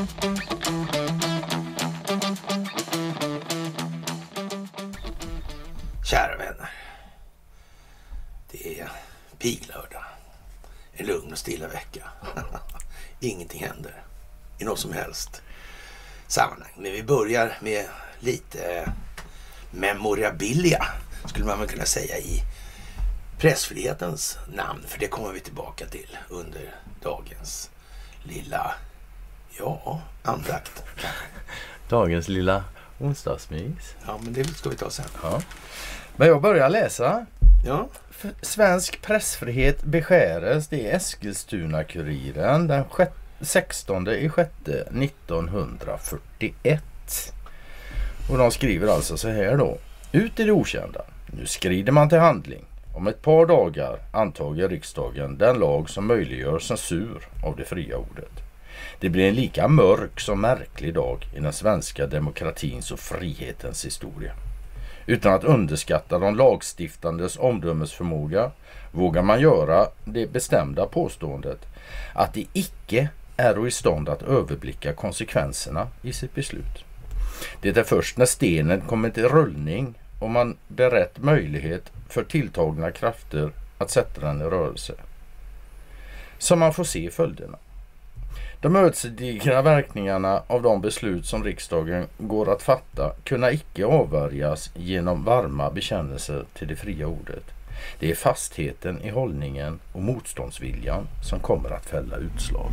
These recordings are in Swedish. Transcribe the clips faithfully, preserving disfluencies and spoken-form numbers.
Kära vänner, det är piglördag. En lugn och stilla vecka. Ingenting händer i något som helst sammanhang. Men vi börjar med lite memorabilia, skulle man väl kunna säga, i pressfrihetens namn. För det kommer vi tillbaka till under dagens lilla, ja, andakt. Dagens lilla onsdagsmys. Ja, men det ska vi ta sen. Ja. Men jag börjar läsa. Ja. Svensk pressfrihet beskäres. Det är Eskilstuna-Kuriren den sextonde i sjätte nittonhundrafyrtioett. Och de skriver alltså så här då. Ut i det okända. Nu skrider man till handling. Om ett par dagar antager riksdagen den lag som möjliggör censur av det fria ordet. Det blir en lika mörk som märklig dag i den svenska demokratins och frihetens historia. Utan att underskatta de lagstiftandes omdömesförmåga vågar man göra det bestämda påståendet att det icke är i stånd att överblicka konsekvenserna i sitt beslut. Det är först när stenen kommer till rullning och man berett möjlighet för tilltagna krafter att sätta den i rörelse som man får se följderna. De ödesdigra verkningarna av de beslut som riksdagen går att fatta kunna icke avvärjas genom varma bekännelser till det fria ordet. Det är fastheten i hållningen och motståndsviljan som kommer att fälla utslaget.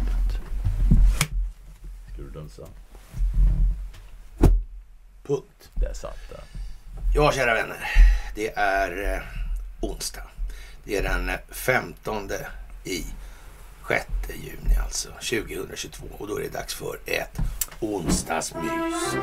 Ska du dansa? Punkt. Där satt det. Ja, kära vänner. Det är eh, onsdag. Det är den femtonde i sjätte juni alltså, tjugohundratjugotvå, och då är det dags för ett onsdagsmys.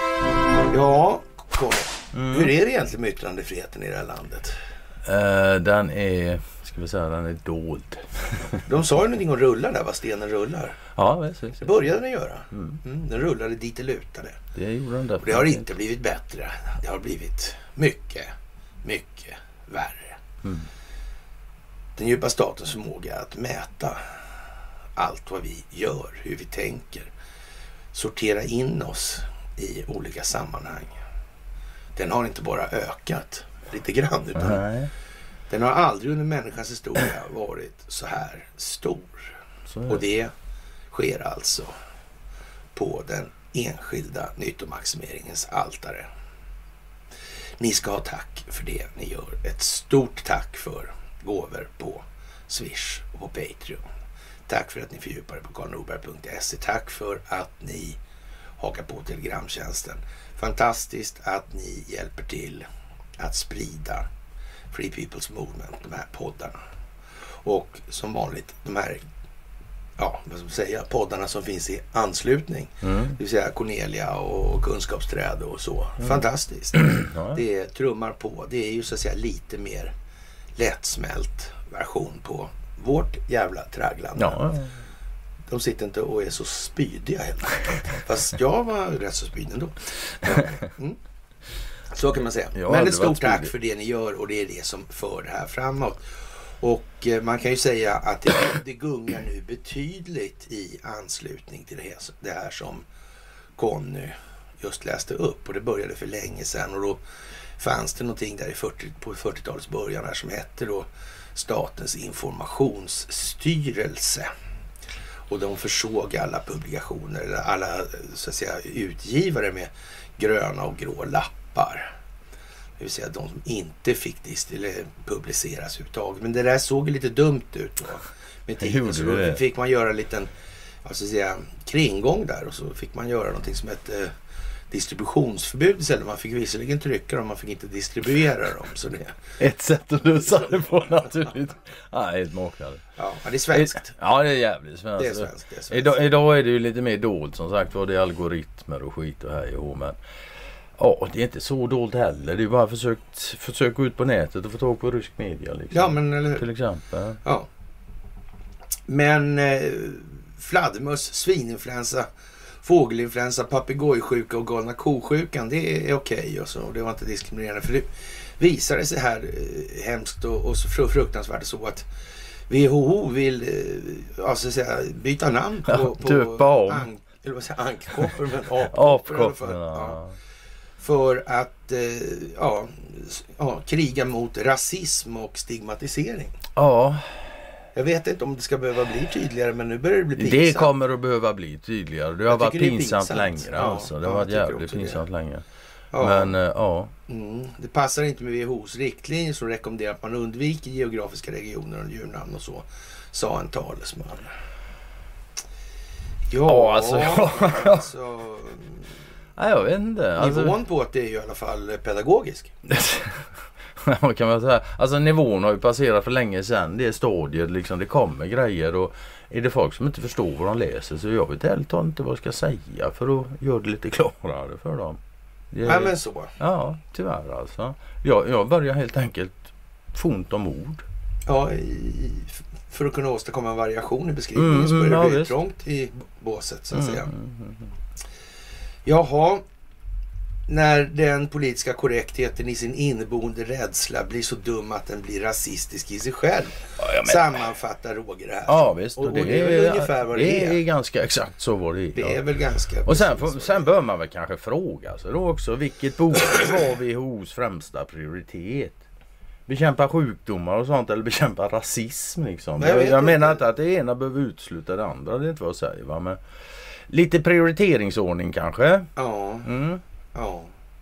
Ja, kom. Mm. Hur är det egentligen med yttrandefriheten i det här landet? Uh, den är, ska vi säga, den är dold. De sa ju någonting om rullar där, vad stenen rullar. Ja, precis. Det började den göra. Mm. Mm, den rullade dit det lutade. Det gjorde den där. Och det har inte blivit bättre. Det har blivit mycket, mycket värre. Mm. Den djupa statens förmåga att mäta allt vad vi gör, hur vi tänker, sortera in oss i olika sammanhang. Den har inte bara ökat lite grann, utan Nej. den har aldrig under människans historia varit så här stor. Så är det. Och det sker alltså på den enskilda nyttomaximeringens altare. Ni ska ha tack för det ni gör. Ett stort tack för gåvor på Swish och på Patreon. Tack för att ni fördjupar er på karl norberg punkt se. Tack för att ni hakar på telegramtjänsten. Fantastiskt att ni hjälper till att sprida Free People's Movement, de här poddarna. Och som vanligt, de här, ja, vad ska man säga, poddarna som finns i anslutning. Mm. Det vill säga Cornelia och Kunskapsträd och så. Mm. Fantastiskt. Det trummar på. Det är ju så att säga lite mer lättsmält version på vårt jävla tragglande. Ja. De sitter inte och är så spydiga helt enkelt. Fast jag var rätt så spydig ändå. Mm. Så kan man säga. Ja, men ett stort tack för det ni gör, och det är det som för det här framåt. Och eh, man kan ju säga att det, det gungar nu betydligt i anslutning till det här, det här som Conny just läste upp. Och det började för länge sedan, och då fanns det någonting där i fyrtio, på fyrtiotalets början här som hette då Statens informationsstyrelse. Och de försåg alla publikationer, alla så att säga utgivare med gröna och grå lappar. Det vill säga de som inte fick publiceras överhuvudtaget. Men det där såg lite dumt ut då. Med tiden så fick man göra en liten, alltså säga, kringgång där, och så fick man göra någonting som hette distributionsförbud istället. Man fick visserligen trycka dem, man fick inte distribuera dem. Så det... Ett sätt att lösa det på, naturligt. Nej, ett maknade. Ja, det är svenskt. Ja, det är jävligt svenskt. Det är svenskt, det är svenskt. Idag, idag är det ju lite mer dolt, som sagt, vad det är algoritmer och skit och här och men ja, det är inte så dolt heller. Det är bara försökt försök gå ut på nätet och få tag på rysk media liksom. Ja, men eller hur? Till exempel. Ja. Men eh, fladdermöss, svininfluensa, fågelinfluensa, papegojsjuka och galna kosjukan, det är okej och så. Och det var inte diskriminerande, för det visade sig här eh, hemskt och, och så fruktansvärt så att V H O vill eh, alltså säga, byta namn på, ja, på om. an, eller vad säger ankkoppor, men apkoppor. Apkoppor, ja. För att eh, ja, ja, kriga mot rasism och stigmatisering. Ja. Jag vet inte om det ska behöva bli tydligare, men nu börjar det bli pinsamt. Det kommer att behöva bli tydligare. Det har jag varit pinsamt, pinsamt längre. ja, Alltså. Det har ja, varit jävligt pinsamt det. länge. Ja. Men äh, ja. Mm, det passar inte med W H O:s riktlinjer som rekommenderar att man undviker geografiska regioner och djurnamn och så, sa en talesman. Ja, ja alltså... alltså nej, jag vet inte. Alltså... Nivån på att det är ju i alla fall pedagogisk. Vad kan man säga? Alltså nivån har ju passerat för länge sedan. Det är stadiet liksom, det kommer grejer och är det folk som inte förstår vad de läser så jag vet helt inte vad jag ska säga för att göra det lite klarare för dem. Det är... Ja men så. Ja, tyvärr alltså. Jag, jag börjar helt enkelt få ont om ord. Ja, i, för att kunna åstadkomma en variation i beskrivningen mm, så börjar det ja, bli visst. trångt i båset så att mm, säga. Mm, mm, mm. Jaha, när den politiska korrektheten i sin inneboende rädsla blir så dum att den blir rasistisk i sig själv. Ja, men... Sammanfattar Roger det här. Ja visst. Och, och det, det är väl ungefär vad det, det är. är. är ganska exakt så var det är. Det ja. är väl ganska... Och sen, för, sen bör man väl kanske fråga sig då också vilket borde vara W H O:s främsta prioritet. Bekämpa sjukdomar och sånt eller bekämpa rasism liksom. Men jag jag jag menar inte inte att det ena behöver utesluta det andra, det är inte vad jag säger va. Men lite prioriteringsordning kanske. Ja, Mm. ja.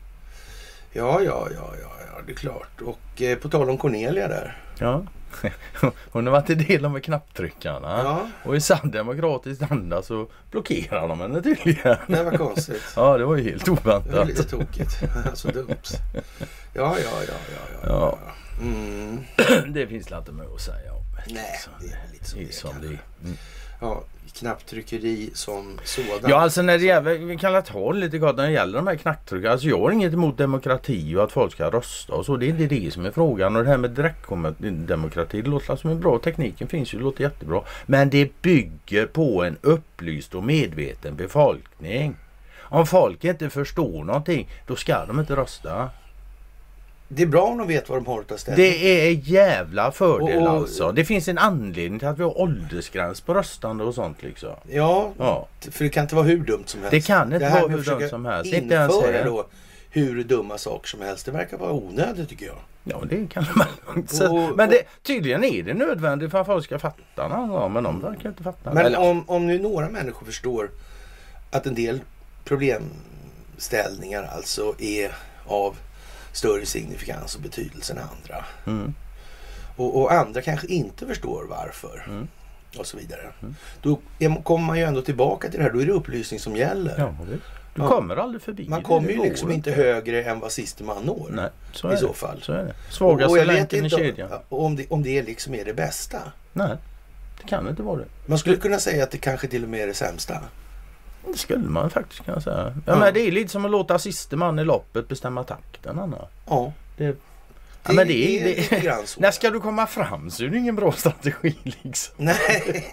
Ja, ja, ja, ja, ja, det är klart. Och eh, på tal om Cornelia där. Ja. Hon har varit i del med knapptryckarna. Ja. Och i sann demokratisk anda så blockerar de henne tydligen. Det var konstigt. Ja, det var ju helt oväntat. Det var lite tokigt. Så dumt. Ja, ja, ja, ja, ja. Ja. Mm. Det finns inte mer att säga om. Nej, det är lite så det är det som kanske. det är. Mm. Ja, knapptryckeri som sådan. Ja, alltså när det gäller, vi kan lätt ha lite gott när det gäller de här knapptryckarna. Alltså jag har inget emot demokrati och att folk ska rösta och så. Det är inte det som är frågan. Och det här med direktdemokrati, det låter som en bra. Tekniken finns ju, det låter jättebra. Men det bygger på en upplyst och medveten befolkning. Om folk inte förstår någonting, då ska de inte rösta. Det är bra om de vet vad de har att ta ställning. Det är en jävla fördel och, och, alltså. Det finns en anledning till att vi har åldersgräns på röstande och sånt liksom. Ja, Ja. för det kan inte vara hur dumt som helst. Det kan inte det här vara med hur att försöka dumt som helst. Inte ens införa här. då hur dumma saker som helst. Det verkar vara onödigt tycker jag. Ja, det kan man inte. Och- Men det, tydligen är det nödvändigt för att folk ska fatta någon gång, men de verkar inte fatta. Men Eller, om, om nu några människor förstår att en del problemställningar alltså är av större signifikans och betydelse än andra. Mm. Och, och andra kanske inte förstår varför. Mm. Och så vidare. Mm. Då är, kommer man ju ändå tillbaka till det här. Då är det upplysning som gäller. Ja, visst. Du Ja. kommer aldrig förbi. Man det. kommer Det ju går liksom inte högre än vad siste man når. Nej, så i är så det. fall. Så är det. Och Svagaste jag vet länken i inte kedjan. om, om, det, om det liksom är det bästa. Nej, det kan inte vara det. Man skulle kunna säga att det kanske till och med är det sämsta. Det skulle man faktiskt kunna säga. Ja, Ja. Men det är lite som att låta siste man i loppet bestämma takten, Anna. Ja. Det, Det, ja, men det är, är det, lite grann så. när ska du komma fram så är det ingen bra strategi liksom. Nej.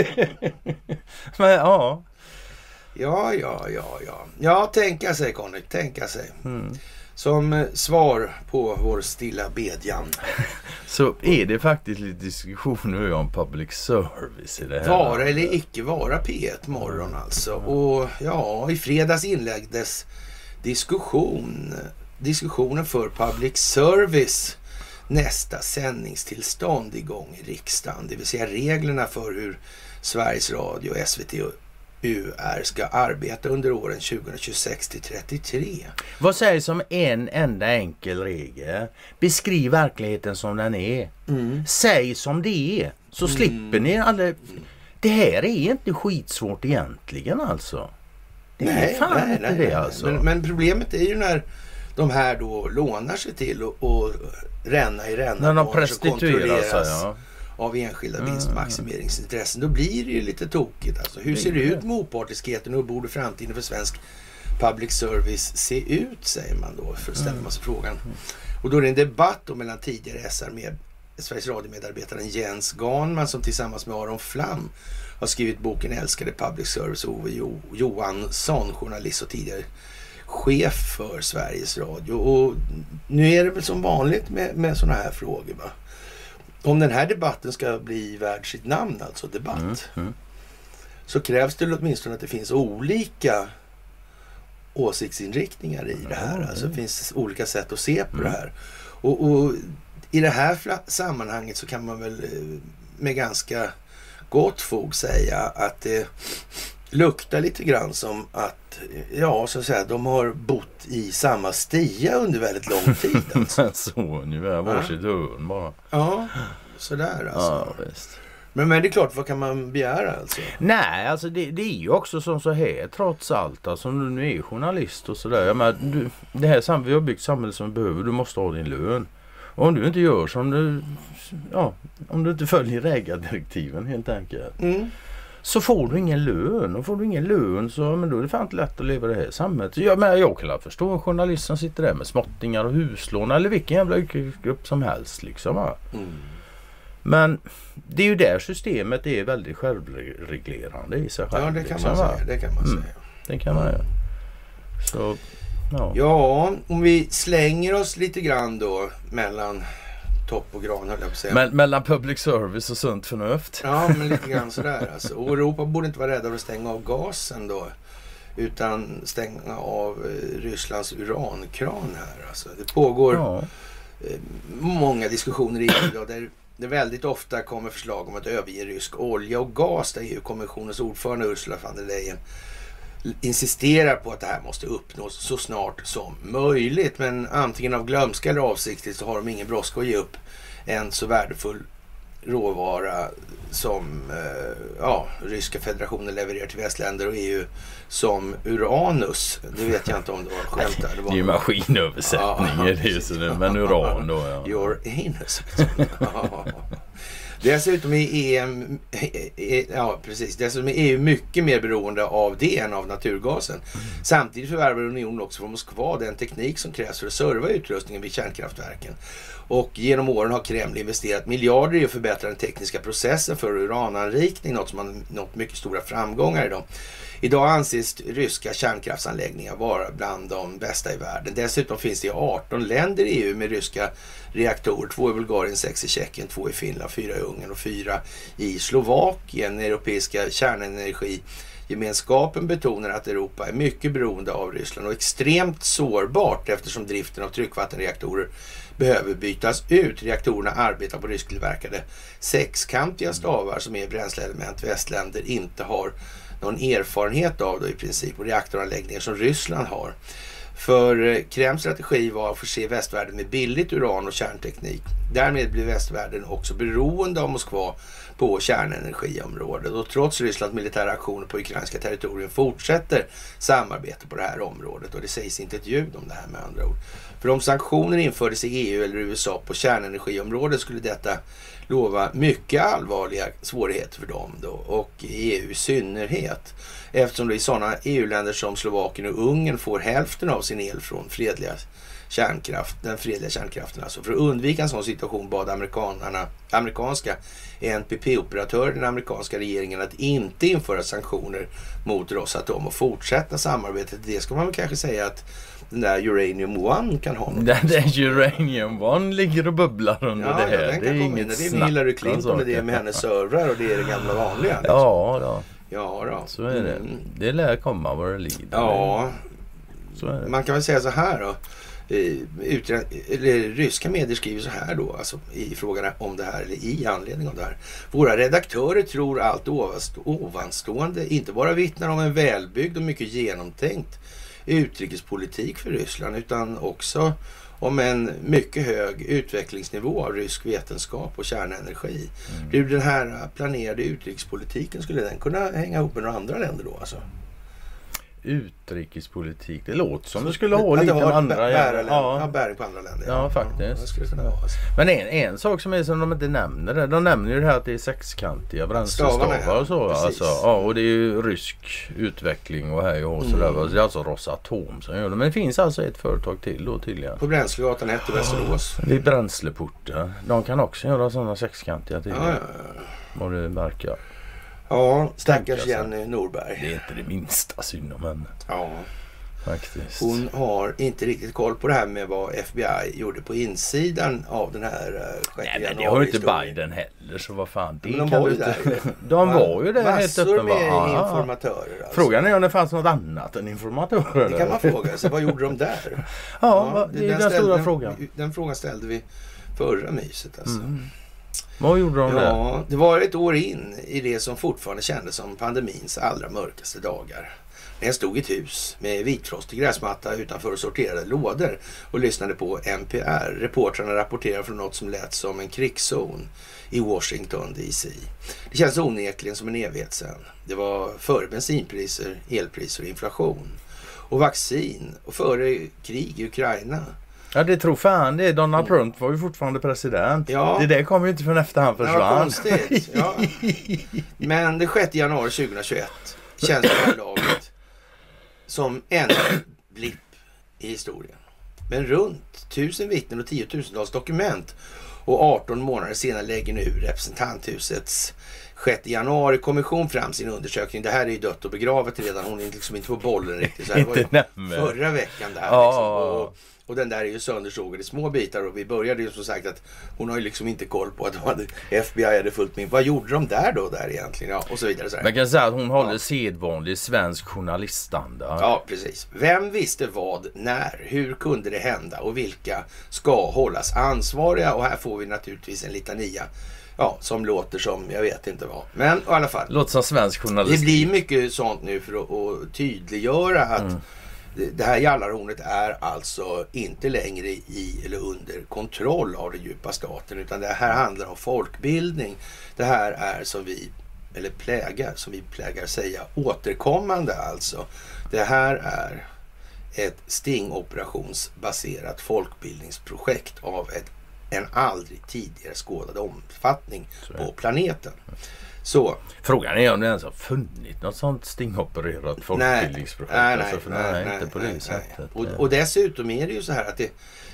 Men ja. Ja, ja, ja, ja. Ja, tänka sig Conny, tänka sig. Mm. Som eh, svar på vår stilla bedjan. Så är det faktiskt lite diskussion nu om public service i det här. Vara landet. eller icke vara P ett morgon alltså. Och ja, i fredags inlägdes diskussion. Diskussionen för public service. Nästa sändningstillstånd igång i riksdagen. Det vill säga reglerna för hur Sveriges Radio, S V T och U R ska arbeta under åren tjugohundratjugosex till trettiotre. Vad sägs om en enda enkel regel? Beskriv verkligheten som den är. Mm. Säg som det är. Så Mm. slipper ni alla... Det här är inte skitsvårt egentligen alltså. Det är Nej, fan nej, inte nej, det nej. alltså. Men, men problemet är ju när de här då lånar sig till och, och ränna i ränna. När de som prostituerar sig, kontrolleras ja. av enskilda Mm. vinstmaximeringsintressen. Då blir det ju lite tokigt. Alltså, hur Det ser det är det. ut med opartiskheten och borde framtiden för svensk public service se ut, säger man då, för att ställa man sig frågan. Och då är det en debatt då mellan tidigare S R med Sveriges Radio-medarbetaren Jens Ganman som tillsammans med Aron Flam har skrivit boken Älskade public service, Ove jo- Johansson, journalist och tidigare chef för Sveriges Radio. Och nu är det väl som vanligt med, med sådana här frågor, va? Om den här debatten ska bli värd sitt namn, alltså debatt, Mm, mm. så krävs det åtminstone att det finns olika åsiktsinriktningar i det här. Alltså det finns olika sätt att se på mm. det här. Och, och i det här sammanhanget så kan man väl med ganska gott fog säga att det luktar lite grann som att, ja, så att säga, de har bott i samma stia under väldigt lång tid. Alltså. Så ungefär, varsitt ja. hörn bara. Ja, sådär alltså. Ja, visst. Men, men det är klart, vad kan man begära alltså? Nej, alltså det, det är ju också som så här, trots allt. Alltså om du nu är journalist och sådär. Jag menar, du, det här sam- vi har byggt samhället som vi behöver, du måste ha din lön. Och om du inte gör som du, ja, om du inte följer ägardirektiven helt enkelt. Mm. Så får du ingen lön. Och får du ingen lön så men då är det fan inte lätt att leva i det här samhället. Jag, men jag kan förstå en journalist som sitter där med småttingar och huslån eller vilken jävla yrkesgrupp som helst liksom. Mm. Men det är ju där systemet är väldigt självreglerande i sig själv. Ja, det kan liksom, man säga. Det kan man mm. säga. Det kan man göra. Så, ja. Ja, om vi slänger oss lite grann då mellan topp och gran, höll jag på att säga. Me- mellan public service och sunt förnuft. Ja, men lite grann sådär alltså. Och Europa borde inte vara rädda för att stänga av gasen då, utan stänga av eh, Rysslands urankran här. Alltså, det pågår ja. eh, många diskussioner i E U då, där det väldigt ofta kommer förslag om att överge rysk olja och gas, där E U-kommissionens ordförande Ursula von der Leyen insisterar på att det här måste uppnås så snart som möjligt. Men antingen av glömska eller avsiktligt så har de ingen brådska att ge upp en så värdefull råvara som eh, ja, Ryska federationen levererar till västländer och E U som Uranus. Det vet jag inte om det var skämt där. Det, var det är ju maskinöversättning, ja, det är så det, men uran då. Ja. Your anus. Ja. Dessutom är E M, ja precis, dessutom är E U mycket mer beroende av det än av naturgasen. Mm. Samtidigt förvärvar unionen också från Moskva den teknik som krävs för att serva utrustningen vid kärnkraftverken. Och genom åren har Kreml investerat miljarder i att förbättra den tekniska processen för urananrikning, något som har nått mycket stora framgångar idag. Idag anses ryska kärnkraftsanläggningar vara bland de bästa i världen. Dessutom finns det arton länder i E U med ryska reaktorer. Två i Bulgarien, sex i Tjeckien, två i Finland, fyra i Ungern och fyra i Slovakien. Europeiska kärnenergigemenskapen betonar att Europa är mycket beroende av Ryssland och extremt sårbart eftersom driften av tryckvattenreaktorer behöver bytas ut. Reaktorerna arbetar på rysktillverkade sexkantiga stavar som är bränsleelement västländer inte har någon erfarenhet av då i princip, och reaktoranläggningar som Ryssland har. För Kremls strategi var att förse västvärlden med billigt uran och kärnteknik. Därmed blir västvärlden också beroende av Moskva på kärnenergiområdet. Och trots Rysslands militära aktioner på ukrainska territorium fortsätter samarbete på det här området. Och det sägs inte ett ljud om det här med andra ord. För om sanktioner infördes i E U eller U S A på kärnenergiområdet skulle detta lova mycket allvarliga svårigheter för dem då, och E U i synnerhet. Eftersom det i sådana E U-länder som Slovakien och Ungern får hälften av sin el från fredliga kärnkraft, den fredliga kärnkraften. Alltså för att undvika en sån situation bad amerikanerna, amerikanska N P P-operatörer den amerikanska regeringen att inte införa sanktioner mot Rosatom och fortsätta samarbetet. Det ska man väl kanske säga att den där Uranium One kan ha något. Den där Uranium One ligger och bubblar under ja, det här. Ja, den det kan är komma in. Det är med Hillary Clinton och det är med hennes servrar och det är det gamla vanliga. Liksom. Ja, då. Ja, då. Så är det. Mm. Det lär komma vad det lider. Ja, så är det. Man kan väl säga så här då. Utre, eller, ryska medier skriver så här då, alltså, i frågan om det här, eller i anledning av det här. Våra redaktörer tror allt ovanstående inte bara vittnar om en välbyggd och mycket genomtänkt utrikespolitik för Ryssland, utan också om en mycket hög utvecklingsnivå av rysk vetenskap och kärnenergi. Mm. Hur den här planerade utrikespolitiken, skulle den kunna hänga ihop med några andra länder då alltså? Utrikespolitik, det låter som det skulle ha lite med andra bäring, ja. Ja, bäring på andra länder. Ja, ja faktiskt. Ja, det skulle kunna vara, alltså. Men en, en sak som är som de inte nämner det, de nämner ju det här att det är sexkantiga bränslestavar och så. Alltså, ja, och det är ju rysk utveckling och här och så mm. där. Det är alltså Rosatom som gör det. Men det finns alltså ett företag till då tydligen. På Bränslegatan ett i Västerås. Det är Bränsleporten. De kan också göra sådana sexkantiga tydligen. Ja, ja, ja. Vad det verkar. Ja, stackars Jenny Norberg. Det är inte det minsta synd om henne. Ja. Faktiskt. Hon har inte riktigt koll på det här med vad F B I gjorde på insidan av den här uh, Nej, men det har ju inte Biden heller, så vad fan. Det de kan var ju inte... där. De var ju där helt Massor uppenbart. med Ja. informatörer. Alltså. Frågan är om det fanns något annat än informatörer. Det kan man fråga sig. Vad gjorde de där? Ja, ja det är den, den stora den, frågan. Den frågan ställde vi förra myset. Alltså. Mm. Vad gjorde de ja, där? Ja, det var ett år in i det som fortfarande kändes som pandemins allra mörkaste dagar. När jag stod i ett hus med vitfrostig gräsmatta utanför sorterade lådor och lyssnade på N P R. Reportrarna rapporterade från något som lät som en krigszon i Washington D C. Det känns onekligen som en evighet sedan. Det var före bensinpriser, elpriser och inflation. Och vaccin och före krig i Ukraina. Ja, det tror fan det. Donald Trump var ju fortfarande president. Ja. Det där kom ju inte från efter han försvann. Ja, konstigt. Ja. Men det sjätte januari tjugohundratjugoett känns det här laget som en blipp i historien. Men runt tusen vittnen och tiotusentals dokument och arton månader senare lägger nu representanthusets sjätte januari-kommission fram sin undersökning. Det här är ju dött och begravet redan. Hon är liksom inte på bollen riktigt. Så här, inte det var ju förra veckan där. Ja. Liksom. Och, och den där är ju söndersågad i små bitar. Och vi började ju som sagt att hon har ju liksom inte koll på att de hade, F B I hade fullt med. Vad gjorde de där då där egentligen? Ja, och så vidare. Så här. Man kan säga att hon håller ja. sedvanlig svensk journaliststandard. Ja, precis. Vem visste vad, när, hur kunde det hända och vilka ska hållas ansvariga? Och här får vi naturligtvis en litania. Ja, som låter som, jag vet inte vad. Men i alla fall. Låter som svensk journalist. Det blir mycket sånt nu för att, att tydliggöra att mm. det, det här jallarhornet är alltså inte längre i eller under kontroll av den djupa staten. Utan det här handlar om folkbildning. Det här är som vi, eller plägar, som vi plägar säga, återkommande alltså. Det här är ett stingoperationsbaserat folkbildningsprojekt av ett en aldrig tidigare skådad omfattning på planeten. Så. Frågan är om det ens har funnits något sånt stingopererat folkbildningsprojekt. Nej, nej, alltså, för nej, nej, nej, inte på nej, det nej. sättet. Och, och dessutom är det ju så här att det,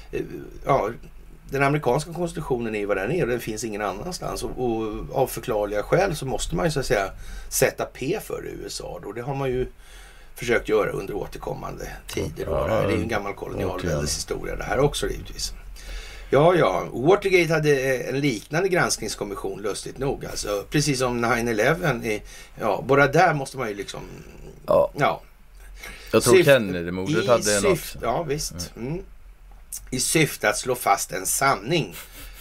ja, den amerikanska konstitutionen är vad den är och den finns ingen annanstans. Och, och av förklarliga skäl så måste man ju så att säga sätta P för U S A. Och det har man ju försökt göra under återkommande tider. Då. Det är ju en gammal kolonialväldeshistoria det här också givetvis. Ja, ja. Watergate hade en liknande granskningskommission, lustigt nog. Alltså, precis som nine eleven. Är, ja, bara där måste man ju liksom... Ja. ja. Jag tror Syft, Kennedy-mordet hade syft, något. Ja, visst. Mm. I syfte att slå fast en sanning.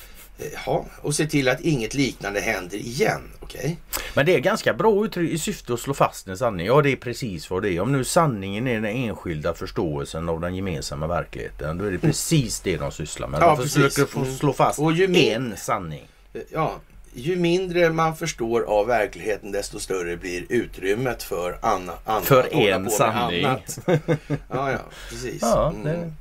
Ja, och se till att inget liknande händer igen. Okay? Men det är ganska bra uttryck i syfte att slå fast en sanning. Ja, det är precis vad det är. Om nu sanningen är den enskilda förståelsen av den gemensamma verkligheten, då är det precis det de sysslar med. Ja, de försöker få slå fast och ju mer, en sanning. Ja, ju mindre man förstår av verkligheten, desto större blir utrymmet för anna, annat. För en sanning. Ja, ja, precis. Ja, det... mm.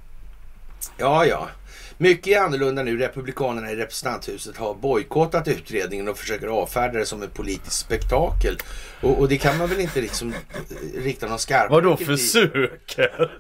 ja, ja. Mycket är annorlunda nu. Republikanerna i representanthuset har bojkottat utredningen och försöker avfärda det som ett politiskt spektakel. Och, och det kan man väl inte liksom rikta någon skarp... Vadå försöker?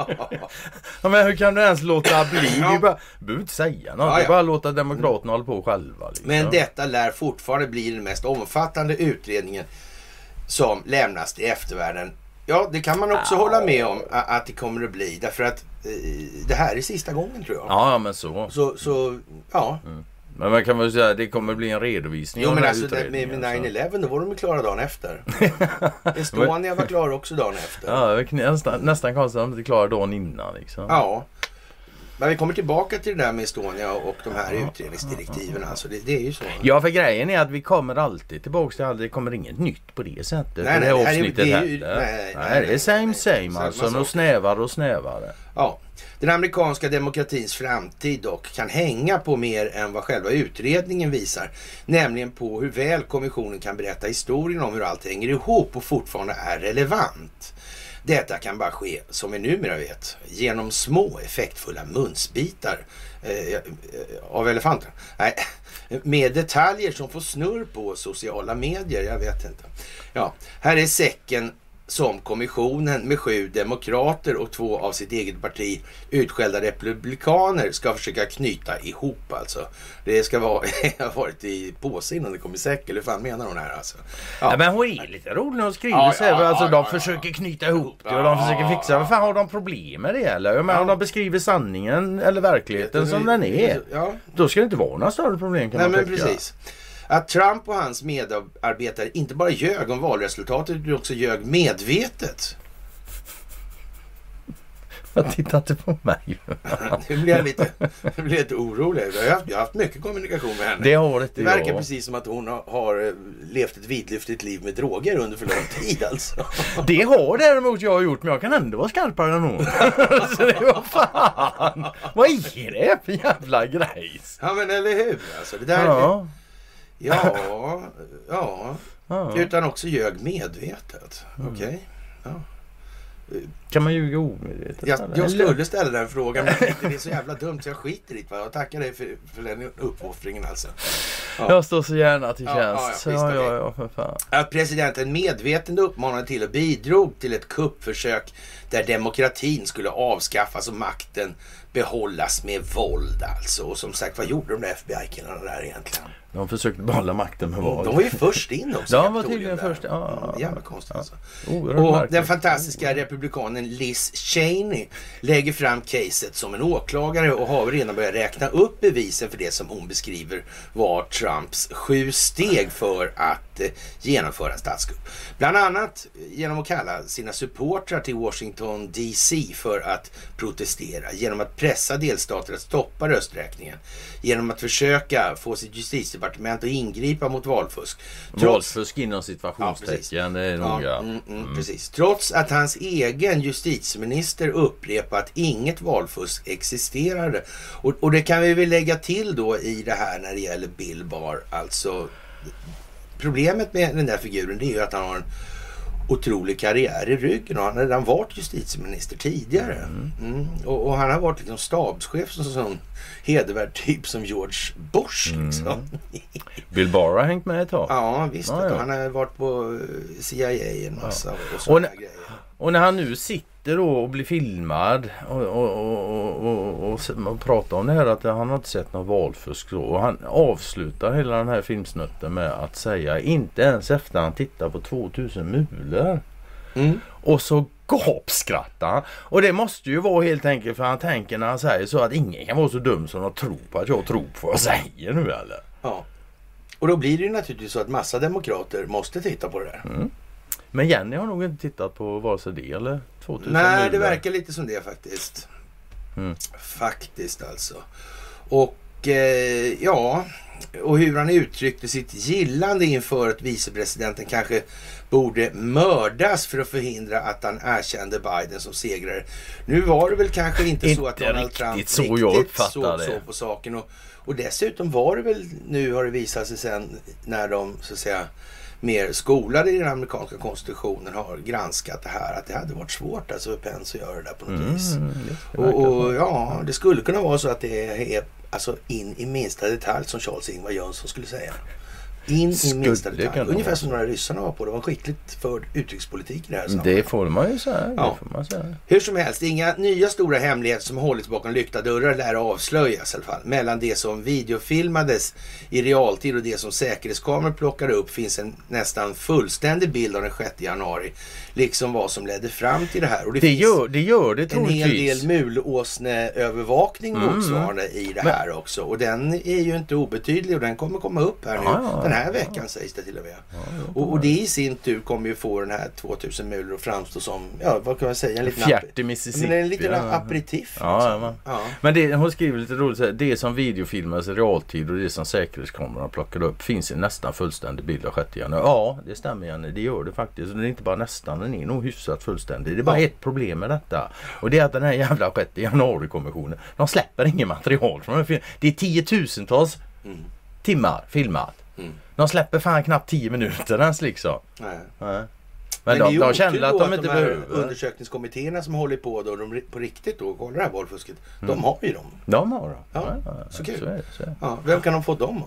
Ja, men hur kan du ens låta bli? Ja. Du bara, behöver inte säga något. Ja, ja. Det är bara att låta demokraterna hålla på själva. Liksom. Men detta lär fortfarande bli den mest omfattande utredningen som lämnas till eftervärlden. Ja, det kan man också ah. hålla med om att det kommer att bli. Därför att eh, det här är sista gången, tror jag. Ja, men så. Så, så ja. Mm. Men man kan väl säga att det kommer att bli en redovisning. Jo, men alltså med, med nine eleven, då var de klara dagen efter. Estonia var klar också dagen efter. Ja, nästan, nästan konstigt att de inte klara dagen innan. Liksom. Ja. Men vi kommer tillbaka till det där med Estonia och de här utredningsdirektiven. Alltså det, det är ju så. Ja, för grejen är att vi kommer alltid tillbaka till att det kommer inget nytt på det sättet. Nej, det här nej, avsnittet det är här. ju, nej, nej, nej, nej, det är same same alltså. Och snävare och snävare. Ja. Den amerikanska demokratins framtid dock kan hänga på mer än vad själva utredningen visar. Nämligen på hur väl kommissionen kan berätta historien om hur allt hänger ihop och fortfarande är relevant. Detta kan bara ske, som vi numera vet, genom små effektfulla munsbitar eh, av elefanter. Nej, med detaljer som får snurr på sociala medier, jag vet inte. Ja, här är säcken som kommissionen med sju demokrater och två av sitt eget parti utskällda republikaner ska försöka knyta ihop alltså. Det ska vara, jag har varit i påse innan det kommer säck, eller fan menar hon här alltså? Ja, ja men hon är lite rolig och skriver ja, sig. Ja, alltså ja, de ja, försöker ja. knyta ihop det och de försöker fixa. Vad fan har de problem med det eller? Jag menar, om de beskriver sanningen eller verkligheten som den är. Ja. Då ska det inte vara några större problem kan Nej, man men tycka. Precis. Att Trump och hans medarbetare inte bara ljög om valresultatet utan också ljög medvetet. Jag tittar inte på mig. Nu blir jag lite, jag blir lite orolig. Jag har, haft, jag har haft mycket kommunikation med henne. Det har det, det verkar precis som att hon har, har levt ett vidlyftigt liv med droger under för lång tid alltså. Det har däremot jag gjort, men jag kan ändå vara skarpare än hon. Så det var fan. Vad är det för jävla grejs? Ja men eller hur? Alltså, det där ja. Är, ja, ja. ja. Utan också ljög medvetet. Mm. Okej. Okay. Ja. Kan man ljuga omedvetet? Jag, jag skulle ställa den frågan, men det är så jävla dumt så jag skiter i det. Jag tackar dig för, för den uppoffringen alltså. Ja. Jag står så gärna till tjänst. Ja, ja, ja, ja, ja, för fan. Att presidenten medvetet uppmanade till och bidrog till ett kuppförsök där demokratin skulle avskaffas och makten behållas med våld alltså. Och som sagt, vad gjorde de där F B I-killarna där egentligen? De försökte behålla makten med våld. De var ju först in också. De var tydligen först. Ja, jävla konstigt ja. alltså. Oerhört och den fantastiska republikanen Liz Cheney lägger fram caset som en åklagare och har redan börjat räkna upp bevisen för det som hon beskriver var Trumps sju steg för att eh, genomföra en statskupp. Bland annat genom att kalla sina supportrar till Washington D C för att protestera, genom att pressa delstater att stoppa rösträkningen, genom att försöka få sitt justitiedepartement att ingripa mot valfusk. Trots... Valfusk inom situationstecken, ja, det är noga. Ja, mm, mm, mm. Precis. Trots att hans egen justitieminister upprepat att inget valfusk existerade. Och, och det kan vi väl lägga till då i det här när det gäller Bill Barr. Alltså, problemet med den där figuren det är ju att han har en otrolig karriär i ryggen och han har redan varit justitieminister tidigare. Mm. Mm. Och, och han har varit liksom stabschef som sån hedervärd typ som George Bush. Liksom. Mm. Bill Barr har hängt med ett tag. Ja, visst. Ja, ja. Han har varit på C I A en massa ja. och sådana och, grejer. Och när han nu sitter då och blir filmad och, och, och, och, och, och pratar om det här att han har inte sett någon valfusk då. Och han avslutar hela den här filmsnutten med att säga inte ens efter han tittar på tvåtusen mulor. Mm. Och så gapskrattar han. Och det måste ju vara helt enkelt för han tänker när han säger så att ingen kan vara så dum som att tro på att jag tror på vad jag säger nu eller. Ja. Och då blir det ju naturligtvis så att massa demokrater måste titta på det där. Mm. Men Jenny har nog inte tittat på vare sig det eller tvåtusen Nej, mulor. det verkar lite som det faktiskt. Mm. Faktiskt alltså. Och eh, ja, och hur han uttryckte sitt gillande inför att vicepresidenten kanske borde mördas för att förhindra att han erkände Biden som segrare. Nu var det väl kanske inte, inte så att Donald Trump riktigt så jag uppfattar såg det. så på saken. Och, och dessutom var det väl, nu har det visat sig sen när de så att säga mer skolade i den amerikanska konstitutionen har granskat det här att det hade varit svårt alltså för Pence att göra det där på något mm, vis. Och, och ja, det skulle kunna vara så att det är alltså in i minsta detalj som Charles Ingvar Jönsson skulle säga. In i minsta detalj. Ungefär som några ryssarna var på. Det var skickligt för utrikespolitik i det här sammanhanget. Det får man ju säga. Ja. Det får man säga. Hur som helst, inga nya stora hemligheter som hållits bakom lyckta dörrar lär avslöjas i alla fall. Mellan det som videofilmades i realtid och det som säkerhetskameror plockade upp finns en nästan fullständig bild av den sjätte januari. Liksom vad som ledde fram till det här. Och det, det, finns gör, det gör det en hel del mulåsneövervakning mm. motsvarande i det här Men, också. Och den är ju inte obetydlig och den kommer komma upp här nu. Ja, ja, den här veckan ja. sägs det till och med. Ja, och, och det i sin tur kommer ju få den här tvåtusen mulor att framstå som, ja vad kan man säga? En liten fjärt i Mississippi. Men en liten ja. aperitif. Ja, ja, man. ja. Men det, hon skriver lite roligt så här, det som videofilmas i realtid och det som säkerhetskamerorna plockar upp finns en nästan fullständig bild av sjätte januari. Ja, det stämmer Janne, det gör det faktiskt. Och det är inte bara nästan, den är nog hyfsat fullständig. Det är bara ja. ett problem med detta. Och det är att den här jävla sjätte januari-kommissionen, de släpper ingen material från den filmen. Det är tiotusentals mm. timmar filmat. Mm. De släpper fan knappt tio minuter ens liksom. Nej. Nej. Men, Men de, de känner att de, att inte de behöver. Undersökningskommittéerna som håller på då, de på riktigt då, kollar det här valfusket. Mm. De har ju dem. De har dem. Ja, ja, ja, så kul. Så är det, så är det. Ja, vem kan de få dem av?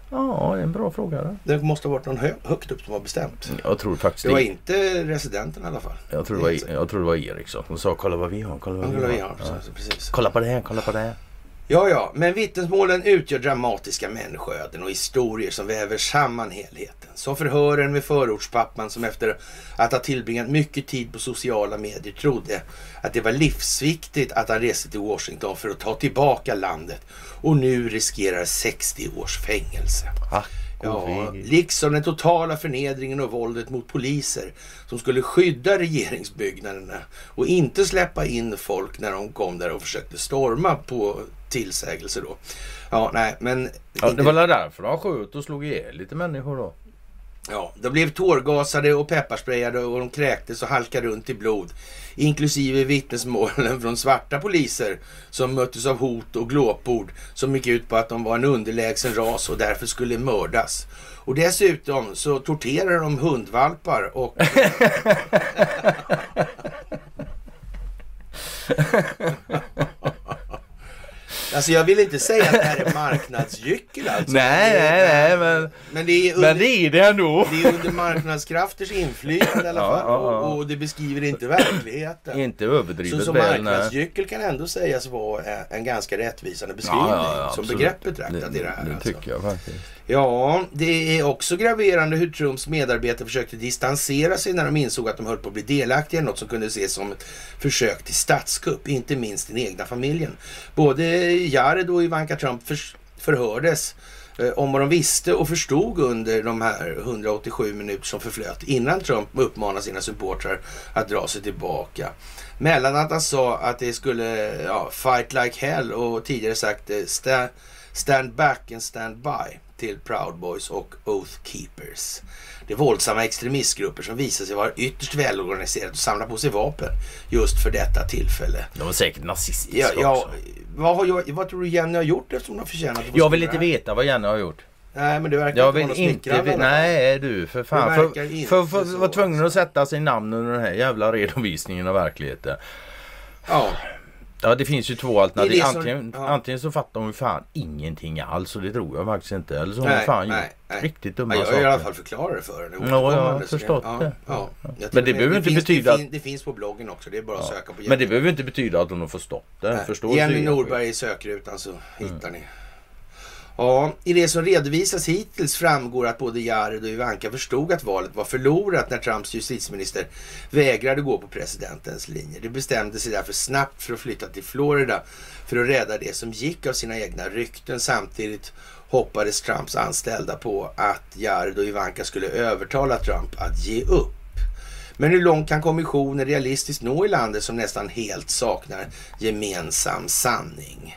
Ja, det är en bra fråga. Då. Det måste ha varit någon hö- högt upp som var bestämt. Jag tror faktiskt det var inte residenten i alla fall. Jag tror det var, jag tror det var Eriksson som sa kolla vad vi har. Kolla, vad ja, vi har. Vi har. Ja. Precis. Kolla på det här, kolla på det här. Ja, ja, men vittnesmålen utgör dramatiska människoöden och historier som väver samman helheten. Som förhören med förortspappan som efter att ha tillbringat mycket tid på sociala medier trodde att det var livsviktigt att han reste till Washington för att ta tillbaka landet och nu riskerar sextio års fängelse. Ah, ja, liksom den totala förnedringen och våldet mot poliser som skulle skydda regeringsbyggnaderna och inte släppa in folk när de kom där och försökte storma på tillsägelse då. Ja, nej, men... Ja, det var inte... därför de sköt och slog ihjäl lite människor då. Ja, de blev tårgasade och pepparsprayade och de kräktes och halkade runt i blod. Inklusive vittnesmålen från svarta poliser som möttes av hot och glåpord som gick ut på att de var en underlägsen ras och därför skulle mördas. Och dessutom så torterade de hundvalpar och... Alltså jag vill inte säga att det här är marknadsgyckel alltså. Nej, nej, nej, men, men, det är under, men det är det ändå. Det är under marknadskrafters inflytande i alla fall. Ja, ja, ja. Och, och det beskriver inte verkligheten. Inte överdrivet. Så som marknadsgyckel kan ändå sägas vara en ganska rättvisande beskrivning. Ja, ja, ja, som begrepp betraktat i det här. Det alltså. tycker jag faktiskt. Ja, det är också graverande hur Trumps medarbetare försökte distansera sig när de insåg att de höll på att bli delaktiga i något som kunde ses som ett försök till statskupp, inte minst den egna familjen. Både Jared och Ivanka Trump för, förhördes eh, om vad de visste och förstod under de här hundraåttiosju minuter som förflöt innan Trump uppmanade sina supportrar att dra sig tillbaka. Mellan att han sa att det skulle ja, fight like hell och tidigare sagt eh, sta, stand back and stand by till Proud Boys och Oath Keepers. Det är våldsamma extremistgrupper som visar sig vara ytterst välorganiserade och samlar på sig vapen just för detta tillfälle. De var säkert nazistiska ja, ja, också. Vad, har jag, vad tror du Jenny har gjort eftersom de har förtjänat? Jag vill inte veta vad Jenny har gjort. Nej, men det verkar jag inte vill inte vi, Nej, du, för fan. För, för, för, för att vara tvungen att sätta sin namn under den här jävla redovisningen av verkligheten. Ja. Ja, det finns ju två alternativ. Det det som, antingen, ja. antingen så fattar hon fan ingenting alls och det tror jag faktiskt inte. Eller så har nej, hon fan nej, gjort nej. riktigt dumma ja, jag saker. Jag har i alla fall förklarat det för henne. Ja, jag har förstått ja, det. Ja, ja. Men det behöver det inte finns, betyda... Det, fin, det finns på bloggen också, det är bara att ja. söka på Jenny. Men det behöver inte betyda att hon har förstått det. Förstår Jenny Norberg i sökrutan så hittar mm. ni. Ja, i det som redovisas hittills framgår att både Jared och Ivanka förstod att valet var förlorat när Trumps justitieminister vägrade gå på presidentens linje. Det bestämde sig därför snabbt för att flytta till Florida för att rädda det som gick av sina egna rykten. Samtidigt hoppades Trumps anställda på att Jared och Ivanka skulle övertala Trump att ge upp. Men hur långt kan kommissionen realistiskt nå i landet som nästan helt saknar gemensam sanning?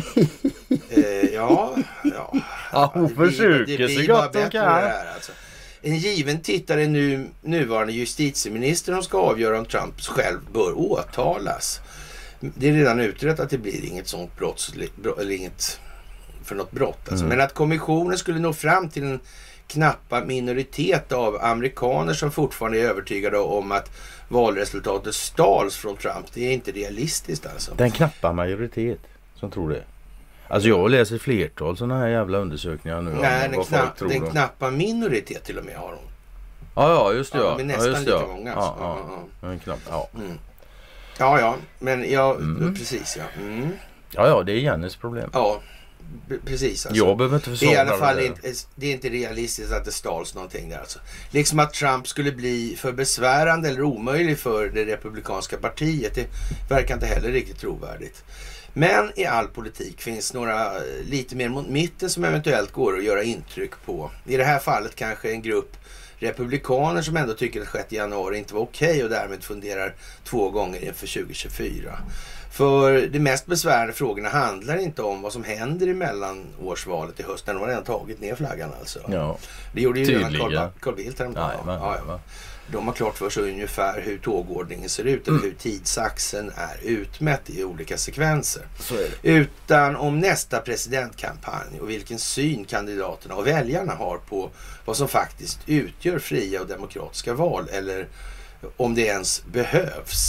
eh, ja, ja. Ja, hon det försöker blir, det blir så gott hon kan. Här, alltså. En given tittare nu, nuvarande justitieminister som ska avgöra om Trump själv bör åtalas. Det är redan utrett att det blir inget sånt brott, eller inget för något brott. Alltså. Mm. Men att kommissionen skulle nå fram till en knappa minoritet av amerikaner som fortfarande är övertygade om att valresultatet stals från Trump. Det är inte realistiskt alltså. Den knappa majoritet som tror det. Alltså jag läser flertal sådana här jävla undersökningar nu. Nej, den, knapp, den knappa minoritet till och med har hon. Ja, ja, just det. Ja, ja. Men nästan ja, just lika ja. många. Ja, ja, ja. ja. En knapp, ja. Mm. ja, ja. Men ja, mm. precis ja. Mm. Ja, ja, det är Jennys problem. Ja, precis. Alltså. Jag behöver inte försvara det. Är i alla fall det. Inte, det är inte realistiskt att det stals någonting där alltså. Liksom att Trump skulle bli för besvärande eller omöjlig för det republikanska partiet. Det verkar inte heller riktigt trovärdigt. Men i all politik finns några lite mer mot mitten som eventuellt går att göra intryck på. I det här fallet kanske en grupp republikaner som ändå tycker att sjätte januari inte var okej och därmed funderar två gånger inför tjugo tjugofyra. För de mest besvärande frågorna handlar inte om vad som händer i mellanårsvalet i höst när de har redan tagit ner flaggan alltså. Ja, det gjorde ju tydligen. redan Carl, Carl Bildt häromdagen. Ja, ja, ja. De har klart för sig ungefär hur tågordningen ser ut eller mm. hur tidsaxeln är utmätt i olika sekvenser. Så är det. Utan om nästa presidentkampanj och vilken syn kandidaterna och väljarna har på vad som faktiskt utgör fria och demokratiska val eller om det ens behövs.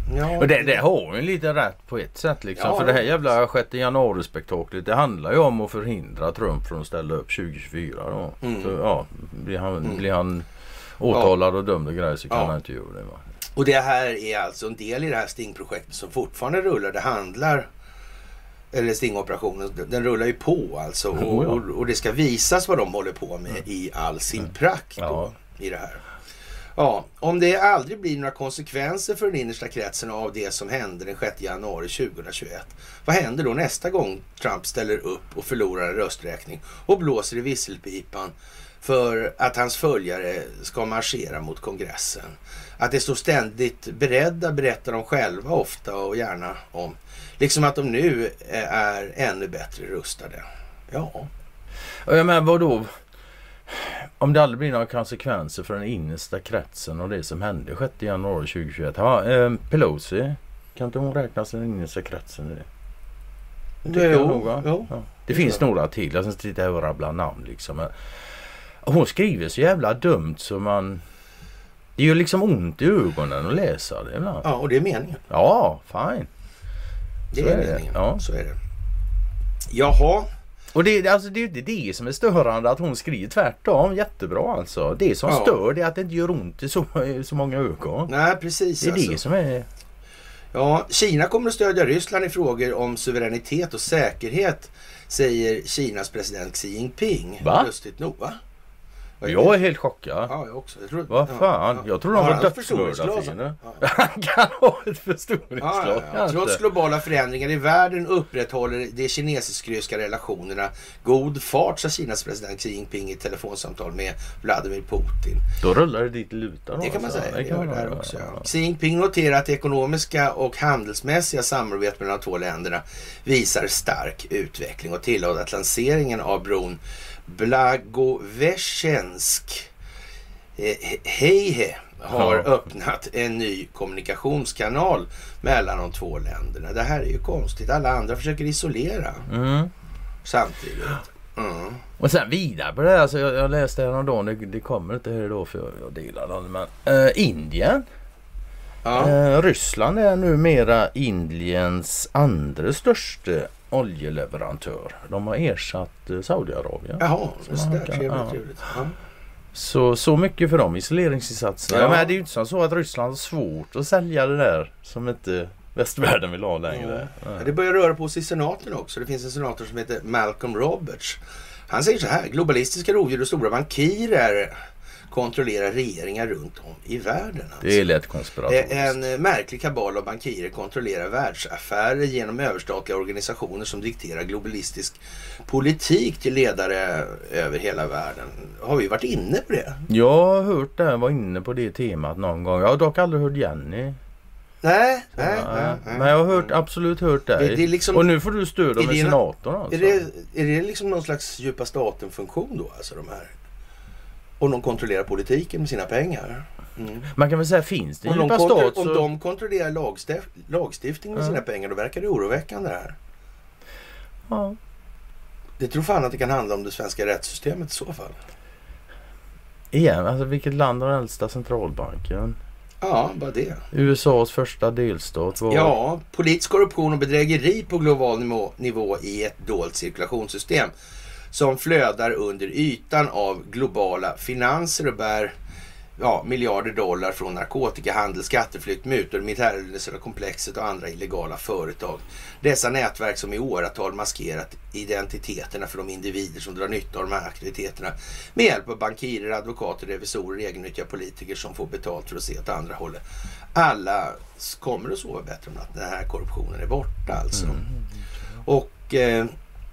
Ja, och det, det har ju lite rätt på ett sätt liksom. Ja, för det här jävla sjätte januari-spektaklet, det handlar ju om att förhindra Trump från att ställa upp tjugo tjugofyra då. Mm. Så, ja, blir han, mm. blir han åtalad ja. och dömd och grejer så kan ja. han inte göra det. Va? Och det här är alltså en del i det här Sting-projektet som fortfarande rullar. Det handlar, eller Sting-operationen, den rullar ju på alltså. Och, oh, ja. och, och det ska visas vad de håller på med mm. i all sin mm. prakt då, ja. i det här. Ja, om det aldrig blir några konsekvenser för den innersta kretsen av det som hände den sjätte januari tjugohundratjugoett, vad händer då nästa gång Trump ställer upp och förlorar en rösträkning och blåser i visselpipan för att hans följare ska marschera mot kongressen? Att det står ständigt beredda, berättar de själva ofta och gärna om. Liksom att de nu är ännu bättre rustade. Ja. Ja, men vadå? Om det aldrig blir några konsekvenser för den innersta kretsen och det som hände sjätte januari tjugohundratjugoett. Ja, eh, Pelosi, kan inte hon räknas den innersta kretsen i det? Det, jo, nog, va? jo, ja. Det finns ja. några till. Jag ska inte titta och rabbla namn liksom. Men hon skriver så jävla dumt så man... Det gör liksom ont i ögonen att läsa det ibland. Ja, och det är meningen. Ja, fine. Det så är, är meningen. Det. Ja. Så är det. Jaha. Och det, alltså det är det, det som är störande att hon skriver tvärtom. Jättebra alltså. Det som ja. stör det är att det inte gör ont i så, så många ögon. Nej, precis. Det är alltså. det som är... Ja, Kina kommer att stödja Ryssland i frågor om suveränitet och säkerhet, säger Kinas president Xi Jinping. Va? Lustigt nog, va? Jag är helt chockad. Ja, jag också. Jag tror, Vad fan? Ja. Jag tror de ja, var dödsmörda. Han kan ha ett förstoringsglas. Ja, ja, ja. Trots globala förändringar i världen upprätthåller de kinesisk-ryska relationerna god fart, sa Kinas president Xi Jinping i ett telefonsamtal med Vladimir Putin. Då rullar det dit lutar. Det kan man säga. Det kan man där också, ja. Xi Jinping noterar att det ekonomiska och handelsmässiga samarbetet mellan de två länderna visar stark utveckling och tillade att lanseringen av bron Blagovesjensk Heihe har ja. öppnat en ny kommunikationskanal mellan de två länderna. Det här är ju konstigt. Alla andra försöker isolera mm. samtidigt. Mm. Och sen vidare på det här, alltså jag, jag läste häromdagen, det, det kommer inte här då för jag, jag delar den, men uh, Indien ja. uh, Ryssland är numera Indiens andra största oljeleverantör. De har ersatt uh, Saudiarabien. Jaha, så, så, där, kan, ja. Ja. så så mycket för de isoleringsinsatserna. Ja. Men det är ju inte så att Ryssland har svårt att sälja det där som inte västvärlden vill ha längre. Ja. Ja. Det börjar röra på sig i senaten också. Det finns en senator som heter Malcolm Roberts. Han säger så här: globalistiska rovdjur och stora bankirer kontrollerar regeringar runt om i världen. Alltså. Det är lätt konspiratoriskt. En märklig kabal av bankirer kontrollerar världsaffärer genom överstatliga organisationer som dikterar globalistisk politik till ledare över hela världen. Har vi varit inne på det? Jag har hört det, var inne på det temat någon gång. Jag har dock aldrig hört Jenny. Nej, nej, ja, nej, nej. Men jag har hört, absolut hört det. det, det liksom, och nu får du stöd av senatorn. Alltså. Är, det, är det liksom någon slags djupa staten-funktion då? Alltså de här? Och de kontrollerar politiken med sina pengar. Mm. Man kan väl säga, finns det om djupa de stat så... Om så... de kontrollerar lagstift, lagstiftning med ja. sina pengar, då verkar det oroväckande här. Ja. Det tror fan att det kan handla om det svenska rättssystemet i så fall. Igen, alltså vilket land har den äldsta centralbanken? Ja, bara det. U S A:s första delstat var... Ja, politisk korruption och bedrägeri på global nivå, nivå i ett dolt cirkulationssystem som flödar under ytan av globala finanser och bär ja, miljarder dollar från narkotikahandel, skatteflykt, mutor, militärindustriella komplexet och andra illegala företag. Dessa nätverk som i åratal maskerat identiteterna för de individer som drar nytta av de här aktiviteterna med hjälp av bankirer, advokater, revisorer, egennyttiga politiker som får betalt för att se åt andra hållet. Alla kommer att sova bättre om att den här korruptionen är borta alltså. Mm. Och eh,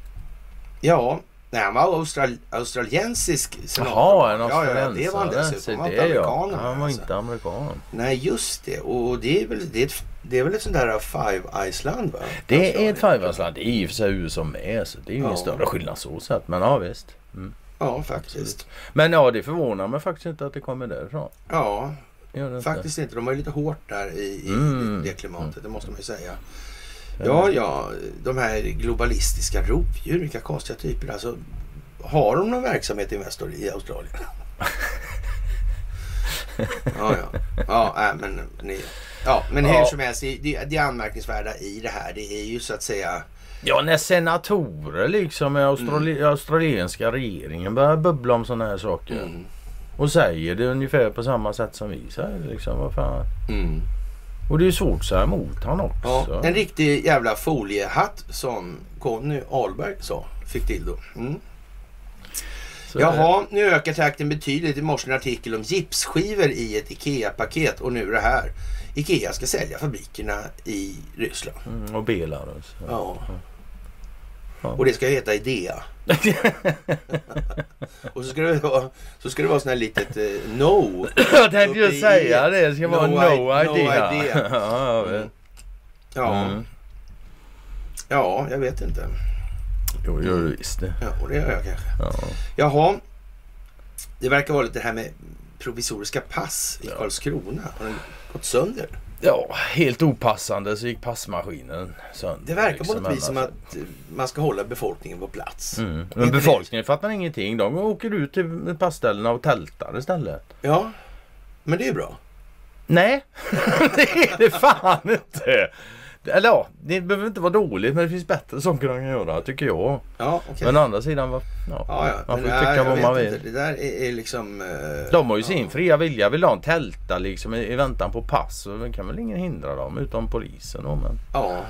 ja... Nej, han var austral- australiensisk senator. Jaha, en australiensare. Ja, ja, det var han dessutom. Han var inte amerikan. Han var alltså. inte amerikan. Nej, just det. Och det är väl, det är ett, det är väl ett sånt där Five Island, va? Det är ett Five Island. Det är i och för sig U S A med, så det är ju ingen ja. större skillnad så sett. Men ja, visst. Mm. Ja, faktiskt. Absolut. Men ja, det förvånar mig faktiskt inte att det kommer därifrån. Ja, faktiskt inte. De var ju lite hårt där i, i mm. det klimatet, mm. det måste man ju säga. Ja, ja, de här globalistiska rovdjur, vilka konstiga typer. Alltså, har de någon verksamhet Investor i Australien? ja, ja. Ja, äh, men ni, Ja, men Ja. hur som helst, det, det, det anmärkningsvärda i det här, det är ju så att säga... Ja, när senatorer liksom i Australi- mm. australienska regeringen börjar bubbla om sådana här saker. Mm. Och säger det ungefär på samma sätt som vi säger liksom, vad fan. Mm. Och det är svårt att säga emot han också. Ja, en riktig jävla foliehatt som Conny Ahlberg sa, fick till då. Mm. Jaha, nu ökar takten betydligt. I morse en artikel om gipsskivor i ett IKEA-paket och nu är det här. IKEA ska sälja fabrikerna i Ryssland. Mm, och Belarus. Ja. Ja. Och det ska heta Idea. Och så ska det vara, så ska det vara sån här litet eh, no. Jag tänkte ju säga det. Det ska vara no, no, no idea. idea. Ja, mm. Ja. Mm. Ja, jag vet inte. Jo, gör du visst det. Ja, och det gör jag kanske. Ja. Jaha. Det verkar vara lite det här med provisoriska pass i ja. Karlskrona. Har den gått sönder? Ja, helt opassande så gick passmaskinen sönder. Det verkar liksom, på något vis som att man ska hålla befolkningen på plats. Mm. Men befolkningen fattar ingenting. De åker ut till passställena och tältar istället. Ja, men det är bra. Nej, det är det fan inte. Eller ja, det behöver inte vara dåligt, men det finns bättre saker de kan göra, tycker jag. Ja, okay. Men å andra sidan, ja, ja, ja. man får men, tycka ja, vad man vill. Inte. Det där är, är liksom... Uh, de har ju sin ja. fria vilja, vill ha en tälta liksom i, i väntan på pass, och det kan väl ingen hindra dem, utom polisen. Då, men... Ja.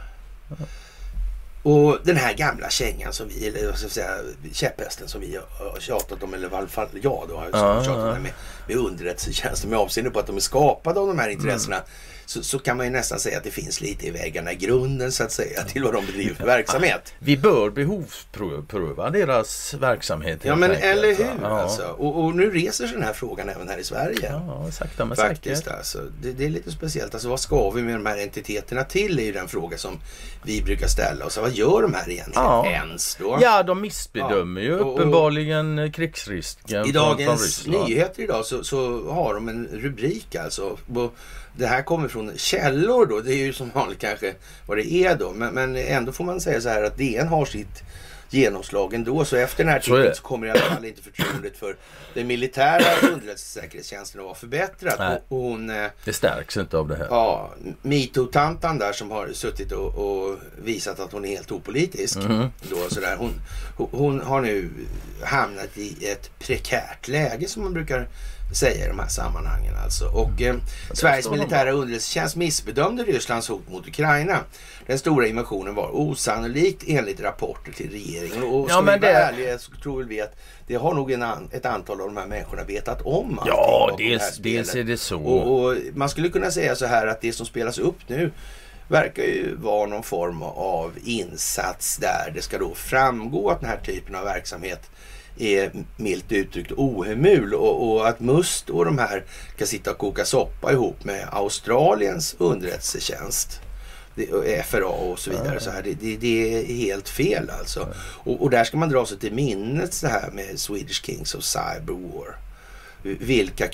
Och den här gamla kängan som vi, eller vad ska jag säga, käpphästen som vi har tjatat om, eller i alla fall jag då har ja, tjatat ja. med, med underrättelsetjänster med avseende på att de är skapade av de här intressena. Mm. Så, så kan man ju nästan säga att det finns lite i vägarna i grunden så att säga till vad de bedriver för verksamhet. Vi bör behovspröva deras verksamhet. Ja, men enkelt, eller hur ja. alltså. Och, och nu reser sig den här frågan även här i Sverige. Ja, sakta men faktiskt säkert. Alltså. Det, det är lite speciellt. Alltså, vad ska vi med de här entiteterna till är ju den fråga som vi brukar ställa oss. Vad gör de här egentligen ja. ens då? Ja, de missbedömer ja. ju och, och, uppenbarligen krigsrisken. I dagens nyheter idag så, så har de en rubrik alltså. Det här kommer från källor då. Det är ju som vanligt kanske vad det är då. Men, men ändå får man säga så här att D N har sitt genomslag ändå. Så efter den här artikeln så, så kommer i alla fall inte förtroendet för den militära underrättelsesäkerhetstjänsten att vara förbättrat. Och, och hon, det stärks inte av det här. Ja, MeToo-tantan där som har suttit och, och visat att hon är helt opolitisk. Mm. Då, så där, hon, hon har nu hamnat i ett prekärt läge som man brukar säga i de här sammanhangen alltså. Och eh, Sveriges militära underrättelsetjänst missbedömde Rysslands hot mot Ukraina. Den stora invasionen var osannolikt enligt rapporter till regeringen. Och ja, men det... ärliga, så tror vi att det har nog en an, ett antal av de här människorna vetat om. Ja, dels, dels är det så. Och, och man skulle kunna säga så här att det som spelas upp nu verkar ju vara någon form av insats där det ska då framgå att den här typen av verksamhet är milt uttryckt ohemul och, och att Must och de här kan sitta och koka soppa ihop med Australiens underrättelsetjänst, F R A och så vidare. Så här, det, det, det är helt fel alltså. Och, och där ska man dra sig till minnet det här med Swedish Kings of Cyber War. Vilka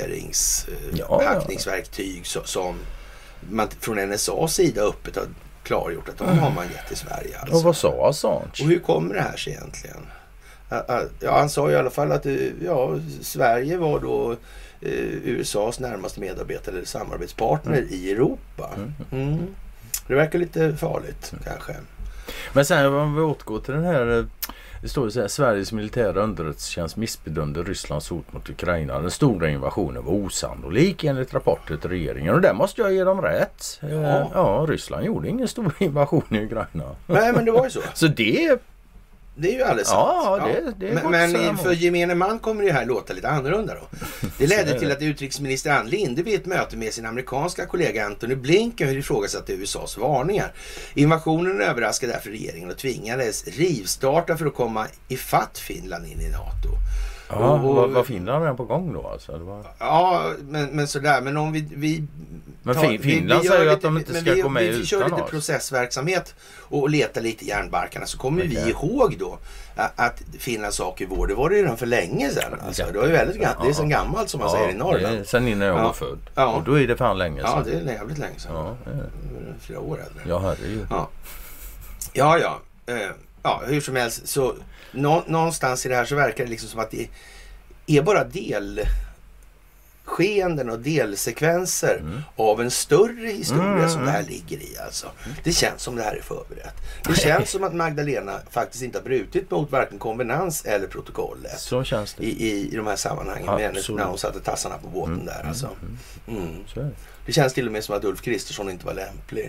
krypteringshackningsverktyg ja, ja. som man från N S A:s sida öppet har klargjort att de har man gett till Sverige. Alltså. Och vad sa Assange? Och hur kommer det här sig egentligen? Ja, han sa i alla fall att ja, Sverige var då eh, U S A:s närmaste medarbetare eller samarbetspartner mm. i Europa. Mm. Det verkar lite farligt mm. kanske. Men sen om vi återgår till den här, det står så här, Sveriges militära underrättelsetjänst missbedömde Rysslands hot mot Ukraina. Den stora invasionen var osannolik enligt rapporter till regeringen. Och där måste jag ge dem rätt. Ja, ja sant gjorde ingen stor invasion i Ukraina. Nej, men det var ju så. Så det Det är ju alldeles sant. Ja, det, det är men men för gemene man kommer det här låta lite annorlunda då. Det ledde till att utrikesminister Ann Linde vid ett möte med sin amerikanska kollega Antony Blinken ifrågasatte U S A:s varningar. Invasionen överraskade därför regeringen och tvingades rivstarta för att komma ifatt Finland in i NATO. Ja, och, och, var Finland redan på gång då alltså? Det var... Ja, men, men sådär. Men om vi... vi men tar, Finland vi, vi säger ju att de inte ska vi, gå med vi, utan vi kör lite oss. Processverksamhet och letar lite i järnbarkarna så kommer okay. vi ihåg då att Finlands sak i vår, det var det ju redan för länge sedan. Alltså, det var ju väldigt gammalt. Det är så gammalt som man ja, säger i Norrland. Det, sen innan jag ja. var född. Ja. Och då är det fan länge sedan. Ja, det är jävligt länge sedan. Ja, det är flera år äldre. Ja, herregud. Ja, ja. ja. Uh, ja, hur som helst så nå, någonstans i det här så verkar det liksom som att det är bara del skeenden och delsekvenser mm. av en större historia mm. som det här ligger i. Alltså. Det känns som det här är förberett. Det känns som att Magdalena faktiskt inte har brutit mot varken konvenans eller protokollet. Så känns det. I, i, i de här sammanhangen med henne, när hon satte tassarna på båten mm. där. Alltså. Mm. Så är det. Det känns till och med som att Ulf Kristersson inte var lämplig.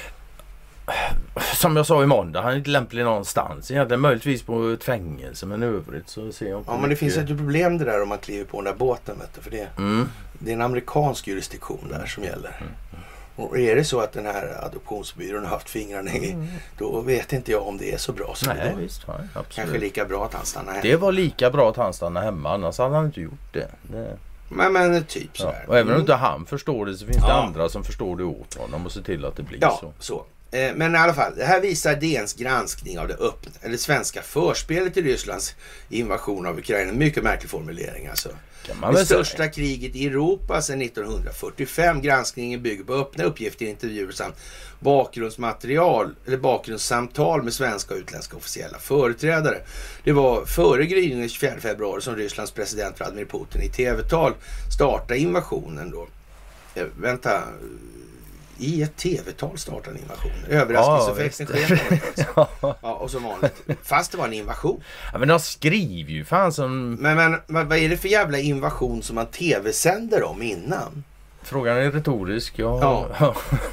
Som jag sa i måndag, han är inte lämplig någonstans. Egentligen möjligtvis på ett fängelse, men övrigt så ser jag inte. Ja, men det mycket. Finns ett problem det där om man kliver på den där båten, vet du, för det, mm. det är en amerikansk jurisdiktion där som gäller. Mm. Och är det så att den här adoptionsbyrån har haft fingrarna i, mm. då vet inte jag om det är så bra som Nej, det visst, ja, absolut. Kanske lika bra att han stannar hemma. Det var lika bra att han stannar hemma, annars hade han inte gjort det. det... Men, men typ så här. Ja, och även om inte han förstår det så finns det ja. andra som förstår det åt honom och se till att det blir ja, så. så. Eh, men i alla fall, det här visar D N:s granskning av det öppna, eller svenska förspelet i Rysslands invasion av Ukraina. Mycket märklig formulering alltså. Det största kriget i Europa sedan nittonhundrafyrtiofem. Granskningen bygger på öppna uppgifter, intervjuer samt bakgrundsmaterial eller bakgrundssamtal med svenska och utländska officiella företrädare. Det var före gryningen den tjugofjärde februari som Rysslands president Vladimir Putin i tv-tal startade invasionen då. Eh, vänta... I ett tv-tal startade en invasion. Överraskningseffekten sker. Ja, ja, och så vanligt. Fast det var en invasion. Ja, men de skriver ju fan som... Men, men, men vad är det för jävla invasion som man tv-sänder om innan? Frågan är retorisk. Ja. Ja.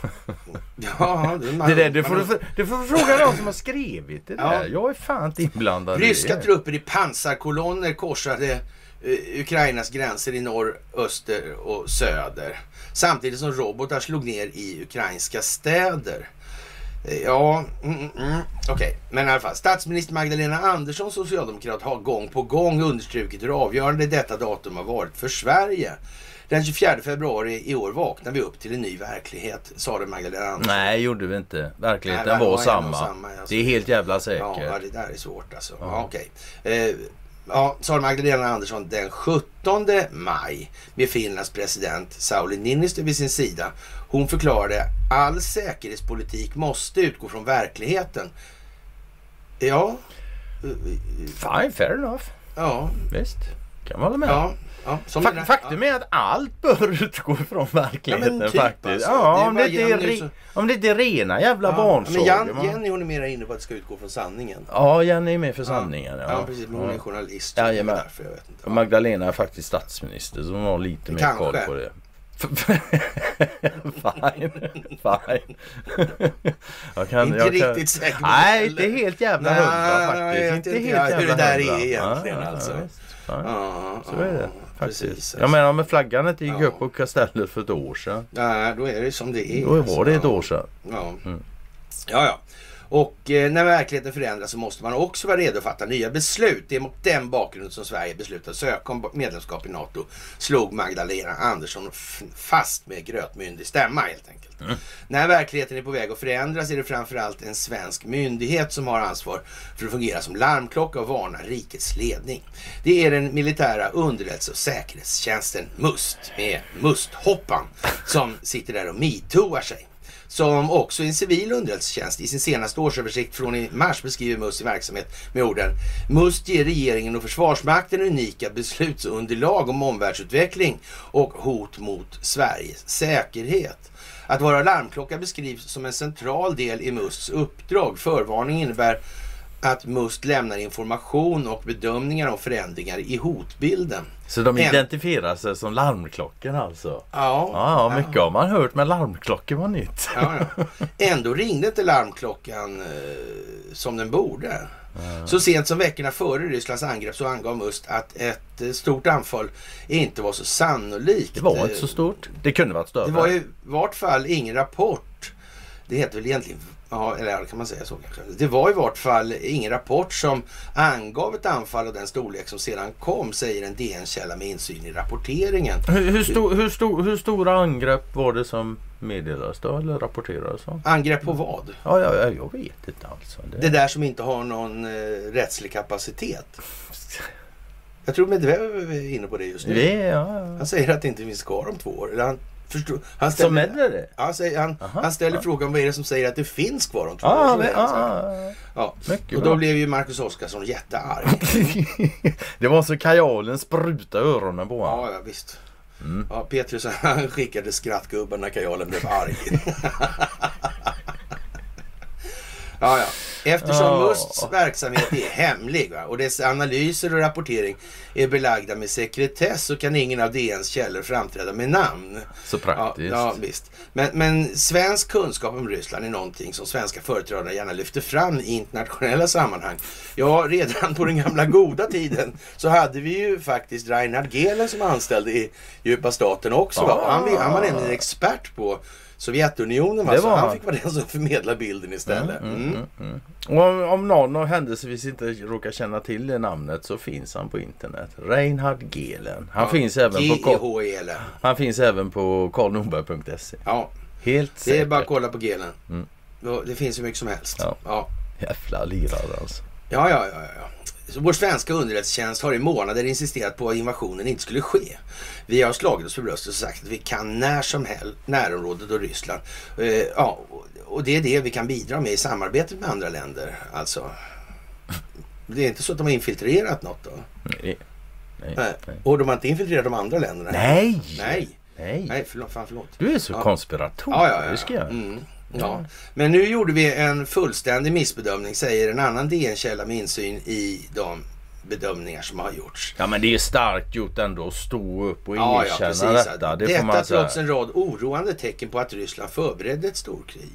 ja det, man, det, där, det, får man, du, det får du fråga någon som har skrivit det där. Ja. Jag är fan inte inblandad. Ryska trupper i pansarkolonner korsade uh, Ukrainas gränser i norr, öster och söder. Samtidigt som robotar slog ner i ukrainska städer. Ja, mm, mm, okej. Okay. Men i alla fall, statsminister Magdalena Andersson, socialdemokrat, har gång på gång understrukit hur avgörande detta datum har varit för Sverige. Den tjugofjärde februari i år vaknar vi upp till en ny verklighet, sa det Magdalena Andersson. Nej, gjorde vi inte. Verkligheten Nej, var, var samma. samma alltså. Det är helt jävla säkert. Ja, det där är svårt alltså. Ja. Ja, okej. Okay. Eh, Ja, sa Magdalena Andersson den sjuttonde maj med Finlands president Sauli Niinistö vid sin sida. Hon förklarade all säkerhetspolitik måste utgå från verkligheten. Ja. Fine, fair enough. Ja. Visst, kan man hålla med. Ja. Ja, Fak- faktum är att allt bör utgå från verkligheten ja, typ faktiskt. Alltså, ja, det om, det är re- så... om det inte är rena jävla ja, barnsåg. Men Jan, Jenny hon är mer inne på att det ska utgå från sanningen. Ja, Jenny är med för sanningen. Ja, ja precis. Men hon är journalist. Ja, ja, men, därför, jag vet inte. Ja. Magdalena är faktiskt statsminister så hon har lite mer Kanske. koll på det. Fine, fine. jag kan, inte jag riktigt kan... säker. Nej, inte helt jävla nej, hundra faktiskt. Nej, inte helt jävla hundra. Hur det där är egentligen ja, alltså. Ja, ja, så är det. Faktiskt. Precis, jag menar med flaggan inte gick ja. upp på kastellet för ett år sedan. Ja, då är det som det är. Då var alltså. det ett år sedan. Ja, mm. ja. ja. Och eh, när verkligheten förändras så måste man också vara redo att fatta nya beslut. Det är mot den bakgrunden som Sverige beslutade söka om medlemskap i NATO. Slog Magdalena Andersson f- fast med grötmyndig stämma helt enkelt. Mm. När verkligheten är på väg att förändras är det framförallt en svensk myndighet som har ansvar för att fungera som larmklocka och varna rikets ledning. Det är den militära underrättelse- och säkerhetstjänsten MUST med MUST-hoppan som sitter där och metooar sig. Som också i en civil underrättelsetjänst i sin senaste årsöversikt från i mars beskriver MUST i verksamhet med orden: MUST ger regeringen och Försvarsmakten unika beslutsunderlag om omvärldsutveckling och hot mot Sveriges säkerhet. Att vara larmklocka beskrivs som en central del i MUSTs uppdrag. Förvarning innebär att MUST lämnar information och bedömningar om förändringar i hotbilden. Så de identifierar sig som larmklockor alltså? Ja. Ja, mycket ja. har man hört, men larmklockor var nytt. Ja, ja. Ändå ringde inte larmklockan eh, som den borde. Ja. Så sent som veckorna före Rysslands angrepp så angav MUST att ett eh, stort anfall inte var så sannolikt. Det var inte så stort. Det kunde varit större. Det var i vart fall ingen rapport. Det heter väl egentligen... Ja, eller kan man säga så kanske. Det var i vart fall ingen rapport som angav ett anfall av den storlek som sedan kom, säger en D N-källa med insyn i rapporteringen. Hur, hur, stor, hur, stor, hur stora angrepp var det som meddelades då, eller rapporterades om? Angrepp på vad? Ja, ja, ja jag vet inte alltså. Det, det där som inte har någon eh, rättslig kapacitet. Jag tror Medvedev är inne på det just nu. Det, ja, ja. Han säger att det inte finns kvar om två år. Eller han Förstår, han ställer, som är det? Han, säger, han, han ställer aha. frågan vad är det som säger att det finns kvar om två ah, år. Men, ah, ja. Och då blev ju Marcus Oskarsson jättearg. Det var så kajalen spruta öronen på honom. Ja, ja, visst. Mm. Ja, Petrus han skickade skrattgubben när Kajalen blev arg. Ja, ja. Eftersom Oh. Musts verksamhet är hemlig, va, och dess analyser och rapportering är belagda med sekretess, så kan ingen av D N:s källor framträda med namn. Så praktiskt. Ja, ja visst. Men, men svensk kunskap om Ryssland är någonting som svenska företrädare gärna lyfter fram i internationella sammanhang. Ja, redan på den gamla goda tiden så hade vi ju faktiskt Reinhard Gehlen som anställd i djupa staten också. Ah. Va? Han, han var nämligen expert på Sovjetunionen, va? Så var han han. fick vara den som förmedlar bilden istället. Mm, Mm. mm, mm. Och om, om någon av händelsevis inte råkar känna till det namnet, så finns han på internet. Reinhard Gehlen. Han, Ja, finns även G E på H E L N. han finns även på karl norberg punkt se. Ja, Helt det säkert. är bara att kolla på Gehlen. Mm. Då- Det finns ju mycket som helst. Ja. Ja. Jävla lirare alltså. Ja, ja, ja, ja. Så vår svenska underrättelsetjänst har i månader insisterat på att invasionen inte skulle ske. Vi har slagit oss för bröstet och sagt att vi kan när som helst närområdet och Ryssland. Eh, ja, och- och det är det vi kan bidra med i samarbetet med andra länder. Alltså, det är inte så att de har infiltrerat något då. Nej. Nej. Nej. Nej. Och de har inte infiltrerat de andra länderna. Nej. Nej. Nej. Nej, förlåt. Fan, förlåt. Du är så Ja. konspiratorisk. Ja, ja, ja. jag. Mm, ja. Men nu gjorde vi en fullständig missbedömning, säger en annan D N-källa med insyn i de bedömningar som har gjorts. Ja, men det är starkt gjort ändå att stå upp och Ja, ja, erkänna precis. detta. Det får Detta man säga. trots en rad oroande tecken på att Ryssland förberedde ett storkrig.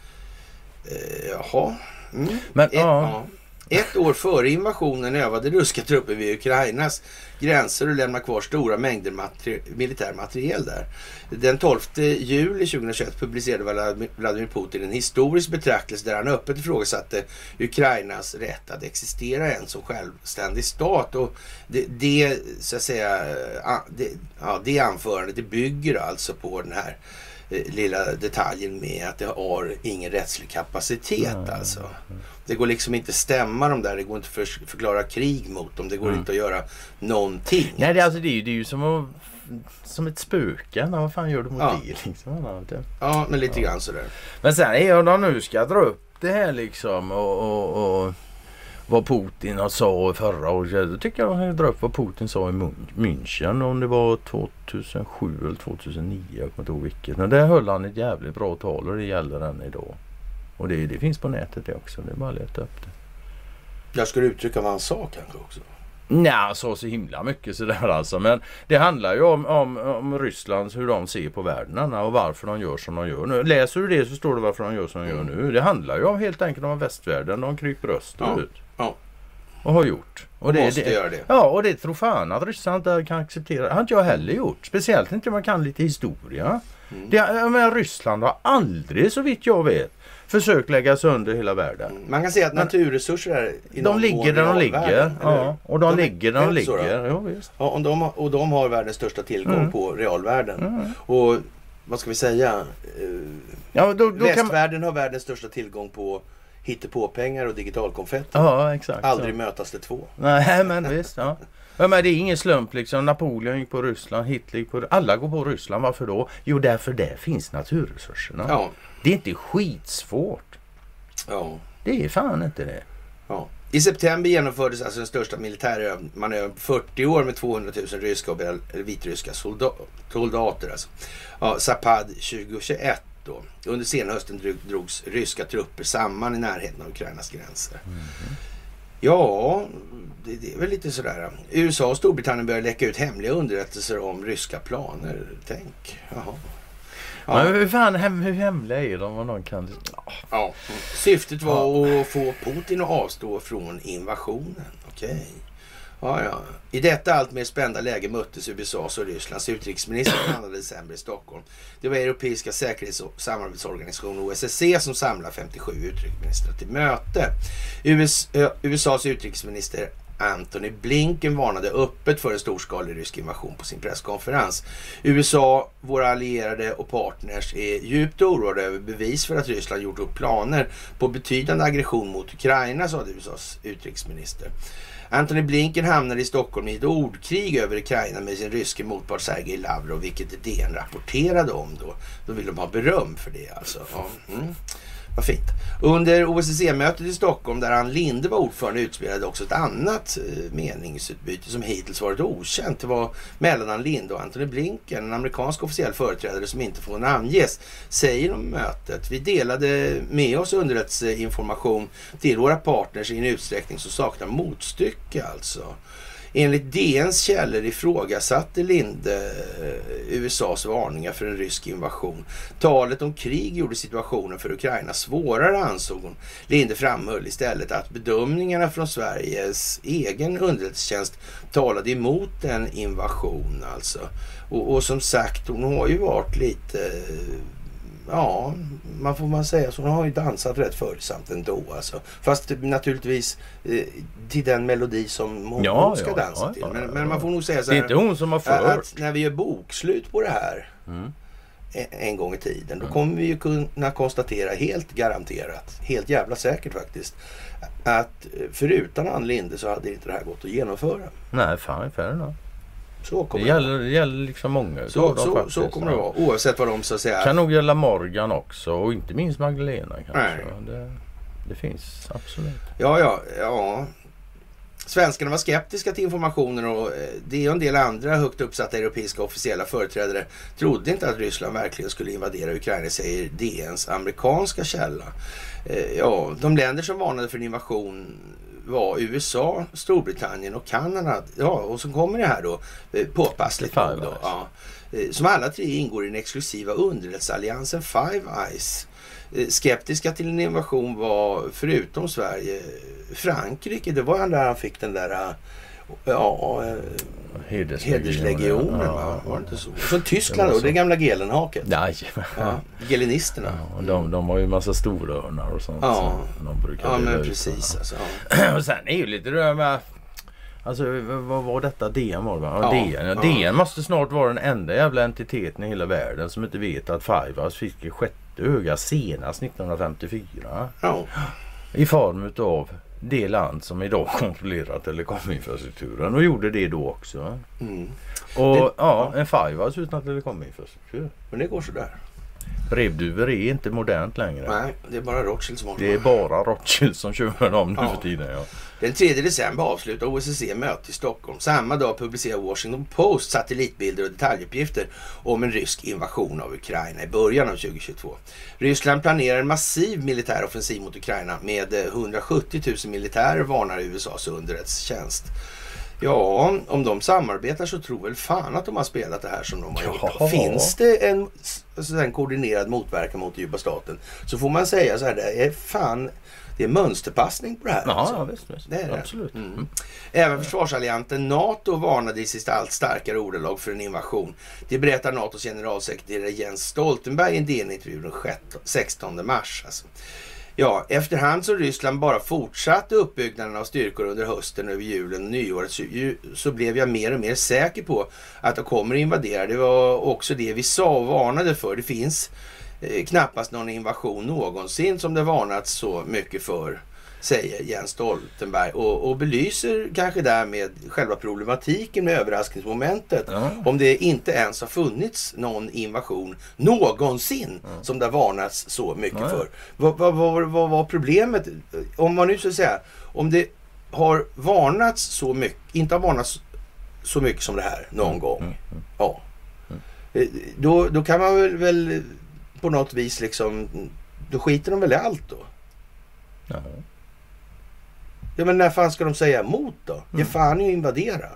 Eh, jaha. Mm. Men, ett, ja. ja. Ett år före invasionen övade ryska trupper vid Ukrainas gränser och lämnade kvar stora mängder materi- militär materiel där. Den tolfte juli tjugohundratjugoett publicerade Vladimir Putin en historisk betraktelse där han öppet ifrågasatte Ukrainas rätt att existera än som självständig stat. Och det, det så att säga, det, ja, det anförandet det bygger alltså på den här eh, lilla detaljen med att det har ingen rättslig kapacitet. Mm. Alltså. Det går liksom inte stämma dem där. Det går inte för, förklara krig mot dem. Det går Mm. inte att göra någonting. Nej, det, är alltså, det, är ju, det är ju som, att, som ett spöke. Vad fan gör du mot Ja. det? Liksom? Ja, det. Ja, men lite grann sådär. Men sen är jag då nu ska dra upp det här liksom och, och, och vad Putin har sa förra året. Då tycker jag att jag dra upp vad Putin sa i München om det var tjugohundrasju eller tjugohundranio. Jag kommer inte ihåg vilket. Men där höll han ett jävligt bra tal och det gäller än idag. Och det, det finns på nätet det också. Det är bara att leta upp det. Jag skulle uttrycka vad han sa kanske också. Nej, han sa så himla mycket sådär alltså. Men det handlar ju om, om, om Ryssland, hur de ser på världen och varför de gör som de gör nu. Läser du det så står det varför de gör som de gör nu. Det handlar ju om helt enkelt om västvärlden. De kryper österut. Ja. Ja. Och har gjort. Och det, måste det, göra det. Ja, och det tror fan att Ryssland inte kan acceptera. Det har inte jag heller gjort. Speciellt inte om man kan lite historia. Mm. Det, jag menar, Ryssland har aldrig, så vitt jag vet, försökt lägga sönder hela världen. Man kan säga att Men- naturresurser är i De någon ligger mån där de realvärden, ligger. eller Ja, hur? och de, De är- ligger där de är det så då? ligger. Ja, visst. Ja, och, de, har- och de har världens största tillgång Mm. på realvärden. Mm. Och vad ska vi säga? Eh, Ja, då, då kan man... västvärlden har världens största tillgång på hittepåpengar och digitalkonfetti. Ja, exakt. Aldrig så. mötas det två. Nej, men visst. Ja. Ja, men det är ingen slump liksom. Napoleon gick på Ryssland, Hitler gick på... Alla går på Ryssland. Varför då? Jo, därför där finns naturresurserna. Ja, Det är inte skitsvårt. ja, Det är fan inte det. ja. I september genomfördes alltså den största militärmanövern på fyrtio år med tvåhundratusen ryska och bel- eller vitryska solda- soldater. Alltså. Ja, Zapad tjugohundratjugoett då. Under senhösten drog, drogs ryska trupper samman i närheten av Ukrainas gränser. Mm. Ja, det, det är väl lite sådär. U S A och Storbritannien börjar läcka ut hemliga underrättelser om ryska planer. Tänk. Jaha. Ja. Men hur fan hem, hur hemliga är de? Vad någon kan... Ja. Ja. Syftet var att få Putin att avstå från invasionen. Okej. Ja, ja. I detta allt mer spända läge möttes U S A:s och Rysslands utrikesminister den andra december i Stockholm. Det var Europeiska säkerhets- och samarbetsorganisationen O S S C som samlade femtiosju utrikesministrar till möte. U S, ö, U S A:s utrikesminister Antony Blinken varnade öppet för en storskalig rysk invasion på sin presskonferens. U S A, våra allierade och partners är djupt oroade över bevis för att Ryssland gjort upp planer på betydande aggression mot Ukraina, sa U S A:s utrikesminister. Antony Blinken hamnade i Stockholm i ett ordkrig över Ukraina med sin ryske motpart Sergej Lavrov, vilket D N rapporterade om då. Då vill de ha beröm för det alltså. Ja. Mm. vad fint. Under O S C E-mötet i Stockholm där Ann Linde var ordförande utspelade också ett annat eh, meningsutbyte som hittills varit okänt. Det var mellan Ann Linde och Antony Blinken, en amerikansk officiell företrädare som inte får namnges, säger om mötet. Vi delade med oss underrättelseinformation till våra partners i en utsträckning som saknar motstycke alltså. Enligt D N:s källor ifrågasatte Linde U S A:s varningar för en rysk invasion. Talet om krig gjorde situationen för Ukraina svårare, ansåg hon. Linde framhöll istället att bedömningarna från Sveriges egen underrättelsetjänst talade emot en invasion alltså. Och, och som sagt, hon har ju varit lite... Ja, man får man säga så. Hon har ju dansat rätt följsamt ändå alltså. Fast naturligtvis eh, till den melodi som hon, ja, hon ska ja, dansa ja, till. Ja, men, ja, men man får nog säga så här. här. Det är inte hon som har fört. Att när vi gör bokslut på det här mm. en, en gång i tiden. Då mm. kommer vi ju kunna konstatera helt garanterat, helt jävla säkert faktiskt, att förutan Ann Linde så hade inte det här gått att genomföra. Nej, fan, fair enough. Så kommer det, gäller, det gäller liksom många. Så, så, faktiskt, så kommer det vara. Oavsett vad de så säger. Kan nog gälla Morgan också. Och inte minst Magdalena kanske. Det, det finns absolut. Ja, ja, ja. Svenskarna var skeptiska till informationen och det och en del andra högt uppsatta europeiska officiella företrädare trodde inte att Ryssland verkligen skulle invadera Ukraina, säger D N:s amerikanska källa. Ja, de länder som varnade för en invasion var U S A, Storbritannien och Kanada. Ja, och så kommer det här då påpassligt nog då. Ja, som alla tre ingår i den exklusiva underrättelsealliansen Five Eyes. Skeptiska till en invasion var förutom Sverige Frankrike. Det var han där han fick den där ja, hederslegionen. Ja, var det inte så? Och så Tyskland då, det gamla Gelenhaket. Nej. Ja, gelinisterna. Ja, de, de har ju massa storörnar och sånt. Ja, så de brukar ja men ut, precis. Alltså, ja. Och sen är ju lite det där med... Alltså vad var detta? D N var det va? Ja, D N. Ja. Ja. D N måste snart vara den enda jävla entiteten i hela världen som inte vet att Five Eyes fick ett sjätte öga senast nittonhundrafemtiofyra. Ja. I form av det land som idag kontrollerar telekominfrastrukturen och gjorde det då också. Mm. Och det, ja, en Five Eyes utan telekominfrastruktur. Men det går så där. Brevduvor är inte modernt längre. Nej, det är bara Rothschild som har det. är bara Rothschild som kör med dem nu ja. för tiden, ja. Den tredje december avslutar O S C E-möte i Stockholm. Samma dag publicerar Washington Post satellitbilder och detaljuppgifter om en rysk invasion av Ukraina i början av tjugohundratjugotvå. Ryssland planerar en massiv militär offensiv mot Ukraina med hundrasjuttio tusen militärer, varnar U S A:s underrättelsetjänst. Ja, om de samarbetar så tror väl fan att de har spelat det här som de har gjort. Ja. Finns det en, alltså en koordinerad motverkan mot djupa staten så får man säga så här, det är fan, det är mönsterpassning på det här. Ja, alltså. ja visst, visst. Det är det. Absolut. Mm. Även försvarsallianten NATO varnade i sitt allt starkare ordalag för en invasion. Det berättar NATOs generalsekreterare Jens Stoltenberg i en D N-intervju den sextonde mars. Alltså. Ja, efterhand så Ryssland bara fortsatte uppbyggnaden av styrkor under hösten, över julen och nyåret så, så blev jag mer och mer säker på att de kommer att invadera. Det var också det vi sa och varnade för. Det finns eh, knappast någon invasion någonsin som det varnats så mycket för, säger Jens Stoltenberg och, och belyser kanske därmed själva problematiken med överraskningsmomentet. Mm. Om det inte ens har funnits någon invasion någonsin mm. som det har varnats så mycket mm. för. Vad, vad, vad, vad var problemet? Om man nu så säga, om det har varnats så mycket, inte har varnats så mycket som det här någon mm. gång. Mm. Ja. Mm. Då, då kan man väl, väl på något vis liksom, då skiter de väl i allt då? Ja. Ja, men när fan ska de säga emot då? Mm. Ge fan i att invadera.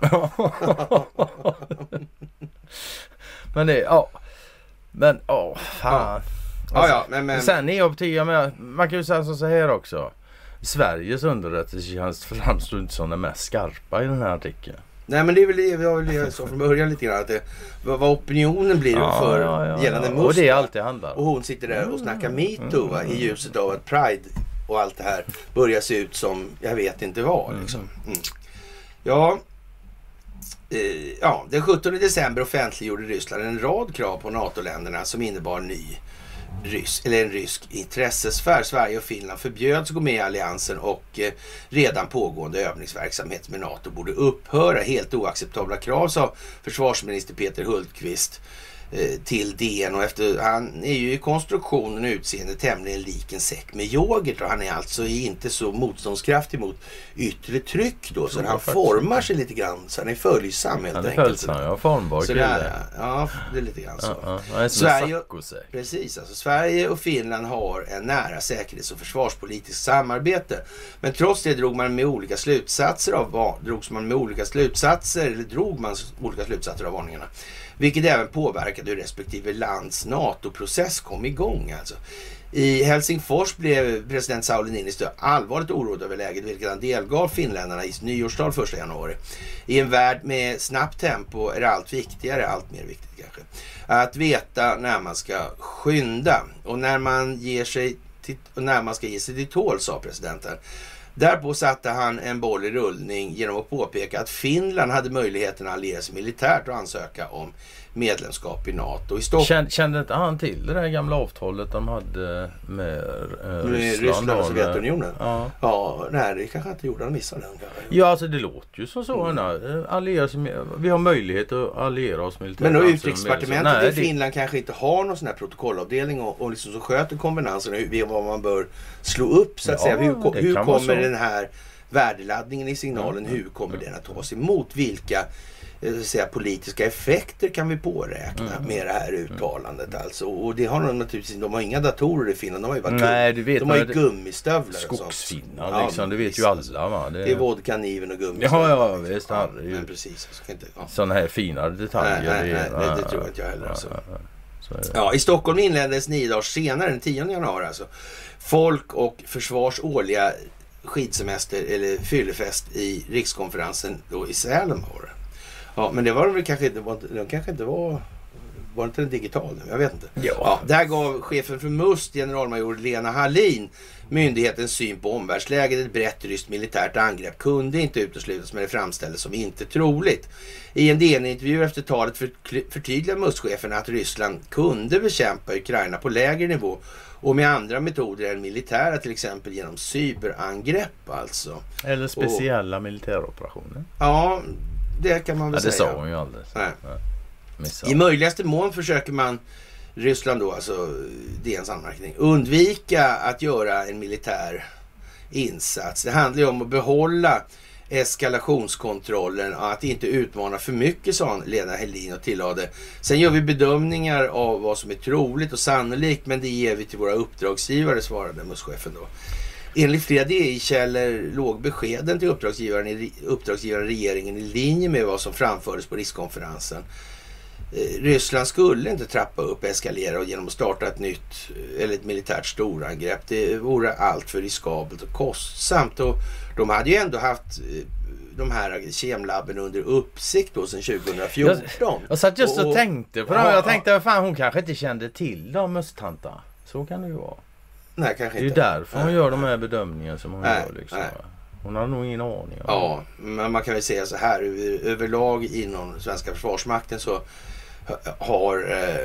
men det, ja. Men, åh, fan. Ja. Alltså, ja, ja, men, men... Sen är jag till, med, man kan ju säga så här också. Sveriges underrättelsetjänst framstår inte som den mest skarpa i den här artikeln. Nej, men det är väl det jag vill så från början lite grann. Att det, vad, vad opinionen blir ja, för ja, ja, gällande ja. Musta. Och det är allt det handlar. Och hon sitter där och snackar MeToo mm, mm, i ljuset av att Pride och allt det här börjar se ut som jag vet inte vad. Liksom. Mm. Ja, eh, ja, den sjuttonde december offentliggjorde Ryssland en rad krav på NATO-länderna som innebar ny rysk, eller en rysk intressesfär. Sverige och Finland förbjöds att gå med i alliansen och eh, redan pågående övningsverksamhet med NATO borde upphöra. Helt oacceptabla krav, sa försvarsminister Peter Hultqvist. till D N och efter, han är ju i konstruktionen och utseende tämligen lik en säck med yoghurt och han är alltså inte så motståndskraftig mot yttre tryck då, så han formar sig lite grann, så han är följsam helt enkelt. Han är följsam, ja, formbar så där, ja, det är lite grann så. Ja, ja. Sverige, precis, alltså Sverige och Finland har en nära säkerhets- och försvarspolitiskt samarbete, men trots det drog man med olika slutsatser av drogs man med olika slutsatser eller drog man olika slutsatser av varningarna. Vilket även påverkade hur respektive lands NATO-process kom igång. Alltså. I Helsingfors blev president Sauli Niinistö allvarligt oroad över läget, vilket han delgav finländarna i nyårstal första januari. I en värld med snabbt tempo är det allt viktigare, allt mer viktigt kanske, att veta när man ska skynda och när man, ger sig till, när man ska ge sig till tål, sa presidenten. Därpå satte han en boll i rullning genom att påpeka att Finland hade möjligheten att alliera sig militärt och ansöka om medlemskap i NATO. I Stockholm... Kände, kände inte han till det där gamla avtalet de hade med, eh, med Ryssland, Ryssland och Sovjetunionen? Ja, ja nej, det kanske inte gjorde, han missade den. Ja, alltså det låter ju som så. Mm. Alliera sig med, vi har möjlighet att alliera oss militärt. Men då utrikesdepartementet i Finland det... kanske inte har någon sån här protokollavdelning och, och liksom så sköter konvenansen vad man bör slå upp så att ja, säga. Hur, hur kommer den här värdeladdningen i signalen, mm. hur kommer mm. den att tas emot? Vilka säga, politiska effekter kan vi påräkna mm. med det här uttalandet alltså. Och det har de naturligtvis, de har inga datorer i Finland, de har ju bara Nej, gum, vet de har ju gummistövlar. Skogsfinnar liksom, ja, det vet visst, ju alla va? Det, det är vodka, kniven och gummistövlar. Ja, ja, visst. Ja, men precis. Så inte, ja. Sådana här finare detaljer. Nej, nej, nej, det, det, det tror inte jag heller. Alltså. Ja, ja, ja. Ja, i Stockholm inleddes nio dagar senare, den tionde januari alltså, Folk- och försvars årliga skidsemester eller fyllefest i rikskonferensen då i Sälen var det. Ja, men det var väl kanske inte, de kanske inte var, var inte den digital nu, jag vet inte. Ja. Ja, där gav chefen för MUST, generalmajor Lena Hallin, myndighetens syn på omvärldsläget. Ett brett ryskt militärt angrepp kunde inte uteslutas, men det framställdes som inte troligt. I en D N-intervju efter talet för, förtydligade MUST-chefen att Ryssland kunde bekämpa Ukraina på lägre nivå och med andra metoder än militära, till exempel genom cyberangrepp alltså. Eller speciella och, militäroperationer. Ja, det kan man väl ja, det säga. Det sa hon ju aldrig. Ja. I möjligaste mån försöker man, Ryssland då, alltså det är en anmärkning, undvika att göra en militär insats. Det handlar ju om att behålla eskalationskontrollen och att inte utmana för mycket, sa Lena Hallin och tillade. Sen gör vi bedömningar av vad som är troligt och sannolikt, men det ger vi till våra uppdragsgivare, svarade MUST-chefen då. Enligt flera D I-källor låg beskeden till uppdragsgivaren, i, uppdragsgivaren regeringen i linje med vad som framfördes på rikskonferensen. Eh, Ryssland skulle inte trappa upp, eskalera och genom att starta ett nytt eller ett militärt storangrepp. Det vore allt för riskabelt och kostsamt. Och de hade ju ändå haft eh, de här kemlabben under uppsikt då sedan tjugohundrafjorton. Jag, jag satt just och, och tänkte på det. Jag tänkte, fan, hon kanske inte kände till dem, Östtanta. Så kan det ju vara. Nej, kanske det är inte. därför hon nej, gör de här bedömningarna som hon nej, gör. Liksom. Nej. Hon har nog ingen aning. Ja, men man kan väl säga så här. Över, överlag inom svenska försvarsmakten så har eh,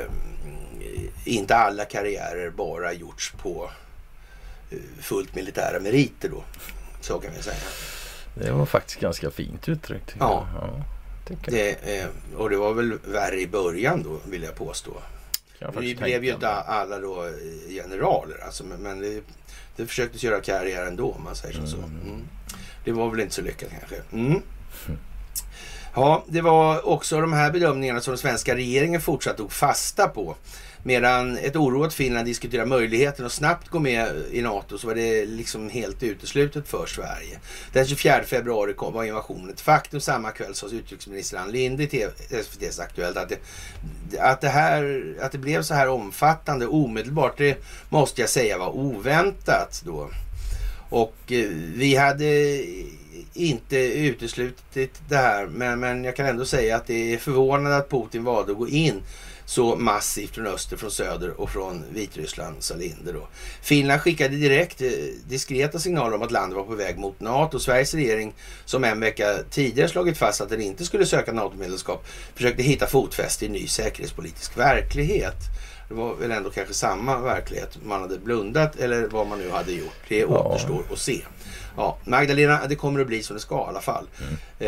inte alla karriärer bara gjorts på eh, fullt militära meriter då. Så kan vi säga. Det var faktiskt ganska fint uttryckt. Ja, ja det, eh, och det var väl värre i början då, vill jag påstå. Vi blev ju inte alla då generaler, alltså, men, men det, det försöktes göra karriär ändå, om man säger mm. så. Mm. Det var väl inte så lyckat kanske. Mm. Ja, det var också de här bedömningarna som den svenska regeringen fortsatt tog fasta på. Medan ett oroat Finland diskuterar möjligheten att snabbt gå med i NATO, så var det liksom helt uteslutet för Sverige. Den tjugofjärde februari kom, var invasionen ett faktum. Samma kväll sa utrikesminister Ann Linde i S V T:s Aktuellt att det, att, det här, att det blev så här omfattande omedelbart, det måste jag säga var oväntat då. Och eh, vi hade inte uteslutit det här, men, men jag kan ändå säga att det är förvånande att Putin valde att gå in så massivt från öster, från söder och från Vitryssland, sa Linde då. Finland skickade direkt diskreta signaler om att landet var på väg mot NATO. Sveriges regering, som en vecka tidigare slagit fast att den inte skulle söka NATO-medlemskap, försökte hitta fotfäste i ny säkerhetspolitisk verklighet. Det var väl ändå kanske samma verklighet man hade blundat, eller vad man nu hade gjort. Det återstår att se. Ja, Magdalena, det kommer att bli som det ska i alla fall. Mm. Eh,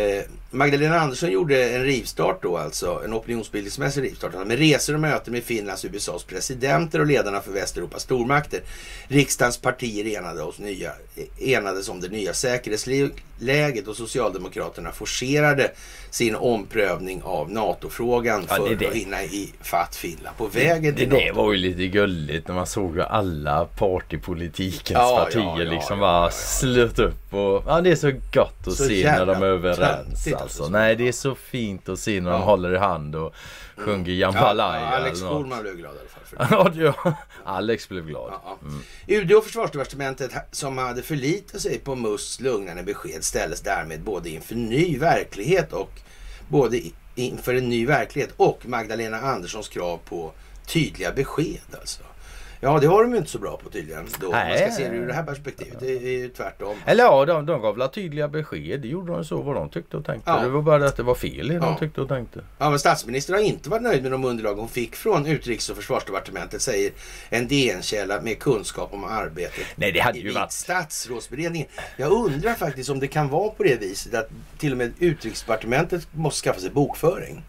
Magdalena Andersson gjorde en rivstart då, alltså en opinionsbildningsmässig rivstart med resor och möten med Finlands och U S A:s presidenter och ledarna för Västeuropas stormakter. Riksdagens partier enade oss nya, enades om det nya säkerhetsläget och Socialdemokraterna forcerade sin omprövning av NATO-frågan för ja, det, det. att hinna i fatt Finland på vägen det, till det, NATO. Det var ju lite gulligt när man såg alla partypolitikens ja, partier ja, ja, liksom ja, bara ja, ja. slut upp och ja, det är så gott att så se när de är överens alltså. alltså. Nej, det är så fint att se när ja. de håller i hand och sjunger mm. Jambalaya. Ja, Alex Schulman blev glad i alla fall för det. ja, Alex blev glad. Ja, ja. Mm. U D och Försvarsdepartementet som hade förlitat sig på M U Sts lugnande besked ställdes därmed både inför ny verklighet och både inför en ny verklighet och Magdalena Anderssons krav på tydliga besked alltså. Ja, det har de ju inte så bra på tydligen då. Nej. Man ska se det ur det här perspektivet. Det är ju tvärtom. Eller ja, de, de gav väl tydliga besked. Det gjorde de så vad de tyckte och tänkte. Ja. Det var bara att det var fel i ja. de tyckte och tänkte. Ja, men statsministern har inte varit nöjd med de underlag hon fick från Utrikes- och Försvarsdepartementet, säger en D N-källa med kunskap om arbetet. Nej, det hade ju varit statsrådsberedningen. Jag undrar faktiskt om det kan vara på det viset att till och med Utrikesdepartementet måste skaffa sig bokföring.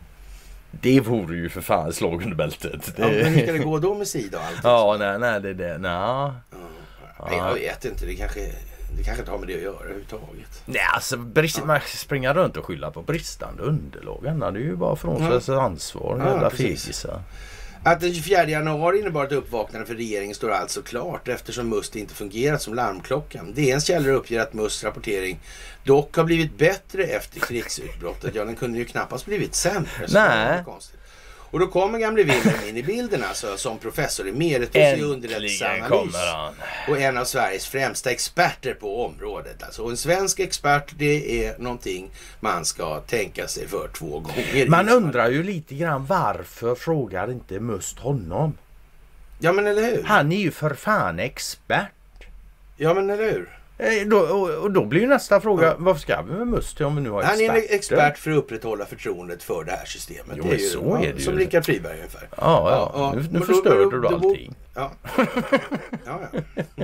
Det vore ju för fan slag under bältet. Det... Ja, men hur ska det gå då med Sida och allt? Ja, nej, nej, det är det. Nej. Ja. Nej, jag vet inte. Det kanske, det kanske inte har med det att göra överhuvudtaget. Nej, alltså brist, ja. man springer runt och skylla på bristande underlag. Det är ju bara från sig ja. ansvar. Ja, jävla fegisar. Att den tjugofjärde januari innebar ett uppvaknande för regeringen står alltså klart eftersom M U S T inte fungerat som larmklockan. D N:s källor uppger att M U Sts rapportering dock har blivit bättre efter krigsutbrottet. Ja, den kunde ju knappast blivit sämre. Nej. Och då kommer gamle Wilhelm in i bilden alltså, som professor emeritus i underrättelseanalys och en av Sveriges främsta experter på området. Alltså, och en svensk expert, det är någonting man ska tänka sig för två gånger. Man undrar ju lite grann varför frågar inte M U S T honom? Ja, men eller hur? Han är ju för fan expert. Ja, men eller hur? Då, och, och då blir ju nästa fråga, ja. varför ska vi med M U S T om vi nu har experter? Han är en expert för att upprätthålla förtroendet för det här systemet. Jo, det är ju, så är det ju. Som Rickard Friberg ungefär. Ja, ja. ja. Nu, nu förstörde du allting. Ja. ja, ja.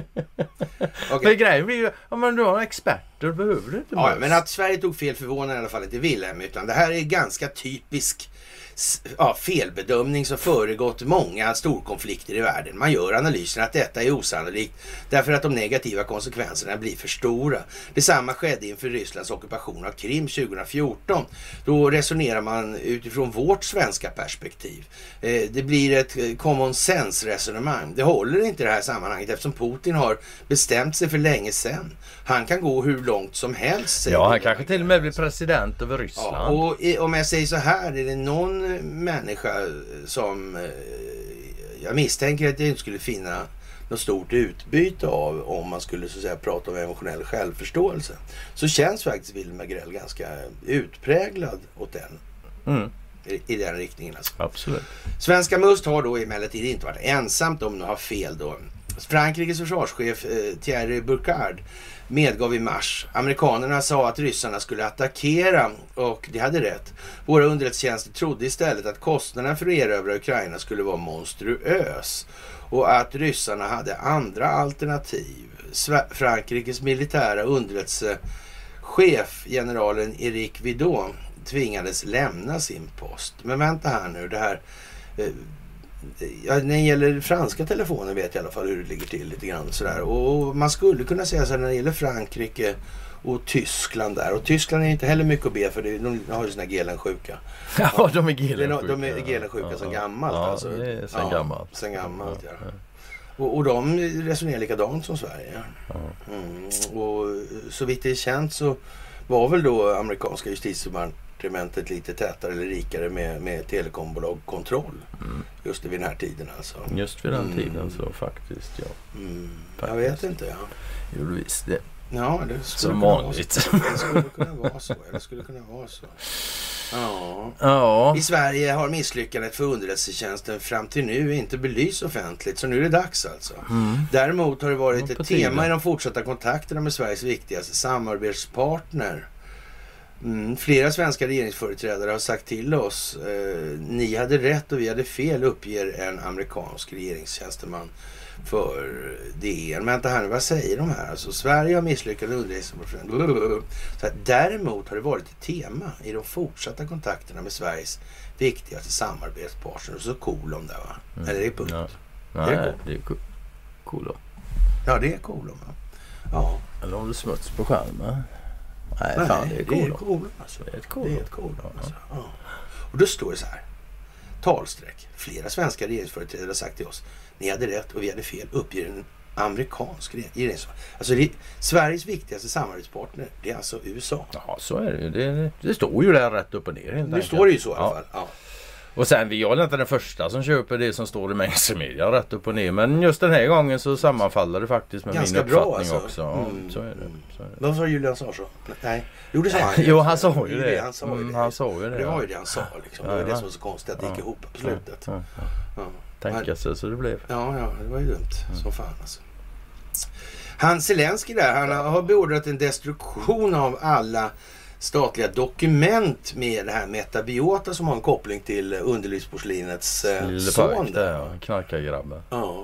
Okay. Men grejen blir ju, om man har experter behöver du inte ja, men att Sverige tog fel förvånar i alla fall inte Wilhelm, utan det här är ganska typisk ja, felbedömning som föregått många storkonflikter i världen. Man gör analysen att detta är osannolikt därför att de negativa konsekvenserna blir för stora. Detsamma skedde inför Rysslands ockupation av Krim tjugohundrafjorton. Då resonerar man utifrån vårt svenska perspektiv. Eh, det blir ett common sense resonemang. Det håller inte i det här sammanhanget eftersom Putin har bestämt sig för länge sedan. Han kan gå hur långt som helst. Ja, han kanske till och med blir president över Ryssland. Ja, och i, om jag säger så här, är det någon människa som eh, jag misstänker att jag inte skulle finna något stort utbyte av om man skulle så att säga prata om emotionell självförståelse, så känns faktiskt Wilhelm Agrell ganska utpräglad åt den mm. i, i den riktningen alltså. Absolut. Svenska M U S T har då emellertid inte varit ensamt om att ha fel då. Frankrikes försvarschef eh, Thierry Burkhardt medgav i mars. Amerikanerna sa att ryssarna skulle attackera och de hade rätt. Våra underrättelsetjänster trodde istället att kostnaderna för att erövra Ukraina skulle vara monstruös och att ryssarna hade andra alternativ. Frankrikes militära underrättelsechef, generalen Eric Vidot, tvingades lämna sin post. Men vänta här nu, det här... Eh, Ja, när det gäller franska telefoner vet jag i alla fall hur det ligger till lite grann sådär. Och man skulle kunna säga så här när det gäller Frankrike och Tyskland där. Och Tyskland är inte heller mycket att be för det. De har ju såna Gelen-sjuka. Ja, de är Gelen-sjuka. De är Gelen-sjuka ja, sedan gammalt. Ja, alltså. det är sedan ja, gammalt. Sedan gammalt, ja. ja. Och, och de resonerar likadant som Sverige. Ja. Mm, och så vitt det är känt så var väl då amerikanska justitiedepartementet lite tätare eller rikare med, med telekombolag kontroll. Mm. Just vid den här tiden alltså. Just vid den mm. tiden så faktiskt, ja. Mm. Faktiskt. Jag vet inte, ja. Jo, visst det. Ja, det skulle som kunna vanligt. Vara så. Det skulle kunna vara så. Det skulle kunna vara så. Ja. ja. I Sverige har misslyckandet för underrättelsetjänsten fram till nu inte belysts offentligt. Så nu är det dags alltså. Mm. Däremot har det varit ett tema i de fortsatta kontakterna med Sveriges viktigaste samarbetspartner. Mm, flera svenska regeringsföreträdare har sagt till oss eh, ni hade rätt och vi hade fel, uppger en amerikansk regeringstjänsteman. för det. Men vänta här nu, vad säger de här? Alltså, Sverige har misslyckats underrättelseoperation. Så att däremot har det varit ett tema i de fortsatta kontakterna med Sveriges viktigaste samarbetspartner. Så kolon där, va? Mm. Eller det är punkt. Ja. Nej, är det, det är ko- kolon. Ja, det är kolon, va? Ja. Eller har du smuts på skärmen? Nej, Nej, fan, det är kolon. Det är kolon, alltså. Det är ett kolon. Det är ett kolon, alltså. Ja. Och då står det så här. Talsträck. Flera svenska regeringsföreträdare har sagt till oss: ni hade rätt och vi hade fel, uppger en amerikansk regering. Alltså det, Sveriges viktigaste samarbetspartner, det är alltså U S A. Ja, så är det ju. Det, det står ju där rätt upp och ner. Nu står det ju så i alla ja. fall. Ja. Och sen, vi är inte den första som köper det som står i mainstream media rätt upp och ner. Men just den här gången så sammanfaller det faktiskt med ganska min bra, uppfattning alltså. också. Ja, mm. så är det. Så är det. Vad sa Julian Assange? Nej, jo det sa han. Jo, han sa ju det. det. Han sa ju mm, det. Han sa ju det. Det var ju det han sa liksom. Det var ju ja, det som var så konstigt att det gick ja. ihop på slutet. Ja, ja, ja. Ja. Tänka sig så det blev. Ja, ja, det var ju dumt. Mm. Som fan alltså. Han Zelensky där, han har beordrat en destruktion av alla statliga dokument med det här Metabiota som har en koppling till underlivsporslinets eh, son där. Ja, knarkargrabben. Ja.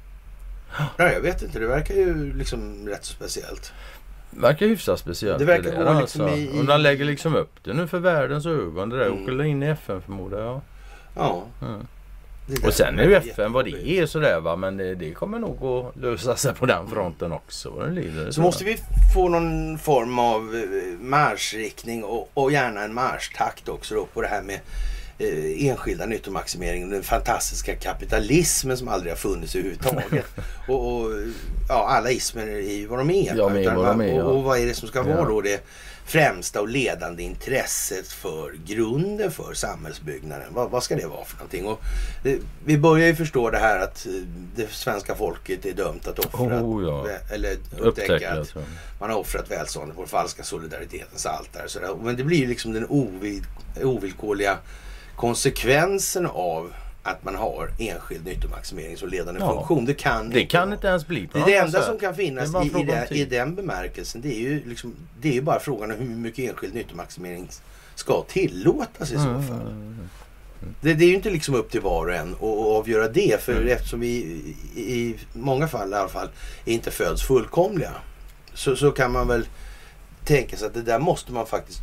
Ja, jag vet inte, det verkar ju liksom rätt så speciellt. Verkar hyfsat speciellt. Det verkar det där, gå liksom alltså. i, i... Om de lägger liksom upp det nu för världens ögon. Det där Mm. åker in i F N förmodar jag. Ja. Mm. Och sen är ju F N vad det är sådär va. Men det, det kommer nog att lösa sig på den fronten också. Vad det lider, så måste vi få någon form av marschriktning och, och gärna en marschtakt också då på det här med eh, enskilda nyttomaximeringen. Den fantastiska kapitalismen som aldrig har funnits överhuvudtaget. och, och ja, alla ismer är ju vad de är. Ja, men vad de är, ja. och, och vad är det som ska ja. vara då det främsta och ledande intresset för grunden för samhällsbyggnaden? Vad, vad ska det vara för någonting? Och, eh, vi börjar ju förstå det här att eh, det svenska folket är dömt att offra oh, ja. eller upptäcka Upptäcka, att man har offrat välstånd på falska solidaritetens altare. Så där. Men det blir ju liksom den ovill, ovillkorliga konsekvensen av att man har enskild nyttomaximering som ledande ja. funktion. Det kan, det kan inte ens bli på det, det enda som kan finnas i, i, det, i i den bemärkelsen det är ju liksom, det är ju bara frågan om hur mycket enskild nyttomaximering ska tillåtas i så fall. Mm, mm, mm. Det, det är ju inte liksom upp till var och en att avgöra det för mm. eftersom vi i, i många fall i alla fall inte föds fullkomliga så, så kan man väl tänka sig att det där måste man faktiskt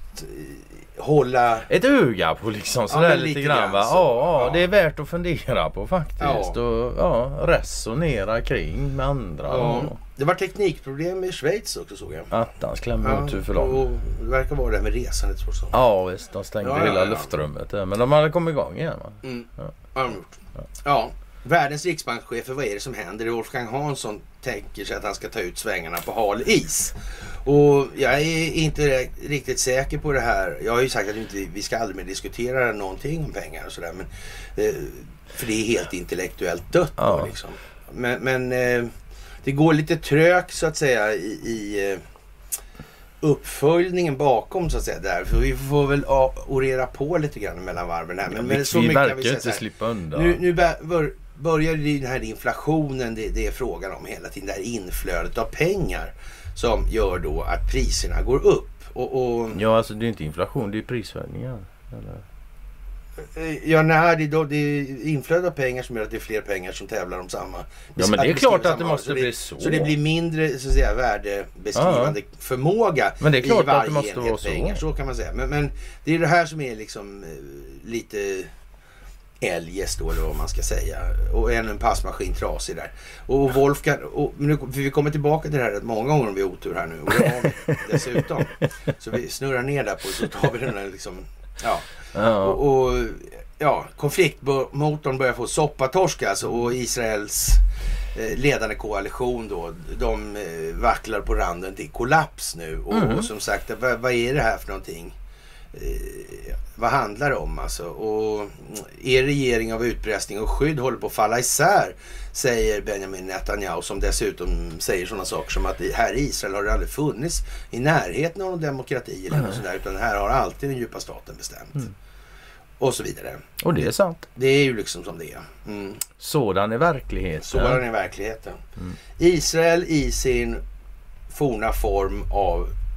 hålla ett öga på liksom sådär ja, lite, lite grann va? Ja, ja, det är värt att fundera på faktiskt ja. och ja, resonera kring med andra. Ja. Det var teknikproblem i Schweiz också såg jag. Attans klämmer ut ja, för dem. Och det verkar vara det med resandet så så. Ja visst, de stängde ja, hela ja, ja. luftrummet där. Men de hade kommit igång igen va? Mm. Ja. Ja, ja. ja. Världens riksbankschefer, vad är det som händer? Wolfgang Hansson tänker sig att han ska ta ut svängarna på hal is. Och jag är inte riktigt säker på det här. Jag har ju sagt att vi, inte, vi ska aldrig mer diskutera någonting om pengar och sådär. Men, eh, för det är helt intellektuellt dött ja. då, liksom. Men, men eh, det går lite trögt så att säga i, i eh, uppföljningen bakom så att säga där. För vi får väl orera på lite grann mellan varven här. Men, ja, men vi så mycket verkar kan vi säga inte slippa undan. Nu, nu bör, börjar den här inflationen, det, det är frågan om hela tiden, det här inflödet av pengar som gör då att priserna går upp. Och, och ja, alltså det är inte inflation, det är prishöjningar. Eller? Ja, nej, det är, då, det är inflöde av pengar som gör att det är fler pengar som tävlar om samma. Ja, men det är klart att det måste så bli det, så. Så det blir mindre så att säga, värdebeskrivande ja. förmåga men det är klart i varje att det måste vara så. Pengar, så kan man säga. Men, men det är det här som är liksom eh, lite eljest då, eller vad man ska säga. Och en, en passmaskin trasig där. Och Wolfgang, och, men nu, för vi kommer tillbaka till det här rätt många gånger om vi har otur här nu. Och det har vi dessutom. Så vi snurrar ner där på så tar vi den här liksom, ja. Ja. Och, och ja, konfliktmotorn börjar få soppatorska alltså, och Israels eh, ledande koalition då, de eh, vacklar på randen till kollaps nu. Och, mm. och som sagt, vad, vad är det här för någonting? Eh, vad handlar det om alltså? Och er regering av utpressning och skydd håller på att falla isär, säger Benjamin Netanyahu, som dessutom säger sådana saker som att här i Israel har det aldrig funnits i närheten av någon demokrati eller mm. något sådär, utan här har alltid den djupa staten bestämt. Mm. Och så vidare. Och det är sant. Det är ju liksom som det är. Mm. Sådan är verkligheten. Sådan är verkligheten. Mm. Israel i sin forna form av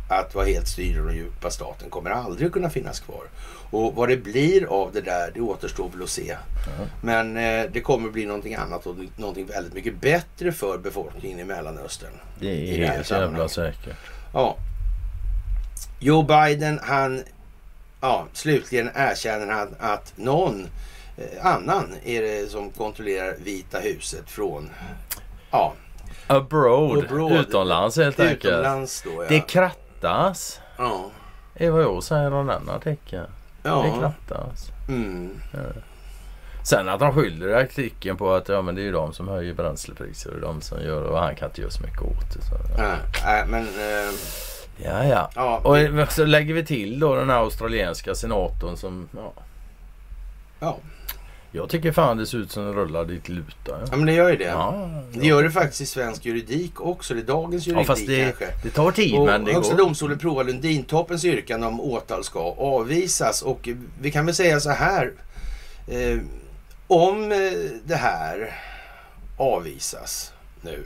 att vara helt styrd av den djupa staten kommer aldrig kunna finnas kvar. Och vad det blir av det där, det återstår väl att se. Mm. Men eh, det kommer bli någonting annat och någonting väldigt mycket bättre för befolkningen i Mellanöstern. Det är helt jävla säkert. Ja. Joe Biden, han ja, slutligen erkänner han att någon eh, annan är det som kontrollerar Vita huset från ja, abroad, abroad. utomlands helt enkelt. Utomlands då, ja. Det krattas. Ja. Det är vad jag säger om den artikeln. Ja. Det krattas. Mm. Ja. Sen att han skyller artikeln på att ja, men det är ju de som höjer bränslepriser och de som gör och han kan inte göra så mycket åt det. Så, ja. Nej, men... Eh... Ja, ja. ja och det... så lägger vi till då den här australienska senatorn som... Ja. ja. Jag tycker fan det ser ut som en rullar dit luta. Ja. ja, men det gör ju det. Ja, det gör det faktiskt i svensk juridik också. Det är dagens juridik ja, fast det, kanske. Det tar tid, och men det Högsta går. domstolen provar Lundintoppens yrkande om åtal ska avvisas. Och vi kan väl säga så här. Eh, om det här avvisas nu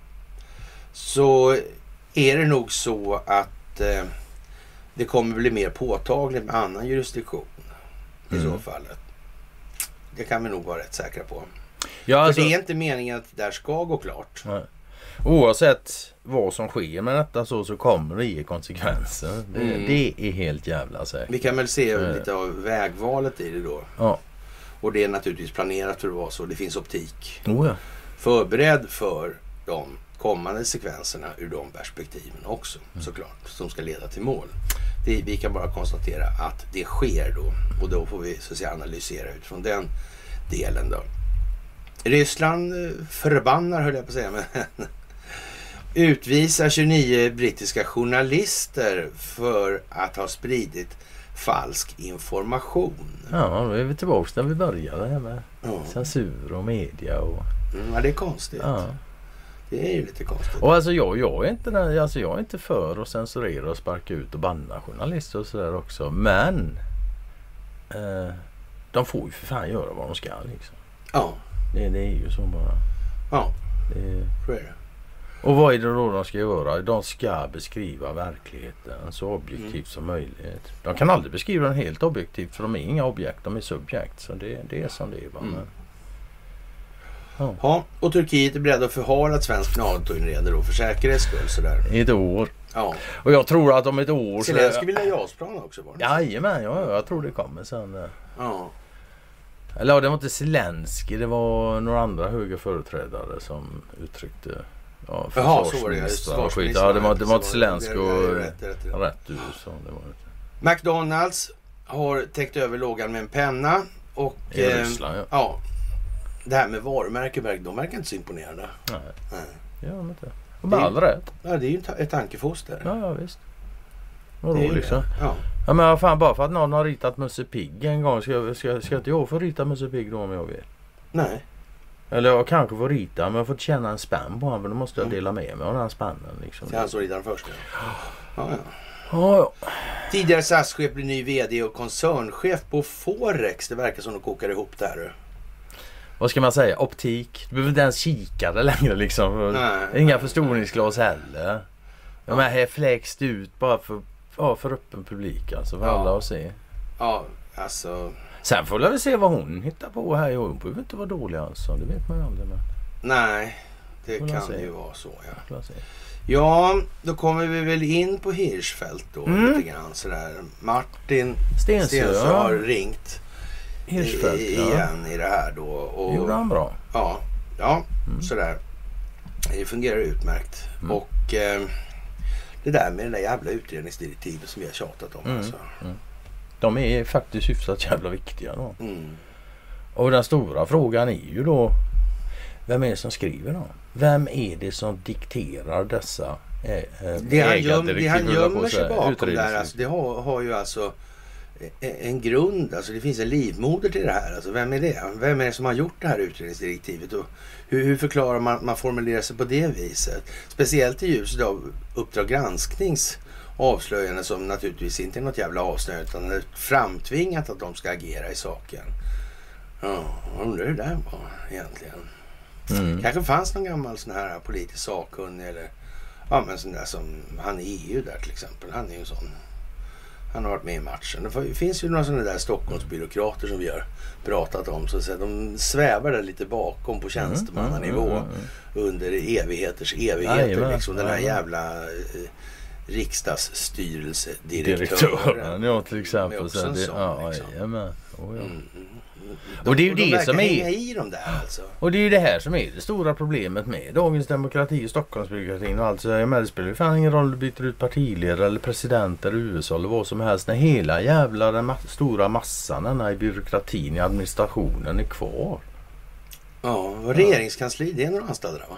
så är det nog så att eh, det kommer bli mer påtagligt med annan jurisdiktion i mm. så fallet. Det kan vi nog vara rätt säkra på. Ja, alltså, för det är inte meningen att det där ska gå klart. Nej. Oavsett vad som sker med detta så, så kommer det ge konsekvenser. Det, mm. det är helt jävla säkert. Vi kan väl se mm. lite av vägvalet i det då. Ja. Och det är naturligtvis planerat för att vara så. Det finns optik. Oh ja. Förberedd för de kommande sekvenserna ur de perspektiven också, mm. såklart, som ska leda till mål. Det, vi kan bara konstatera att det sker då, och då får vi så att säga analysera utifrån den delen då. Ryssland förbannar, höll jag på att säga, men utvisar tjugonio brittiska journalister för att ha spridit falsk information. Ja, då är vi tillbaka där vi började här med ja. censur och media och... Mm, ja, det är konstigt. Ja. Det är ju lite konstigt. Och alltså jag, jag, är inte där, alltså jag är inte för att censurera och sparka ut och banna journalister och sådär också. Men eh, de får ju för fan göra vad de ska liksom. Ja. Det, det är ju så bara. Ja, det, så är det. Och vad är det då de ska göra? De ska beskriva verkligheten så objektivt mm. som möjligt. De kan aldrig beskriva den helt objektivt för de är inga objekt, de är subjekt. Så det, det är som det är bara. Mm. Ja. ja, och Turkiet är beredda att förhala ett svenskt NATO-inreder då för säkerhets skull sådär. I ett år. Ja. Och jag tror att om ett år... Zelenskyj vill ha JAS-plan också var det? Jajamän, ja, jag tror det kommer sen. Ja. Eller ja, det var inte Zelenskyj, det var några andra höga företrädare som uttryckte... Ja, Jaha, så var det. Försvarsminister. Ja, det var, det var inte Zelenskyj och rätt, rätt, rätt. rätt U S A. Det var det. McDonalds har täckt över lågan med en penna. Och, I eh, Ryssland, ja. ja. Det här med varumärken, de verkar inte så imponerande. Nej, Nej. Ja, de inte. Och med all rätt. Ja, det är ju ett tankefoster. Ja, ja visst. Vad roligt liksom. Ja. Ja, men fan, bara för att någon har ritat Musse Pigg en gång ska, ska, ska inte jag få rita Musse Pigg då om jag vill? Nej. Eller jag kanske får rita, men jag får känna en spänn på honom, för då måste jag dela med mig av den här spannen. Liksom. Så han så ritar den först? Ja. Ja, ja. Ja, ja. Tidigare S A S-chef blir ny vd och koncernchef på Forex. Det verkar som de kokar ihop där. Vad ska man säga? Optik. Du behöver inte ens kika det längre liksom. Nej, Inga nej, förstoringsglas heller. De här är fläxt ut bara för, ja, för öppen publik. Alltså för ja. alla att se. Ja, alltså... Sen får vi se vad hon hittar på här. Hon behöver inte vara dålig alltså. Det vet man ju aldrig. Men... Nej, det får kan se. ju vara så. Ja. Ja, då kommer vi väl in på Hirschfeldt då. Mm. Lite grann sådär. Martin Stensö, Stensö ja. har ringt Hirschfeldt, i, igen ja. i det här då. Och, det gjorde han bra. Ja, ja mm. sådär. Det fungerar utmärkt. Mm. Och eh, det där med den där jävla utredningsdirektivet som vi har tjatat om. Mm. Alltså. Mm. De är faktiskt hyfsat jävla viktiga då. Mm. Och den stora frågan är ju då, vem är det som skriver då? Vem är det som dikterar dessa äh, det han, göm, det han gömmer sig bakom där, alltså, det har, har ju alltså en grund, alltså det finns en livmoder till det här. Alltså vem är det? Vem är det som har gjort det här utredningsdirektivet? Och hur, hur förklarar man att man formulerar sig på det viset? Speciellt i ljuset av Uppdrag gransknings avslöjande som naturligtvis inte är något jävla avslöjande utan det är framtvingat att de ska agera i saken. Ja, jag undrar hur det där var egentligen. Mm. Kanske fanns någon gammal sån här politisk sakkunnig eller Ja, men sån där som han i E U där till exempel. Han är ju en sån. Han har varit med i matchen. Det finns ju några sådana där Stockholmsbyråkrater som vi har pratat om. Så att säga, de svävar där lite bakom på tjänstemannanivå mm, mm, mm, mm. under evigheters evigheter. Aj, liksom, den här jävla eh, riksdagsstyrelsedirektören. Ja, till exempel. Så det, sån, ja, liksom. Ja, men, oh, ja. Mm, mm. De, och det är ju de det som är i dem där, alltså. Och det är ju det här som är det stora problemet med dagens demokrati och Stockholmsbyråkratin och allt. Så jag menar, det spelar ju fan ingen roll om du byter ut partiledare eller presidenter i U S A eller vad som helst. När hela jävla den ma- stora massan i byråkratin, i administrationen är kvar. Ja, regeringskansli, det är några anställda va?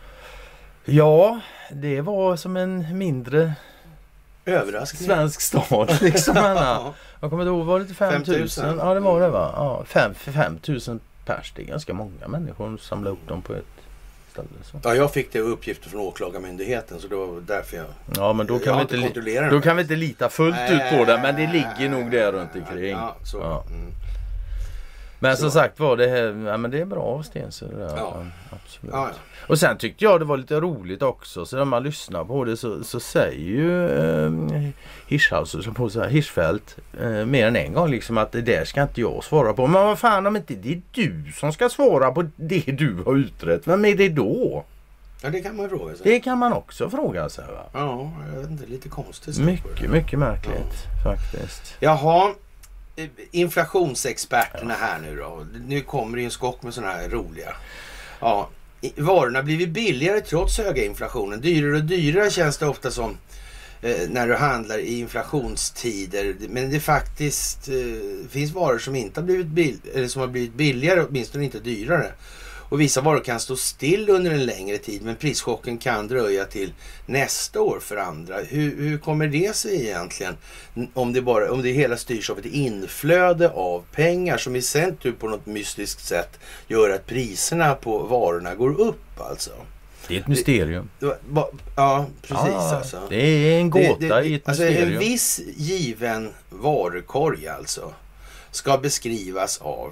Ja, det var som en mindre överraskning. Svensk stad liksom. Ja. Jag kommer ihåg, var det fem tusen? Ja, det var det va? Ja, fem tusen pers, det är ganska många människor som samlar upp dem på ett ställe. Så. Ja, jag fick det uppgifter från åklagarmyndigheten så det var därför jag... Ja, men då kan, vi inte, li- då kan vi inte lita fullt äh, ut på det, men det ligger nog där runt omkring. Ja, så. Ja. Mm. Men så. Som sagt var det här, ja, men det är bra av Stensö. Ja, ja. Absolut. Ja, ja. Och sen tyckte jag det var lite roligt också, så när man lyssnar på det så, så säger ju eh, Hirschhauser som på så här Hirschfeldt eh, mer än en gång liksom att det där ska inte jag svara på. Men vad fan om inte det är du som ska svara på det du har utrett, vem är det då? Ja, det kan man fråga sig. Det kan man också fråga sig va? Ja, jag vet inte, lite konstigt. Mycket, mycket märkligt ja. Faktiskt. Jaha. Inflationsexperterna här nu då. Nu kommer det en skock med såna här roliga. Ja, varorna blivit billigare trots höga inflationen. Dyrare och dyrare känns det ofta som eh, när du handlar i inflationstider. Men det faktiskt eh, finns varor som inte har blivit bill- eller som har blivit billigare, åtminstone inte dyrare. Och vissa varor kan stå still under en längre tid, men prischocken kan dröja till nästa år för andra. Hur, hur kommer det sig egentligen? Om det, bara, om det hela styrs av ett inflöde av pengar som i sin tur på något mystiskt sätt gör att priserna på varorna går upp alltså. Det är ett mysterium. Det, ja, precis ja, alltså. Det är en gåta det, det, i ett alltså mysterium. En viss given varukorg alltså ska beskrivas av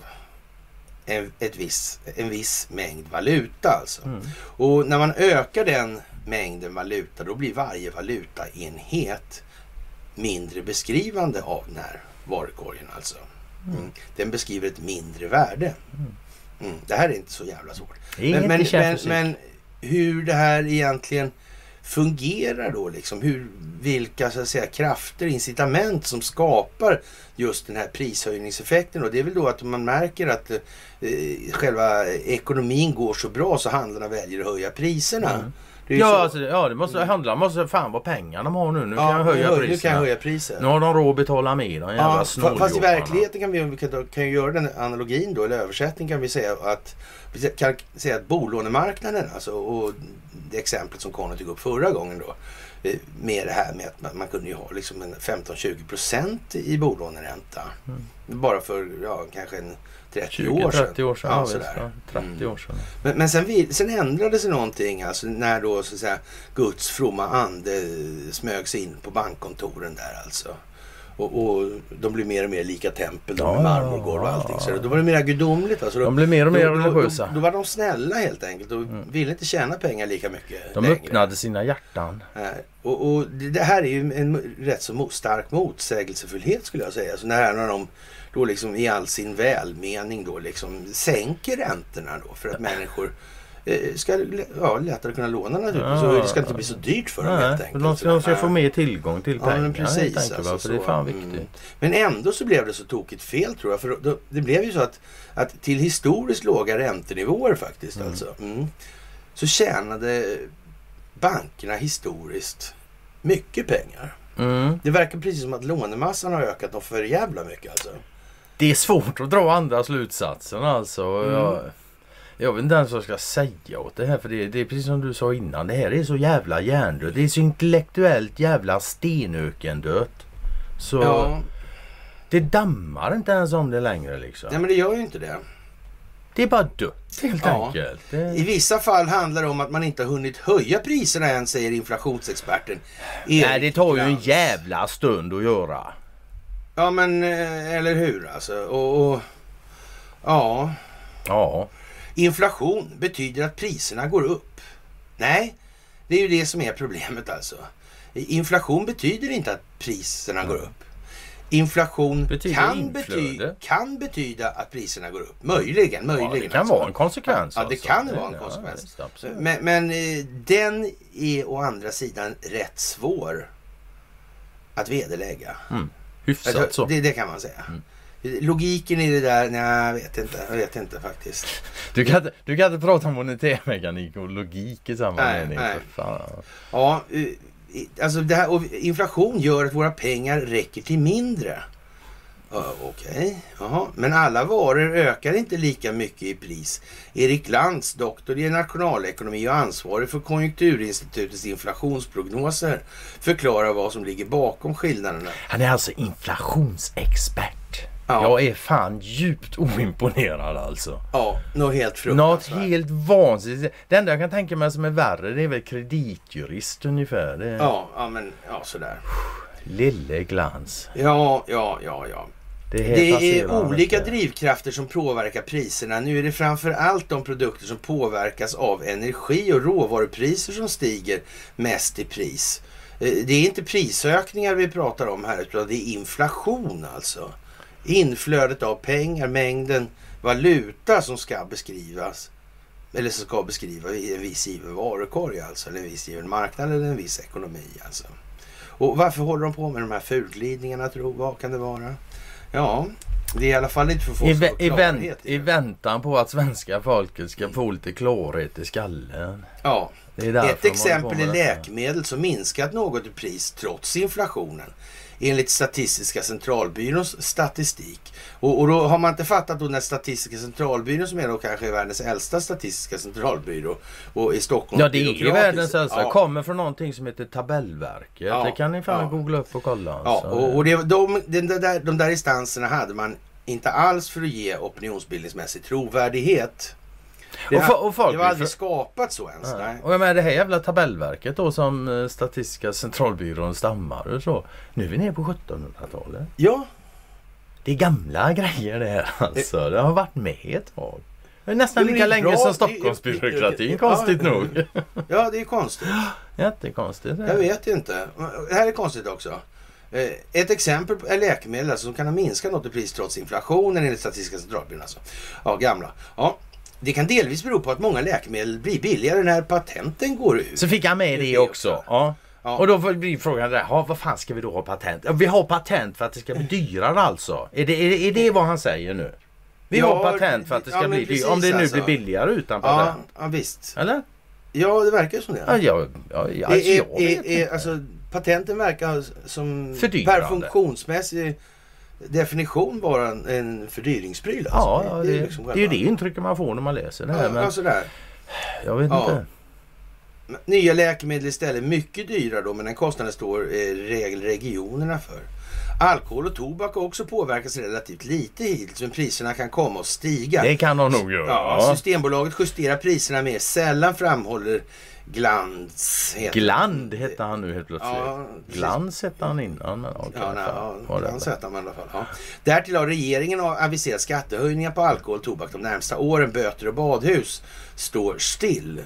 En, ett viss, en viss mängd valuta alltså. Mm. Och när man ökar den mängden valuta då blir varje valutaenhet mindre beskrivande av den här varukorgen alltså. Mm. Mm. Den beskriver ett mindre värde. Mm. Det här är inte så jävla svårt. Men, men, men, men hur det här egentligen fungerar då liksom, hur, vilka så att säga krafter, incitament som skapar just den här prishöjningseffekten och det är väl då att man märker att eh, själva ekonomin går så bra så handlarna väljer att höja priserna. Mm. Det ja, så... alltså, ja, det måste handla måste fan vad pengar de har nu. Nu ja, kan jag höja nu, priserna. Nu kan jag höja priset. Nu har de råd att betala mer. De jävla ja, fast i verkligheten kan vi, vi kan, kan ju göra den analogin då, eller översättning kan vi säga att vi kan säga att bolånemarknaden alltså, och det exemplet som Conny tog upp förra gången då med det här med att man, man kunde ju ha liksom en femton till tjugo procent i bolåneränta. Mm. Bara för ja, kanske en trettio tjugo, år sedan. trettio år sedan. Ja, Ja, sådär. trettio år sedan. Men, men sen, vi, sen ändrade sig någonting alltså när då så att säga Guds fromma ande smög sig in på bankkontoren där alltså. Och, och de blir mer och mer lika tempel, de med ja, marmorgård och allting. Så då var det mer gudomligt. Alltså då, de blir mer och mer religiösa. Då, då, då var de snälla helt enkelt och mm. ville inte tjäna pengar lika mycket De längre. öppnade sina hjärtan. Och, och det här är ju en rätt så stark motsägelsefullhet skulle jag säga. Så när, när de då liksom i all sin välmening då liksom sänker räntorna då för att människor ska ja, lättare kunna låna naturligtvis. Så det ska inte bli så dyrt för dem helt enkelt. De ska, de ska få mer tillgång till pengar. Ja, men precis. Alltså, alltså, för det är fan viktigt. Mm. Men ändå så blev det så tokigt fel tror jag. För då, det blev ju så att, att till historiskt låga räntenivåer faktiskt mm. alltså. Mm, så tjänade bankerna historiskt mycket pengar. Mm. Det verkar precis som att lånemassan har ökat och för jävla mycket alltså. Det är svårt att dra andra slutsatser alltså. Mm. Jag... Jag vet inte ens vad jag ska säga åt det här för det, det är precis som du sa innan. Det här är så jävla hjärndött. Det är så intellektuellt jävla stenökendött. Så ja. Det dammar inte ens om det längre liksom. Nej men det gör ju inte det. Det är bara dött helt ja. enkelt. Det... I vissa fall handlar det om att man inte har hunnit höja priserna än säger inflationsexperten. Erik Nej det tar ju Krantz. En jävla stund att göra. Ja men eller hur alltså. Och, och ja. Ja. Inflation betyder att priserna går upp. Nej, Det är ju det som är problemet alltså. Inflation betyder inte att priserna mm. går upp. Inflation kan betyda, kan betyda att priserna går upp. Möjligen, möjligen. Ja, det kan alltså. vara en konsekvens. Ja, det kan vara en konsekvens. Ja, men, men den är å andra sidan rätt svår att vederlägga. Mm. Hyfsat alltså, så. Det, det kan man säga. Mm. Logiken i det där, nej, jag vet inte, jag vet inte faktiskt. Du kan inte, du kan inte prata om monetärmekanik och logik i samma nej, mening. Nej. För fan. Ja, alltså det här, och inflation gör att våra pengar räcker till mindre. Uh, Okej, okay. Jaha. Men alla varor ökar inte lika mycket i pris. Erik Lantz, doktor i nationalekonomi och ansvarig för Konjunkturinstitutets inflationsprognoser, förklarar vad som ligger bakom skillnaderna. Han är alltså inflationsexpert. Ja. Jag är fan djupt oimponerad alltså. Ja, något helt fruktansvärt. Något helt vansinnigt. Det enda jag kan tänka mig som är värre, det är väl kreditjurist ungefär. Det är... Ja, ja, men ja, sådär. Lille glans. Ja, ja, ja, ja. Det, det är olika drivkrafter som påverkar priserna. Nu är det framför allt de produkter som påverkas av energi och råvarupriser som stiger mest i pris. Det är inte prisökningar vi pratar om här, utan det är inflation alltså. Inflödet av pengar, mängden valuta som ska beskrivas, eller som ska beskriva en viss given varukorg alltså, eller en viss given marknad eller en viss ekonomi alltså. Och varför håller de på med de här fulglidningarna, tro? Vad kan det vara? Ja, det är i alla fall inte för att få I, i, vänt, I väntan på att svenska folket ska få lite klarhet i skallen. Ja, ett exempel är läkemedel som minskat något i pris trots inflationen. Enligt Statistiska centralbyråns statistik. Och, och då har man inte fattat då när Statistiska centralbyrån, som är då kanske världens äldsta statistiska centralbyrå, och i Stockholm. Ja, det är världens äldsta. Ja. Kommer från någonting som heter Tabellverket. Ja. Det kan ni fan ja. googla upp och kolla. Ja, och, och det, de, de, de, där, de där instanserna hade man inte alls för att ge opinionsbildningsmässig trovärdighet. Det, och för, och folk, det var aldrig för... skapat så ens. Ja. Nej. Och jag menar, det här jävla tabellverket då som Statistiska centralbyrån stammar och så. Nu är vi nere på sjuttonhundratalet. Ja. Det är gamla grejer det här alltså. Det har varit med ett tag. Det är nästan det lika är länge bra. Som Stockholmsbyråkratin, konstigt ja, nog. Ja, det är konstigt. Jättekonstigt. Jag vet inte. Det här är konstigt också. Ett exempel är läkemedel alltså, som kan ha minskat något i pris trots inflationen enligt Statistiska centralbyrån. Alltså. Ja, gamla. Ja. Det kan delvis bero på att många läkemedel blir billigare när patenten går ut. Så fick jag med det också. Ja. Ja. Och då blir frågan där, vad fan ska vi då ha patent? Ja, vi har patent för att det ska bli dyrare alltså. Är det, är det, är det vad han säger nu? Vi ja, har patent för att det ska ja, bli dyrare. Om det nu alltså. blir billigare utan patent. Ja, ja, visst. Eller? Ja, det verkar som det. Ja, ja, ja, alltså, är, jag är, är, alltså, patenten verkar som per funktionsmässig definition bara en, en fördyringspryl. Alltså. Ja, ja, det, det är, liksom det är ju det intrycket man får när man läser det här. Ja, men alltså där. Jag vet ja. inte. Nya läkemedel istället mycket dyrare då, men den kostnaden står eh, regel regionerna för. Alkohol och tobak har också påverkats relativt lite hittills, men priserna kan komma att stiga. Det kan de nog göra. Ja, Systembolaget justerar priserna mer sällan, framhåller Glans. Gland hette han nu helt plötsligt. Ja, Glans hette han innan. Men okay, ja, nej, ja, Glans hette han i alla fall. Ja. Därtill har regeringen aviserat skattehöjningar på alkohol och tobak de närmsta åren. Böter och badhus står still.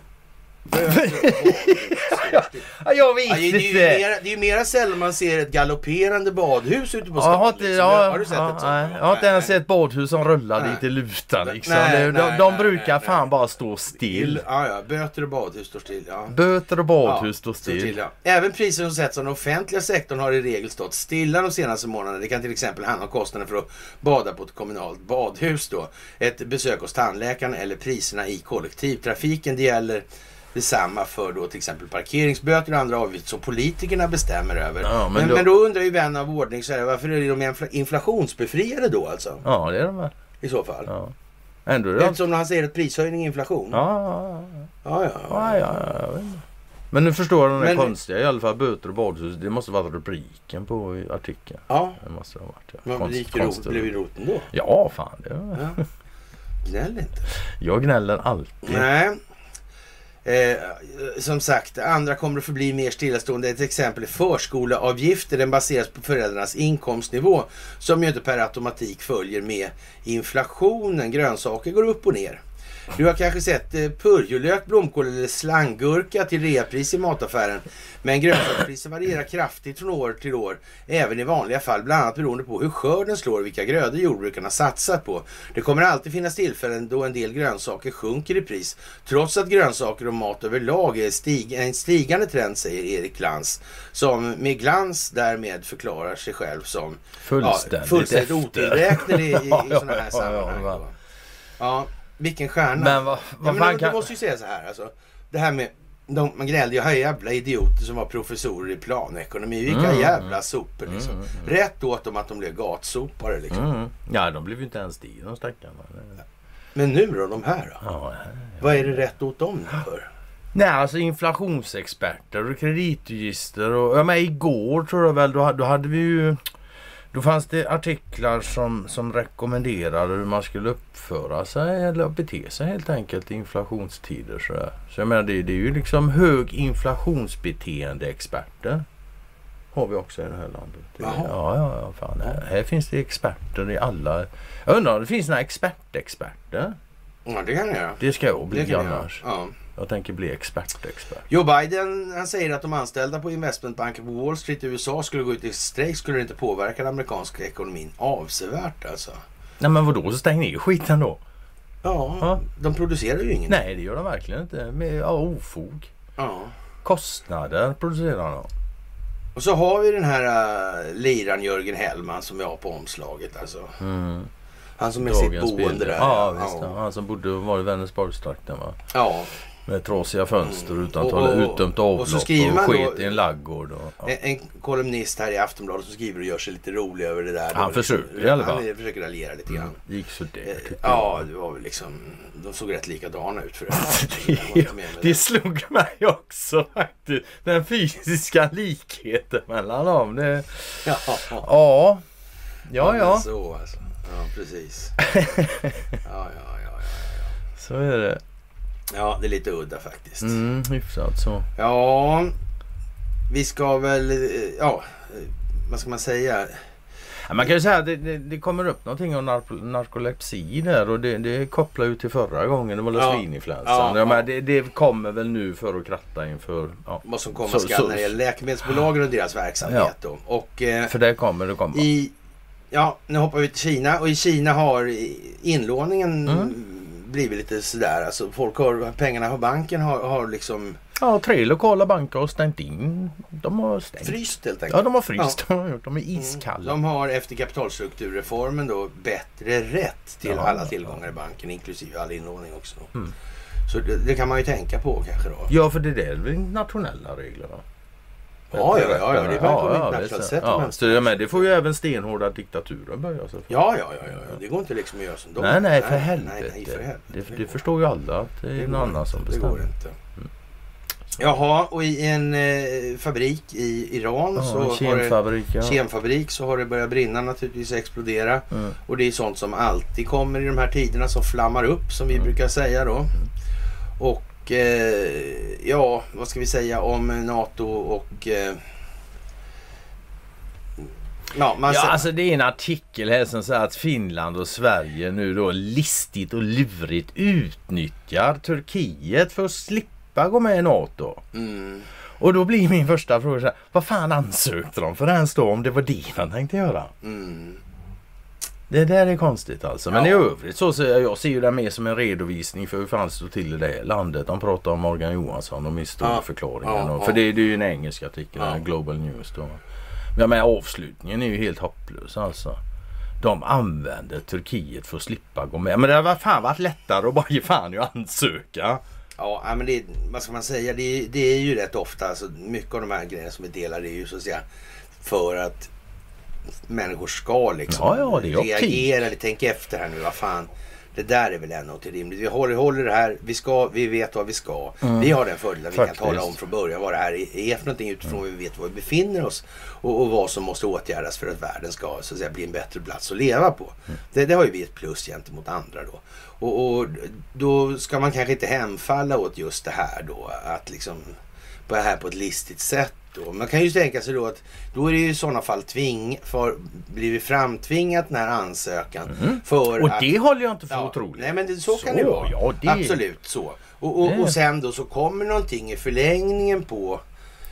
Ja, jag vet ja, det, är ju mera, det är ju mera sällan man ser ett galopperande badhus ute på stan. Ja, liksom. ja, har du sett ja, ett sånt? Jag har inte ens sett badhus som rullar nej. lite i lutan liksom. Nej, de nej, de nej, brukar nej, fan nej. bara stå still. Ja, ja, böter och badhus står still. Ja. Böter och badhus ja, står still. still ja. Även priser som sätts av den offentliga sektorn har i regel stått stilla de senaste månaderna. Det kan till exempel handla om kostnaden för att bada på ett kommunalt badhus då. Ett besök hos tandläkaren eller priserna i kollektivtrafiken. Det gäller detsamma för då till exempel parkeringsböter och andra avgifter som politikerna bestämmer över. Ja, men, men, då... men då undrar ju vän av ordning så här, varför är de inflationsbefriade då alltså? Ja, det är de väl. I så fall. Ja. Ändå det eftersom han säger att prishöjning är inflation. Ja, ja, ja. ja, ja, ja, ja. Men nu förstår de det konstiga i alla fall, böter och badhus. Det måste vara rubriken på artikeln. Ja. Det måste ha varit. Ja. Men konst, konst, blev vi roten då? Ja, fan. Det var... ja. Gnäll inte. Jag gnäller alltid. Nej. Eh, som sagt, andra kommer att förbli mer stillastående. Ett exempel är förskoleavgifter. Den baseras på föräldrarnas inkomstnivå som ju inte per automatik följer med inflationen. Grönsaker går upp och ner. Du har kanske sett eh, purjolök, blomkål eller slanggurka till reapris i mataffären. Men grönsakspriser varierar kraftigt från år till år. Även i vanliga fall, bland annat beroende på hur skörden slår och vilka grödor jordbrukarna satsat på. Det kommer alltid finnas tillfällen då en del grönsaker sjunker i pris. Trots att grönsaker och mat överlag är stig- en stigande trend, säger Erik Glans. Som med glans därmed förklarar sig själv som fullständigt, ja, fullständigt otillräknelig i, i, i sådana här sammanhang. Ja, ja, ja, vilken stjärna. Men vad, vad ja, fan men kan... du måste ju säga så här. Alltså, det här med, de, man gnällde ju, här jävla idioter som var professorer i planekonomi. Vilka Mm, jävla sopor liksom. Mm, mm, Rätt åt dem att de blev gatsopare liksom. Mm. Ja, de blev ju inte ens det, de stackarna. Men nu då, de här då? Ja, ja, ja. Vad är det rätt åt dem för? Nej, alltså inflationsexperter och kreditregister och ja, men igår tror jag väl då, då hade vi ju då fanns det artiklar som, som rekommenderade hur man skulle uppföra sig eller bete sig helt enkelt i inflationstider så, så jag menar det, det är ju liksom hög inflationsbeteendeexperter har vi också i det här landet. Det, ja, ja, ja, fan. Här, här finns det experter i alla. Jag undrar om det finns några expertexperter. Ja, det kan jag göra. Det ska jag bli det annars. Jag. Ja. Jag tänker bli expert-expert. Joe Biden, han säger att de anställda på investmentbanken på Wall Street i U S A skulle gå ut i strejk, skulle det inte påverka den amerikanska ekonomin avsevärt alltså. Nej men vadå, så stäng ner skiten då? Ja, ja, de producerar ju inget. Nej, det gör de verkligen inte. Med ja, ofog. Ja. Kostnader producerar de. Och så har vi den här uh, liran Jörgen Hellman som vi har på omslaget alltså. Mm. Han som är sitt boende där. Ja, visst. Ja. Han som bodde var i Vänersborgstrakten va? Ja. Med trasiga fönster mm. utan och, och, och, utdömt avlopp och, så skriver man och skit då, i en laggård. Och, ja. en, en kolumnist här i Aftonbladet som skriver och gör sig lite rolig över det där. Han då, försöker liksom, i alla fall. Han försöker raljera lite grann. Mm. Det gick så där, eh, Ja, det var väl liksom, de såg rätt likadana ut för det. det, det slog mig också faktiskt. Den fysiska likheten mellan dem. Det, ja, ja. Ja, ja. ja. Så alltså. Ja, precis. Ja, ja, ja, ja, ja. Så är det. Ja, det är lite udda faktiskt. Mm, hyfsat så. Ja, vi ska väl, ja, vad ska man säga? Ja, man kan ju säga att det, det, det kommer upp någonting om narko- narkolepsi där och det, det kopplar ju till förra gången, det var ja. svininfluensan. Ja, ja. det, det kommer väl nu för att kratta inför ja. vad som kommer ska när det gäller läkemedelsbolagen och deras verksamhet. Ja. Då. Och, eh, för det kommer det kommer. I, ja, nu hoppar vi till Kina och i Kina har inlåningen mm. blivit lite sådär. Alltså folk har, pengarna på banken har, har liksom... Ja, tre lokala banker har stängt in. De har stängt. Fryst helt enkelt. Ja, de har fryst. Ja. De är iskalla. Mm. De har efter kapitalstrukturreformen då bättre rätt till ja, alla tillgångar ja. i banken, inklusive all inlåning också. Mm. Så det, det kan man ju tänka på kanske då. Ja, för det där är väl nationella regler då? Ja, ja, ja, ja, det är verkligen ja, internationellt sett. Ja, så det, men det får ju även stenhårda diktaturer börja. Så ja, ja, ja, ja, det går inte liksom att göra som de. Nej, nej, för helvete. Nej, nej, för helvete. Det, det förstår ju alla att det är det någon annan som bestämmer. Det går inte. Mm. Jaha, och i en eh, fabrik i Iran ja, så kemfabrik, har det, ja. kemfabrik så har det börjat brinna, naturligtvis explodera. Mm. Och det är sånt som alltid kommer i de här tiderna som flammar upp, som vi mm. brukar säga då. Mm. Och eh, ja, vad ska vi säga om NATO och... Eh, Ja, man ja, alltså det är en artikel här som säger att Finland och Sverige nu då listigt och lurigt utnyttjar Turkiet för att slippa gå med i NATO. Mm. Och då blir min första fråga så här, vad fan ansökte de för ens då om det var det de tänkte göra? Mm. Det där är konstigt alltså. Men ja. i övrigt så ser jag, jag ser ju det mer som en redovisning för hur fan det står till i det här landet. De pratar om Morgan Johansson och historieförklaringen. Ja. Ja, för det, det är ju en engelsk artikel, ja. Global News då. Men med avslutningen är ju helt hopplös alltså. De använder Turkiet för att slippa gå med. Men det har fan varit lättare att bara ge fan och ansöka. Ja, men det, vad ska man säga? Det, det är ju rätt ofta, alltså, mycket av de här grejerna som vi delar är ju så att säga för att människor ska liksom ja, ja, det är reagera okay. eller tänka efter här nu, vad fan. Det där är väl ändå till rimligt. Vi håller, håller det här, vi, ska, vi vet vad vi ska. Mm. Vi har den fördelen vi Faktiskt. kan tala om från början vad det här är för någonting utifrån mm. vi vet var vi befinner oss och, och vad som måste åtgärdas för att världen ska så att säga, bli en bättre plats att leva på. Mm. Det, det har ju vi ett plus gentemot andra då. Och, och då ska man kanske inte hemfalla åt just det här då, att liksom på det här på ett listigt sätt då. Man kan ju tänka sig då att då är det ju i sådana fall tving för blivit framtvingat den här ansökan Mm. för Och att, det håller jag inte för ja, otroligt. nej men det, så, Så, kan det vara. ja, det- Absolut så. Och, och, Det- och sen då så kommer någonting i förlängningen på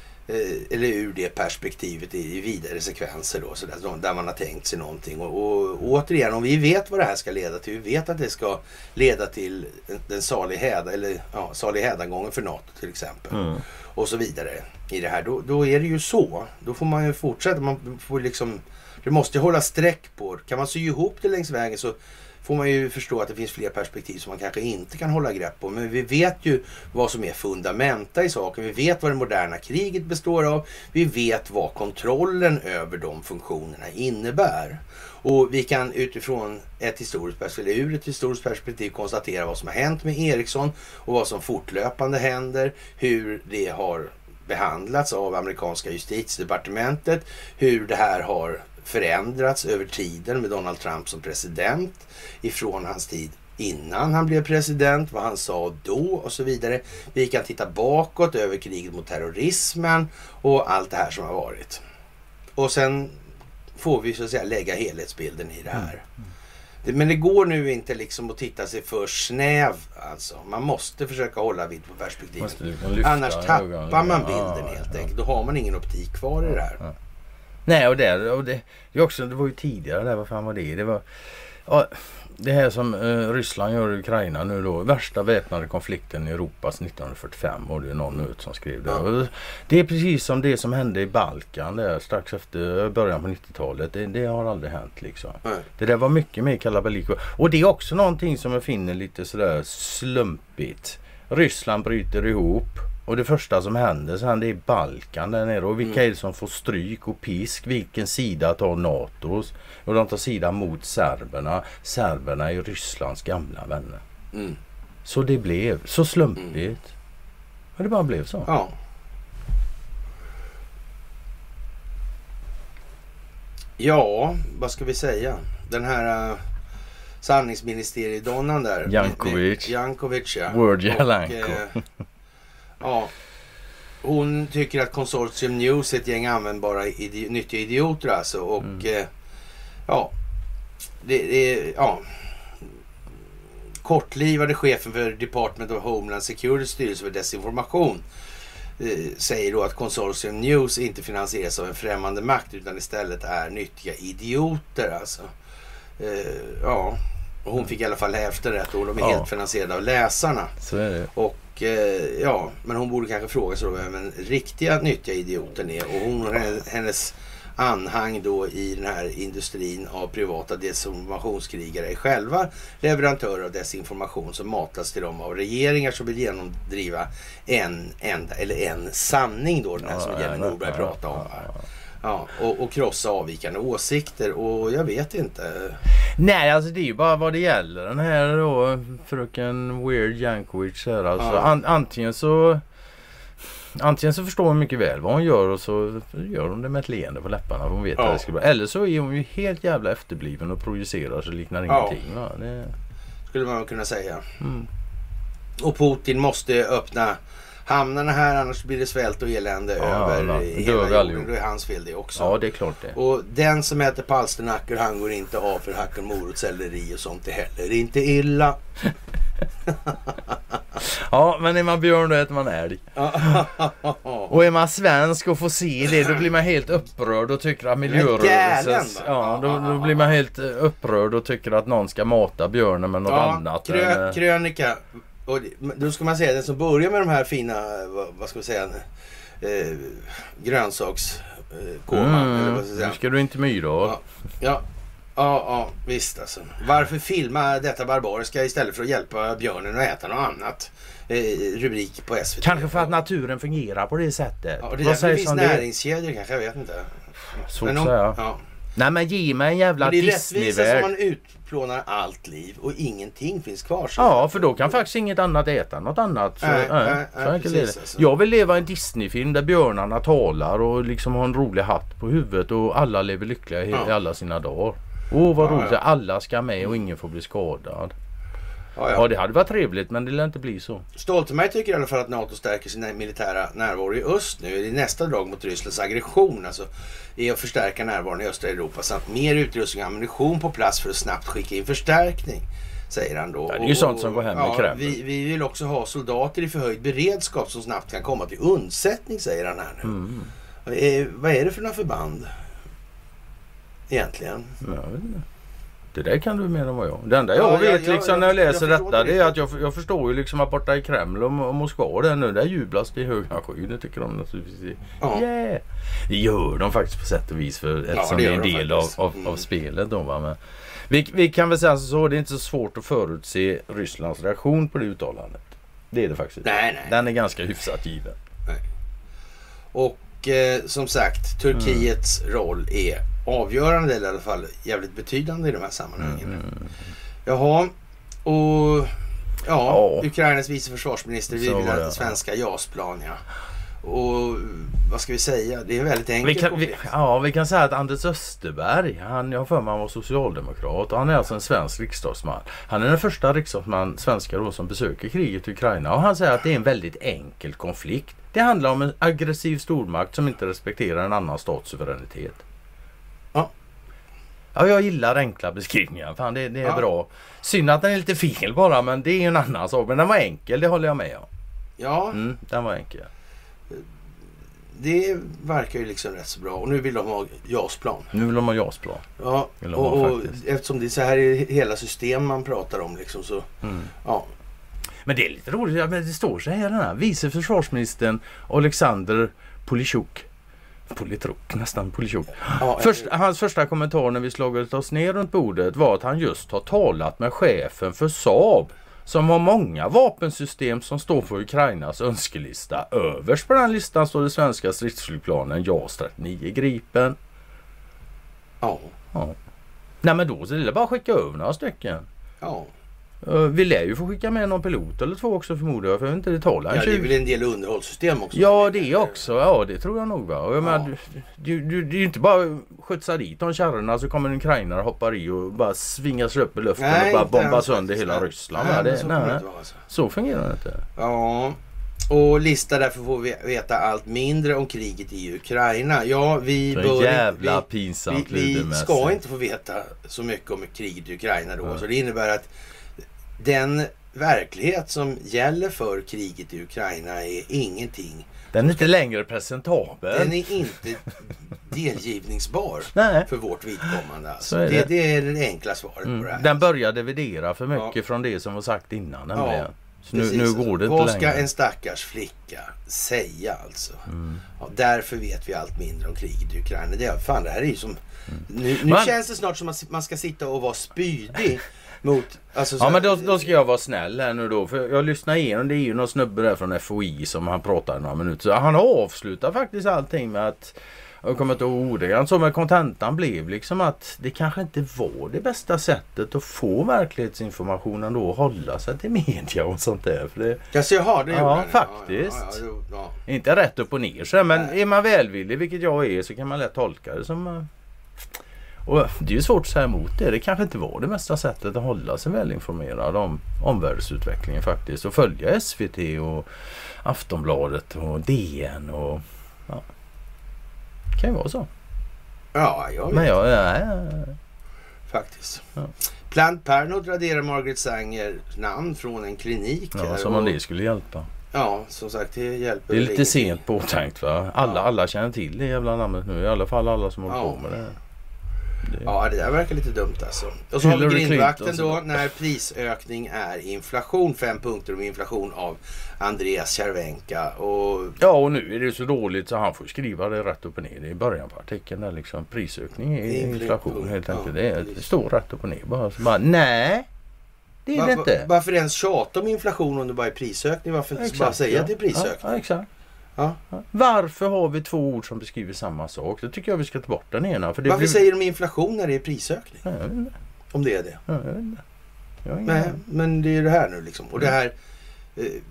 eh, eller ur det perspektivet i, i vidare sekvenser då, så där, där man har tänkt sig någonting. Och, och, och återigen, om vi vet vad det här ska leda till, vi vet att det ska leda till den salig häda, eller ja, salig hädagången för NATO till exempel. Mm. Och så vidare i det här. Då, då är det ju så. Då får man ju fortsätta. Man får liksom, det måste ju hålla streck på. Kan man sy ihop det längs vägen så får man ju förstå att det finns fler perspektiv som man kanske inte kan hålla grepp på. Men vi vet ju vad som är fundamenta i saken. Vi vet vad det moderna kriget består av. Vi vet vad kontrollen över de funktionerna innebär. Och vi kan utifrån ett historiskt perspektiv, ur ett historiskt perspektiv konstatera vad som har hänt med Ericsson och vad som fortlöpande händer, hur det har behandlats av amerikanska justitiedepartementet, hur det här har förändrats över tiden med Donald Trump som president ifrån hans tid innan han blev president, vad han sa då och så vidare. Vi kan titta bakåt över kriget mot terrorismen och allt det här som har varit. Och sen får vi så att säga lägga helhetsbilden i det här. Mm. Det, men det går nu inte liksom att titta sig för snäv alltså. Man måste försöka hålla vid på perspektivet. Annars tappar man bilden ja, helt ja. enkelt. Då har man ingen optik kvar i det här. Ja. Nej, och det, och det, det, också, det var ju tidigare där, vad fan var det? Det var ja, det här som eh, Ryssland gör i Ukraina nu då, värsta väpnade konflikten i Europa sedan nittonhundrafyrtiofem, och det är någon ut som skrev det. Ja. Det är precis som det som hände i Balkan där strax efter början på nittiotalet. Det, det har aldrig hänt liksom. Nej. Det där var mycket mer kalabalik. Och det är också någonting som jag finner lite sådär slumpigt. Ryssland bryter ihop. Och det första som händer sen det är Balkan där nere. Och vilka mm. är det som får stryk och pisk? Vilken sida tar NATO? Och de tar sida mot serberna. Serberna är Rysslands gamla vänner. Mm. Så det blev så slumpigt. Mm. Och det bara blev så. Ja. Ja, vad ska vi säga? Den här uh, sanningsministeriedonnan där. Jankovic. Jankovic, ja. Word Jalanko. Uh, ja. Hon tycker att Consortium News är ett gäng användbara idi- nyttiga idioter alltså. Och mm. uh, ja, det, det ja. Kortlivade chefen för Department of Homeland Security styrelse för desinformation eh, säger då att Consortium News inte finansieras av en främmande makt utan istället är nyttiga idioter alltså. Eh, ja, och hon fick i alla fall hälften rätt och de är ja. helt finansierade av läsarna. Så är det. Och eh, ja, men hon borde kanske fråga sig då vem en riktiga nyttiga idioten är, och hon och hennes anhang då i den här industrin av privata desinformationskrigare är själva leverantörer av desinformation som matas till dem av regeringar som vill genomdriva en enda eller en sanning då, den här ja, som Jenny Norberg ja, pratade om här. Ja, och, och krossa avvikande åsikter, och jag vet inte. Nej, alltså det är ju bara vad det gäller den här då, fröken Weird Jankovic här alltså. Ja. An, antingen så Antingen så förstår hon mycket väl vad hon gör och så gör hon det med ett leende på läpparna. Hon vet ja. att det ska bli. Eller så är hon ju helt jävla efterbliven och projicerar så liknar ingenting. Ja. Ja, det skulle man kunna säga. Mm. Och Putin måste öppna hamnarna här, annars blir det svält och elände ja, över ja, hela jorden. Då är hans fel det också. Ja, det är klart det. Och den som äter palsternackor, han går inte av för hack och morotselleri och sånt är heller inte illa. Ja, men är man björn då äter man älg. Och är man svensk och får se det, då blir man helt upprörd och tycker att miljörörelsen, ja, då, då blir man helt upprörd och tycker att någon ska mata björnen med något ja, annat. Krö- krönika. Och då ska man säga den som börjar med de här fina, vad, vad ska man säga, eh, grönsaks eh, koma, mm, eller vad ska jag säga. Nu ska du inte myra. Ja, ja, ja, ja, visst alltså. Varför filma detta barbariska istället för att hjälpa björnen att äta något annat? Eh, rubrik på S V T. Kanske för att naturen fungerar på det sättet. Ja, det är därför det finns näringskedjor kanske, jag vet inte. Så att säga. Ja. Nej, men ge mig en jävla Disney-värld. Det är rättvisa som man utplånar allt liv och ingenting finns kvar. Så. Ja, för då kan faktiskt inget annat äta något annat. Så, nej, nej, nej, så nej, precis, alltså. Jag vill leva i en Disney-film där björnarna talar och liksom har en rolig hatt på huvudet och alla lever lyckliga i, ja. i alla sina dagar. Åh, vad ja, roligt. Ja. Alla ska med och ingen får bli skadad. Ja, ja. ja, det hade varit trevligt, men det lär inte bli så. Stoltenberg tycker i alla fall att NATO stärker sin militära närvaro i öst nu. Det är nästa drag mot Rysslands aggression, alltså är att förstärka närvaron i östra Europa samt mer utrustning och ammunition på plats för att snabbt skicka in förstärkning, säger han då. Ja, det är ju sånt som går hem ja, i Kreml. Vi, vi vill också ha soldater i förhöjd beredskap som snabbt kan komma till undsättning, säger han här nu. Mm. Eh, vad är det för några förband egentligen? Ja, jag vet inte. Det där kan du mer än vad jag. Det enda ja, jag vet jag, liksom jag, när jag läser jag detta det det är att jag, jag förstår ju liksom att borta i Kreml och, och Moskva där nu, där jublas det i höga sky. Det tycker de naturligtvis. Ja. Yeah. Det gör de faktiskt på sätt och vis för eftersom ja, det är en de del av, av, mm. av spelet då, va? Men vi, vi kan väl säga så, det är inte så svårt att förutse Rysslands reaktion på det uttalandet. Det är det faktiskt. Nej, nej. Den är ganska hyfsat given. Nej. Och eh, som sagt, Turkiets mm. roll är avgörande, eller i alla fall jävligt betydande i de här sammanhangen. Mm. Jaha, och ja, ja. Ukrainas vice försvarsminister vill ha ja. svenska JAS-plan, ja. Och vad ska vi säga? Det är väldigt enkelt. Vi kan, vi, ja, vi kan säga att Anders Österberg, han, jag för mig han var socialdemokrat och han är alltså en svensk riksdagsman. Han är den första riksdagsman, svenskar då, som besöker kriget i Ukraina, och han säger att det är en väldigt enkel konflikt. Det handlar om en aggressiv stormakt som inte respekterar en annan stats suveränitet. Ja. Ja, jag gillar enkla beskrivningar. Fan, det, det är ja. bra. Synd att den är lite fel bara, men det är ju en annan sak. Men den var enkel, det håller jag med om. Ja. Mm, den var enkel. Det verkar ju liksom rätt så bra. Och nu vill de ha JAS-plan. Nu vill de ha JAS-plan. Ja, och, och eftersom det är så här i hela system man pratar om liksom så, mm. ja. Men det är lite roligt, ja, men det står så här den här. Vice försvarsministern Alexander Polishuk. Politruk, nästan Polishuk. Ja, Först, hans första kommentar när vi slagit oss ner runt bordet var att han just har talat med chefen för Saab, som har många vapensystem som står på Ukrainas önskelista. Överst på den listan står det svenska stridsflygplanen JAS trettionio Gripen. Ja. ja. Nej, men då så är det bara att skicka över några stycken. Ja. Vi lär ju få skicka med någon pilot eller två också, förmodar jag, för jag vet inte det talar. Ja, det är väl en del underhållssystem också. Ja, det är också. Ja, det tror jag nog, va. Och jag ja. menar, du, du, det är ju inte bara skjutsa dit de kärrorna så kommer en ukrainare hoppar i och bara svingas upp i luften nej, och bara bombar sönder hela nej. Ryssland. Nej, det, så, nej, nej. Alltså. Så fungerar det inte. Ja, och lista därför får vi veta allt mindre om kriget i Ukraina. Ja, vi så bör jävla inte, pinsamt vi, vi ska inte få veta så mycket om kriget i Ukraina då. Mm. Så det innebär att den verklighet som gäller för kriget i Ukraina är ingenting. Den är inte längre presentabel. Den är inte delgivningsbar Nej. för vårt vidkommande. Alltså. Är det. Det, det är det enkla svaret mm. på det här. Den började dividera för mycket ja. från det som var sagt innan. Ja, så nu, nu går det inte Vad ska längre. en stackars flicka säga alltså? Mm. Ja, därför vet vi allt mindre om kriget i Ukraina. Det, är, fan, det här är ju som... Mm. Nu, nu Man... känns det snart som att man ska sitta och vara spydig. Mot, alltså, ja, men då, då ska jag vara snäll här nu då, för jag lyssnar igenom, det är ju någon snubbe där från F O I som han pratar några minuter, så han avslutar faktiskt allting med att, jag kommer inte ihåg ordet, så med kontentan blev liksom att det kanske inte var det bästa sättet att få verklighetsinformationen då, att hålla sig till media och sånt där. För det, jag ser, har det ja, faktiskt. Ja, ja, ja, ja. Inte rätt upp och ner så, men nej. Är man välvillig, vilket jag är, så kan man lätt tolka det som... Och det är ju svårt att säga emot det. Det kanske inte var det bästa sättet att hålla sig välinformerad om omvärldsutvecklingen faktiskt. Och följa S V T och Aftonbladet och D N och ja. Det kan ju vara så. Ja, jag vet. Men jag, ja, ja, ja. Faktiskt. Ja. Planned Parenthood raderar Margaret Sanger namn från en klinik. Ja, som om det skulle hjälpa. Ja, som sagt, det hjälper. Det är lite sent påtänkt, va? Alla, ja. alla känner till det jävla namnet nu. I alla fall alla som håller ja. på med det här. Det... Ja, det där verkar lite dumt alltså. Och så Hillary har vi grindvakten då, när prisökning är inflation. Fem punkter om inflation av Andreas Cervenka. Och... Ja, och nu är det så dåligt så han får skriva det rätt upp och ner i början på artikeln. Där liksom prisökning är inflation, inflation helt enkelt. Ja, det, det står rätt upp och ner. Bara, så bara, nej, det är Va, det inte. Varför ens tjata om inflation om det bara är prisökning? Varför inte exakt, bara säga ja. att det är prisökning? Ja, ja exakt. Ja. Varför har vi två ord som beskriver samma sak? Det tycker jag vi ska ta bort den ena. För det Varför blir... säger de inflation när det är prisökning? Ja, jag vet inte. Om det är det. Ja, jag vet inte. Jag Nej, men det är det här nu liksom. Och det här... Eh,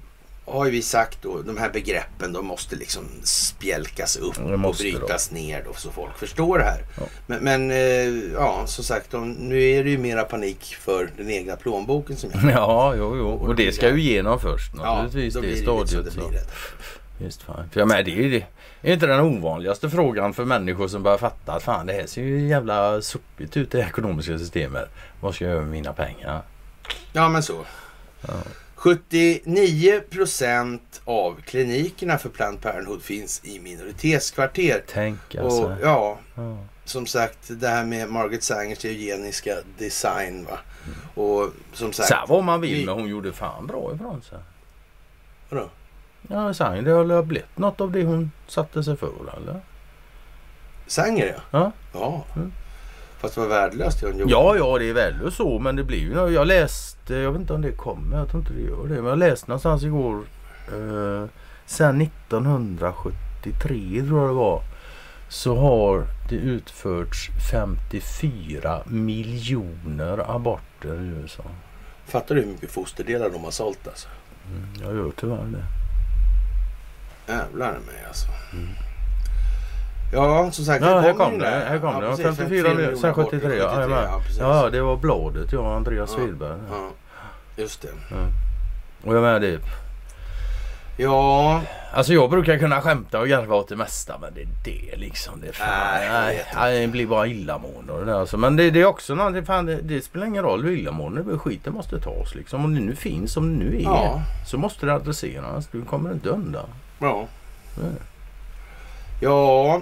har vi sagt då, de här begreppen de måste liksom spjälkas upp och brytas då ner då så folk förstår det här. Ja. Men, men eh, ja, som sagt, de, nu är det ju mera panik för den egna plånboken som jag. Ja, jo, jo. Och, och det ska ju igenom först naturligtvis. Ja, då det blir det stadiet. det blir det. Just fan. För jag menar, det är det. Är inte den ovanligaste frågan för människor som börjar fatta att fan, det här ser ju jävla suppigt ut, det ekonomiska systemet. Vad ska jag göra med mina pengar? Ja, men så. Ja. sjuttionio procent av klinikerna för Planned Parenthood finns i minoritetskvarter. Tänk alltså. Och ja, ja, som sagt, det här med Margaret Sagers eugeniska design, va. Mm. Och som sagt... Så vad man vill, vi... men hon gjorde fan bra ifrån sig. Vadå? Ja, Sanger, det har blivit något av det hon satte sig för, eller? Sanger, ja. Ja. Ja. Mm. Fast det var värdelöst. Ja, ja, det är värdelöst så, men det blir ju... Jag läste, jag vet inte om det kommer, jag tror inte det gör det, men jag läste någonstans igår, eh, sen nittonhundrasjuttiotre tror jag det var, så har det utförts femtiofyra miljoner aborter i U S A. Fattar du hur mycket fosterdelar de har sålt alltså? Mm, jag gör tyvärr det. Jävlar mig alltså. Mm. Ja, som sagt. Ja, här kom det. Här kom ja, det. Precis, femtiofyra miljoner, sen sjuttiotre. Ja, ja, ja, det var bladet. Ja, Andreas ja, Svedberg. Ja. Ja, just det. Ja. Och jag menar det. Ja. Alltså jag brukar kunna skämta och garva åt det mesta, men det är det liksom. Det, fan, nej, nej, nej, det blir bara illamående och det där. Alltså. Men det, det är också någonting, fan, det, det spelar ingen roll hur illamående det är. Skiten måste tas liksom. Om det nu finns, som det nu är, ja, så måste det adresseras. Du kommer inte undan. Ja. Ja. Ja.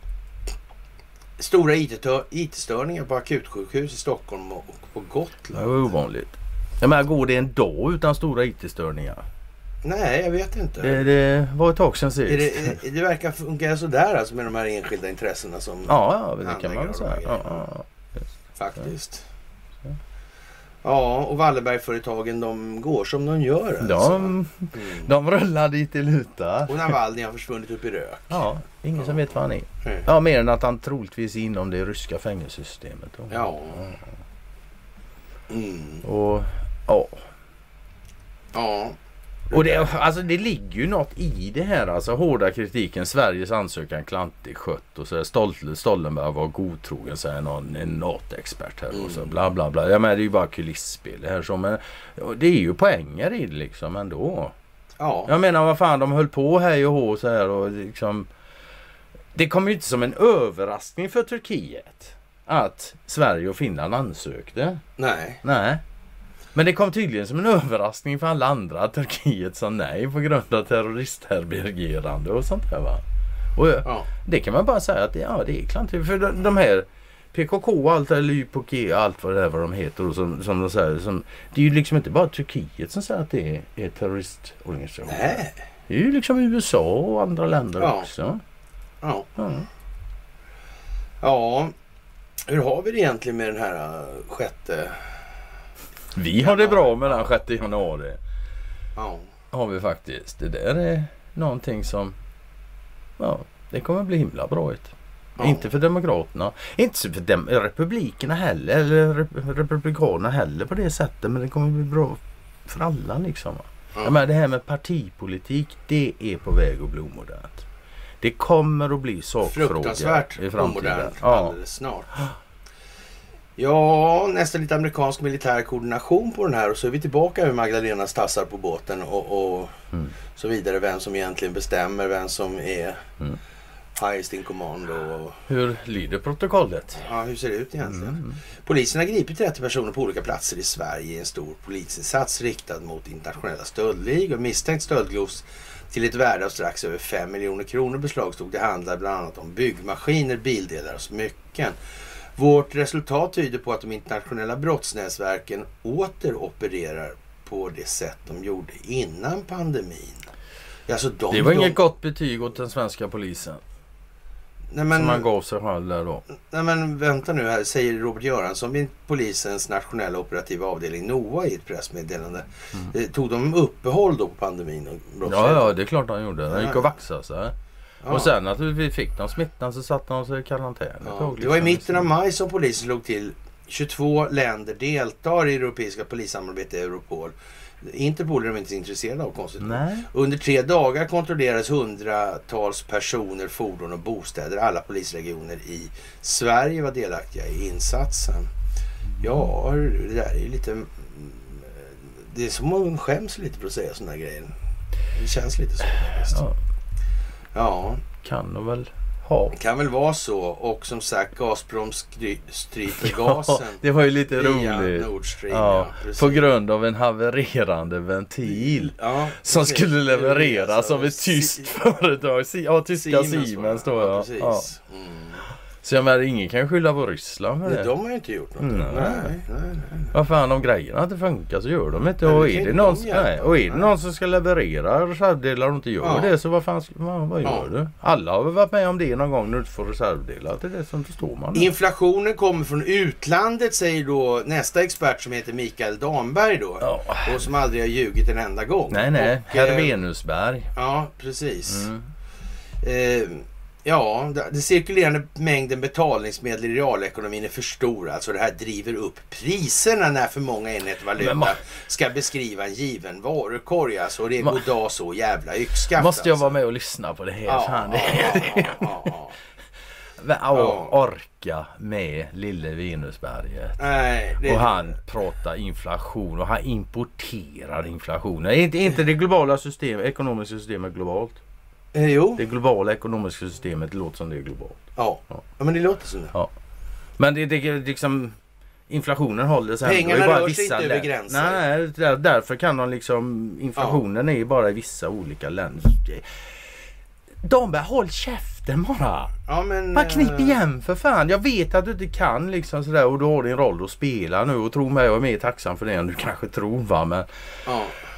Stora I T-störningar på akutsjukhus i Stockholm och på Gotland. Det var ovanligt. Jag menar, går det en dag utan stora I T-störningar? Nej, jag vet inte. Det, det var ett tag sedan sist. Det, det, det verkar funka sådär alltså med de här enskilda intressena som... Ja, ja, det kan man väl säga. Ja, ja, faktiskt. Ja. Ja, och Wallenbergföretagen, de går som de gör. Alltså. De, mm. de rullar dit i luta. Och Navalny har försvunnit upp i rök. Ja, ingen ja. som vet vad han är. Mm. Ja, mer än att han troligtvis är inom det ryska fängelsesystemet. Då. Ja. Mm. Och, ja. Ja. Och det, alltså det ligger ju något i det här, alltså hårda kritiken, Sveriges ansökan klantig skött och så Stoll, Stoltenberg var godtrogen, så är någon en NATO-expert här och så bla bla bla. Ja, men det är ju bara kulisspel det här så, men det är ju poänger i det liksom ändå. Ja. Jag menar, vad fan, de höll på hej och hå så här och liksom, det kom ju inte som en överraskning för Turkiet att Sverige och Finland ansökte. Nej. Nej. Men det kom tydligen som en överraskning för alla andra att Turkiet sa nej på grund av terroristhärbergerande och sånt här, va. Och ja. Det kan man bara säga att ja, det är klart. För de, de här P K K och allt, eller Y P G och allt vad det är vad de heter och som, som de säger, som, det är ju liksom inte bara Turkiet som säger att det är, är terroristorganisationer. Nej. Det är ju liksom U S A och andra länder ja. också. Ja. Ja. Ja. Hur har vi det egentligen med den här sjätte... Vi har det bra med den sjätte januari. Ja. Har vi faktiskt. Det där är någonting som, ja, det kommer bli himla bra ut. Ja. Inte för demokraterna, inte för dem, republikerna heller, eller rep- republikanerna heller på det sättet, men det kommer bli bra för alla liksom. Ja. Men det här med partipolitik, det är på väg att bli omodernt. Det kommer att bli sakfrågor fruktansvärt i framtiden. Omodernt ja. alldeles snart. Ja, nästan lite amerikansk militär koordination på den här, och så är vi tillbaka med Magdalenas tassar på båten och, och mm. så vidare, vem som egentligen bestämmer, vem som är mm. highest in command. Och, hur lyder protokollet? Ja, hur ser det ut egentligen? Mm. Polisen har gripit trettio personer på olika platser i Sverige i en stor polisinsats riktad mot internationella stöldligor. Misstänkt stöldgods till ett värde av strax över fem miljoner kronor beslagstog. Det handlar bland annat om byggmaskiner, bildelar och smycken. Vårt resultat tyder på att de internationella brottsnätverken åter opererar på det sätt de gjorde innan pandemin. Alltså de, det var de... inget gott betyg åt den svenska polisen. Nej, men, som man gav sig själv där då. Nej men vänta nu här, säger Robert Göransson vid polisens nationella operativa avdelning NOA i ett pressmeddelande. Mm. Tog de uppehåll då på pandemin? Och ja, ja, det är klart han gjorde. Han gick och vaxade sig. Ja. Och sen att vi fick de smittan så satt de sig i karantän. Ja. Det var i mitten av maj som polisen slog till. tjugotvå länder deltar i europeiska polissamarbete Europol. Interpol är de inte intresserade av konstigt. Nej. Under tre dagar kontrollerades hundratals personer, fordon och bostäder. Alla polisregioner i Sverige var delaktiga i insatsen. Ja, det där är ju lite... Det är som man skäms lite för att säga sådana grejer. Det känns lite så. Ja. Ja. Kan de väl ha. Kan väl vara så. Och som sagt, Gazprom skry- stryper gasen. Ja, det var ju lite via roligt. Nord Stream, ja, ja, på grund av en havererande ventil. Ja, som precis. skulle levereras Alltså, av ett si- tyskt företag. Si- ja, tyska Siemens, Siemens då. Ja, Ja. precis. Ja. Mm. Så jag menar, ingen kan skylla på Ryssland för Nej, det. de har ju inte gjort något. Mm, nej, nej. nej, nej, nej. Vad fan, om grejerna inte funkar så gör de inte. Nej, Och det är kan det inte någon, de hjälpa. nej, och är det Nej. någon som ska leverera reservdelar och inte gör Ja. det, så vad fan, vad, vad gör Ja. du? Alla har väl varit med om det någon gång när du inte får reservdelar. Det är det som står man. Inflationen kommer från utlandet, säger då nästa expert som heter Mikael Damberg då. Ja. Och som aldrig har ljugit en enda gång. Nej, nej. Och, Herr eh, Venusberg. Ja, precis. Mm. Eh, ja, det- det cirkulerande mängden betalningsmedel i realekonomin är för stor. Alltså det här driver upp priserna när för många enheter valuta Men ma- ska beskriva en given varukorg. Alltså det är Ma- goddag så jävla yxskaft. Måste jag alltså. vara med och lyssna på det här? Ja, Fan, ja, det ja, ja, ja. Ja, Ja. orka med lille Venusberget. Nej, det... Och han pratar inflation och han importerar inflation. Är inte, är inte det globala systemet, ekonomiska systemet globalt? Eh, jo, Det globala ekonomiska systemet, det låter som det är globalt. ja. Ja. ja, men det låter som det. Ja. Men det, det liksom inflationen håller sig Pengarna ändå i bara rör sig vissa inte över länder. gränser. Nej, där, därför kan de liksom, inflationen är ju bara i vissa olika länder. De bara, håll käften bara. Ja, men... Bara knip eh, igen för fan. Jag vet att du inte kan liksom sådär och du har din roll att spela nu och tro mig, jag är mer tacksam för det än du kanske tror, va, men Ja.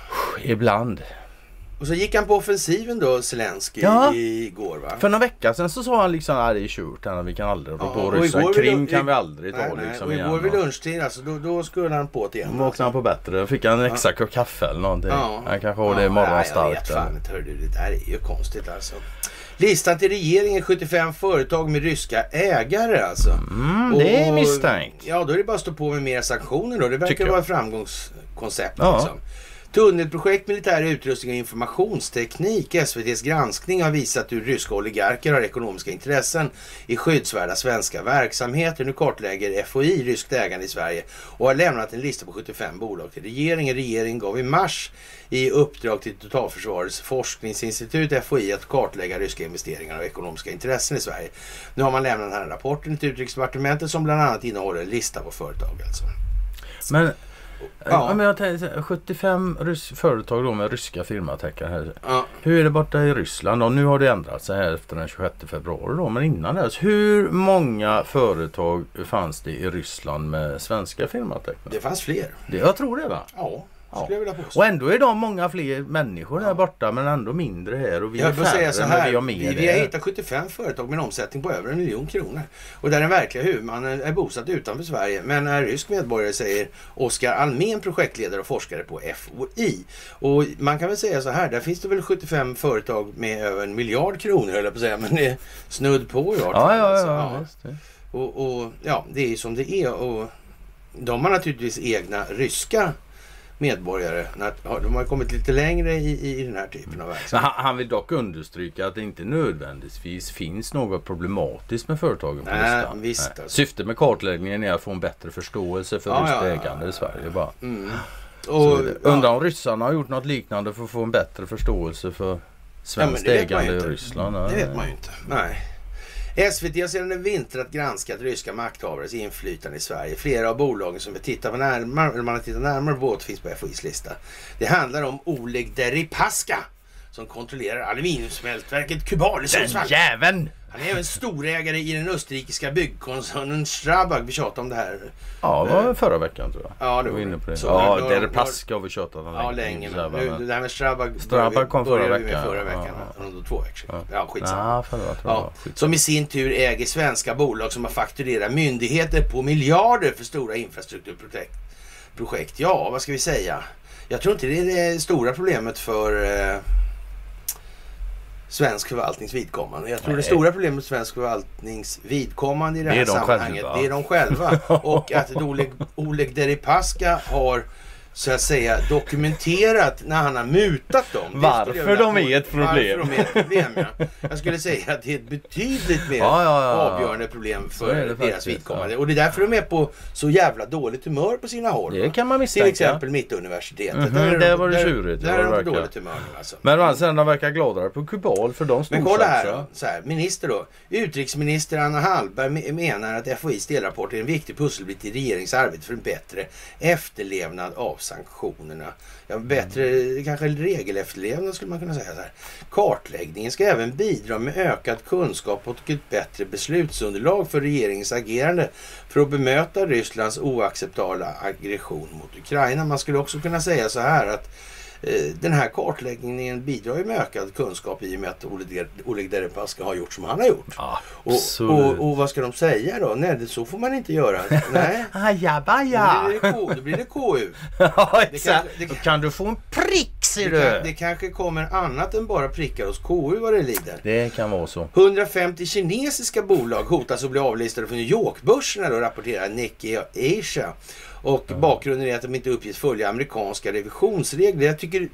ibland. Och så gick han på offensiven då, Zelensky, Ja. igår va? För några vecka sedan så sa han liksom att det är kört, här, vi kan aldrig rå Ja, på och ryssar. igår Krim vid- kan vi aldrig ta Nej, nej. liksom Och igen. igår vid va. lunchtid, alltså, då, då skulle han på det igen. Då vaknade han på bättre. Fick han en extra kopp kaffe eller någonting. Ja. Han kanske har det Ja, jag morgonstarkt. vet fan inte, hörde, det där är ju konstigt alltså. Listan till regeringen, sjuttiofem företag med ryska ägare alltså. Mm, det är Och- misstänkt. Ja, då är det bara att stå på med mer sanktioner då. Det verkar Tycker jag. vara ett framgångskoncept Ja. liksom. Tunnelprojekt, militär utrustning och informationsteknik. S V T:s granskning har visat hur ryska oligarker har ekonomiska intressen i skyddsvärda svenska verksamheter. Nu kartlägger F O I ryskt ägande i Sverige och har lämnat en lista på sjuttiofem bolag till regeringen. Regeringen gav i mars i uppdrag till Totalförsvarets forskningsinstitut F O I att kartlägga ryska investeringar och ekonomiska intressen i Sverige. Nu har man lämnat den här rapporten till Utrikesdepartementet som bland annat innehåller en lista på företag alltså. Men, Ja. ja. men jag tänkte, sjuttiofem rys- företag då med ryska firmateckare här. Ja. Hur är det borta i Ryssland? Och nu har det ändrat sig här efter den tjugosjätte februari då, men innan dess. Hur många företag fanns det i Ryssland med svenska firmateckare? Det fanns fler. Det, jag tror det, va? Ja, Ja. skulle jag vilja påstå. Och ändå är de många fler människor där borta, men ändå mindre här. Och vi Jag är vill säga så färre, här, men vi har vi, mer vi har där. hittat sjuttiofem företag med en omsättning på över en miljon kronor. Och där den verkliga huvudmannen är bosatt utanför Sverige, men är rysk medborgare, säger Oskar Almén, projektledare och forskare på F O I. Och man kan väl säga så här, där finns det väl sjuttiofem företag med över en miljard kronor, höll jag på att säga, men det är snudd på i Ja, ja, alltså, ja, just det. Och, och ja, det är ju som det är. Och de har naturligtvis egna ryska medborgare. De har kommit lite längre i, i den här typen av verksamhet. Men han, han vill dock understryka att det inte nödvändigtvis finns något problematiskt med företagen på Nej, listan. visst, Nej. alltså. Syftet med kartläggningen är att få en bättre förståelse för Ja, ryskt ja, ja, ägande ja, i Sverige. Bara. Mm. Så Och, är det. Undrar om ryssarna har gjort något liknande för att få en bättre förståelse för svenskt det vet man ju ägande i inte. Ryssland. Det vet man ju inte. Nej. S V T har sedan en vintrat granskat ryska makthavares inflytande i Sverige. Flera av bolagen som vi tittar på närmare, eller man har tittat närmare på, återfinns på F O I:s lista. Det handlar om Oleg Deripaska som kontrollerar aluminiumsmältverket Kubal i Sundsvall. jäveln! Han är även storägare i den österrikiska byggkoncernen Strabag. Vi tjatade om det här. Ja, det var förra veckan tror jag. Ja, det Du var var inne på det. så. Ja, Då- det är då- Paska har vi tjatat om Ja, länge. Så här, Men nu, men- det här med Strabag, Strabag kom förra började vi med veckan. förra veckan. Ja, Ja, två veckor sedan. Ja, skitsamma. Ja, förra tror jag. Ja, Skitsamma. som i sin tur äger svenska bolag som har fakturerat myndigheter på miljarder för stora infrastrukturprojekt. Projekt. Ja, vad ska vi säga? Jag tror inte det är det stora problemet för eh, svensk förvaltnings vidkommande. Jag tror Nej. det stora problemet med svensk förvaltnings vidkommande i det, Det här är de sammanhanget, själva. det är de själva. Och att Oleg, Oleg Deripaska har så att säga dokumenterat när han har mutat dem. Varför de är ett problem. Varför de är ett problem, ja. Jag skulle säga att det är ett betydligt mer ja, ja, ja. avgörande problem för deras faktiskt, vidkommande. ja. Och det är därför de är på så jävla dåligt humör på sina håll. Det kan man misstänka. Till exempel Mittuniversitetet. Mm-hmm, där där de, var det där, tjurigt. Där är de på dåligt humör nu alltså. Men mm. sen de verkar gladare på Kubal för de Men kolla här då, så här, minister då. Utrikesminister Anna Hallberg menar att F O I:s delrapport är en viktig pusselbit i regeringens arbete för en bättre efterlevnad av sanktionerna. Ja, bättre, kanske regelefterlevnad skulle man kunna säga så här. Kartläggningen ska även bidra med ökad kunskap och ett bättre beslutsunderlag för regeringens agerande för att bemöta Rysslands oacceptabla aggression mot Ukraina. Man skulle också kunna säga så här att den här kartläggningen bidrar ju med ökad kunskap i och med att Oleg Deripaska har gjort som han har gjort. Och, och, och vad ska de säga då? Nej, det, så får man inte göra. Nej. Ajabaja. Då blir det K, då blir det K U. Ja, det kan, det, då kan du få en prick, ser det, du. kan, det kanske kommer annat än bara prickar hos K U vad det lider. Det kan vara så. hundrafemtio kinesiska bolag hotas att bli avlistade från New York-börserna då, rapporterar Nikkei Asia. Och mm. bakgrunden är att de inte uppges följa amerikanska revisionsregler. Jag tycker,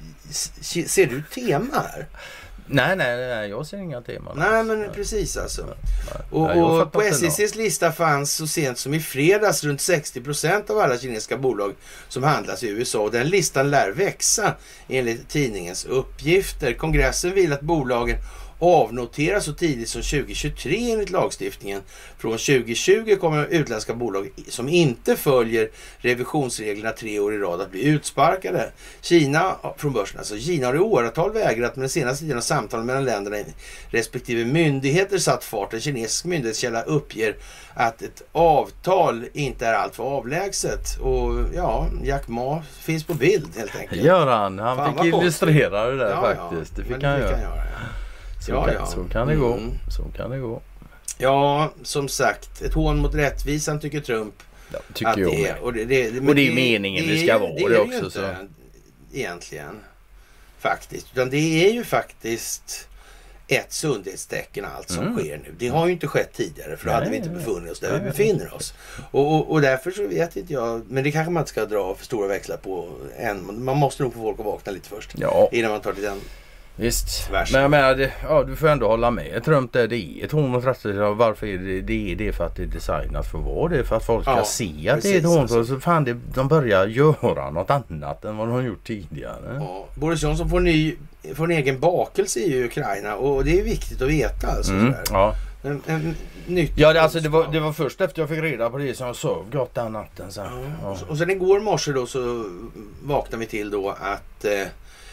ser du tema här? Nej, nej, nej, jag ser inga teman. Nej, men nej. Precis alltså. Nej, nej. Och, och på S E C:s lista fanns så sent som i fredags runt sextio procent av alla kinesiska bolag som handlas i U S A. Och den listan lär växa enligt tidningens uppgifter. Kongressen vill att bolagen avnoteras så tidigt som tjugo tjugotre enligt lagstiftningen. Från tjugo tjugo kommer utländska bolag som inte följer revisionsreglerna tre år i rad att bli utsparkade. Kina från börsen, alltså Kina har i åratal vägrat, men den senaste tiden av samtal mellan länderna respektive myndigheter satt fart. En kinesisk myndighetskälla uppger att ett avtal inte är allt för avlägset. Och ja, Jack Ma finns på bild helt enkelt. Gör han, han Fan, fick illustrera det där ja, faktiskt. Ja, det fick det han fick göra. Han göra ja. Så, Ja, kan, ja. så kan det gå. Mm. Så kan det gå. Ja, som sagt, ett hån mot rättvisan tycker Trump. Ja, tycker att jag det är. Och det, det, och det är meningen det, det ska vara det, det också. Så. Egentligen. Faktiskt. Utan det är ju faktiskt ett sundhetstecken allt som mm. sker nu. Det har ju inte skett tidigare, för då nej, hade vi inte befunnit oss där nej, vi befinner oss. Och, och, och därför så vet inte jag, men det kanske man inte ska dra för stora växlar på än. Man måste nog få folk att vakna lite först. Ja. Innan man tar till den. Visst, Värsta. men jag menar, det, ja, du får ändå hålla med. Trump där, det är ett hån mot rättvisan. Varför är det det? Är det för att det är designat för vad? Det är för att folk ska ja, se att precis, det är ett hån. Alltså. Så fan, det, de börjar göra något annat än vad de har gjort tidigare. Ja. Boris Johnson får, ny, får en egen bakelse i Ukraina och det är viktigt att veta. Alltså, mm, ja. En, en nytt ja, det, alltså, det, var, det var först efter jag fick reda på det som jag sov gott den natten. Så. Ja. Ja. Och sen igår morse då så vaknade vi till då att eh,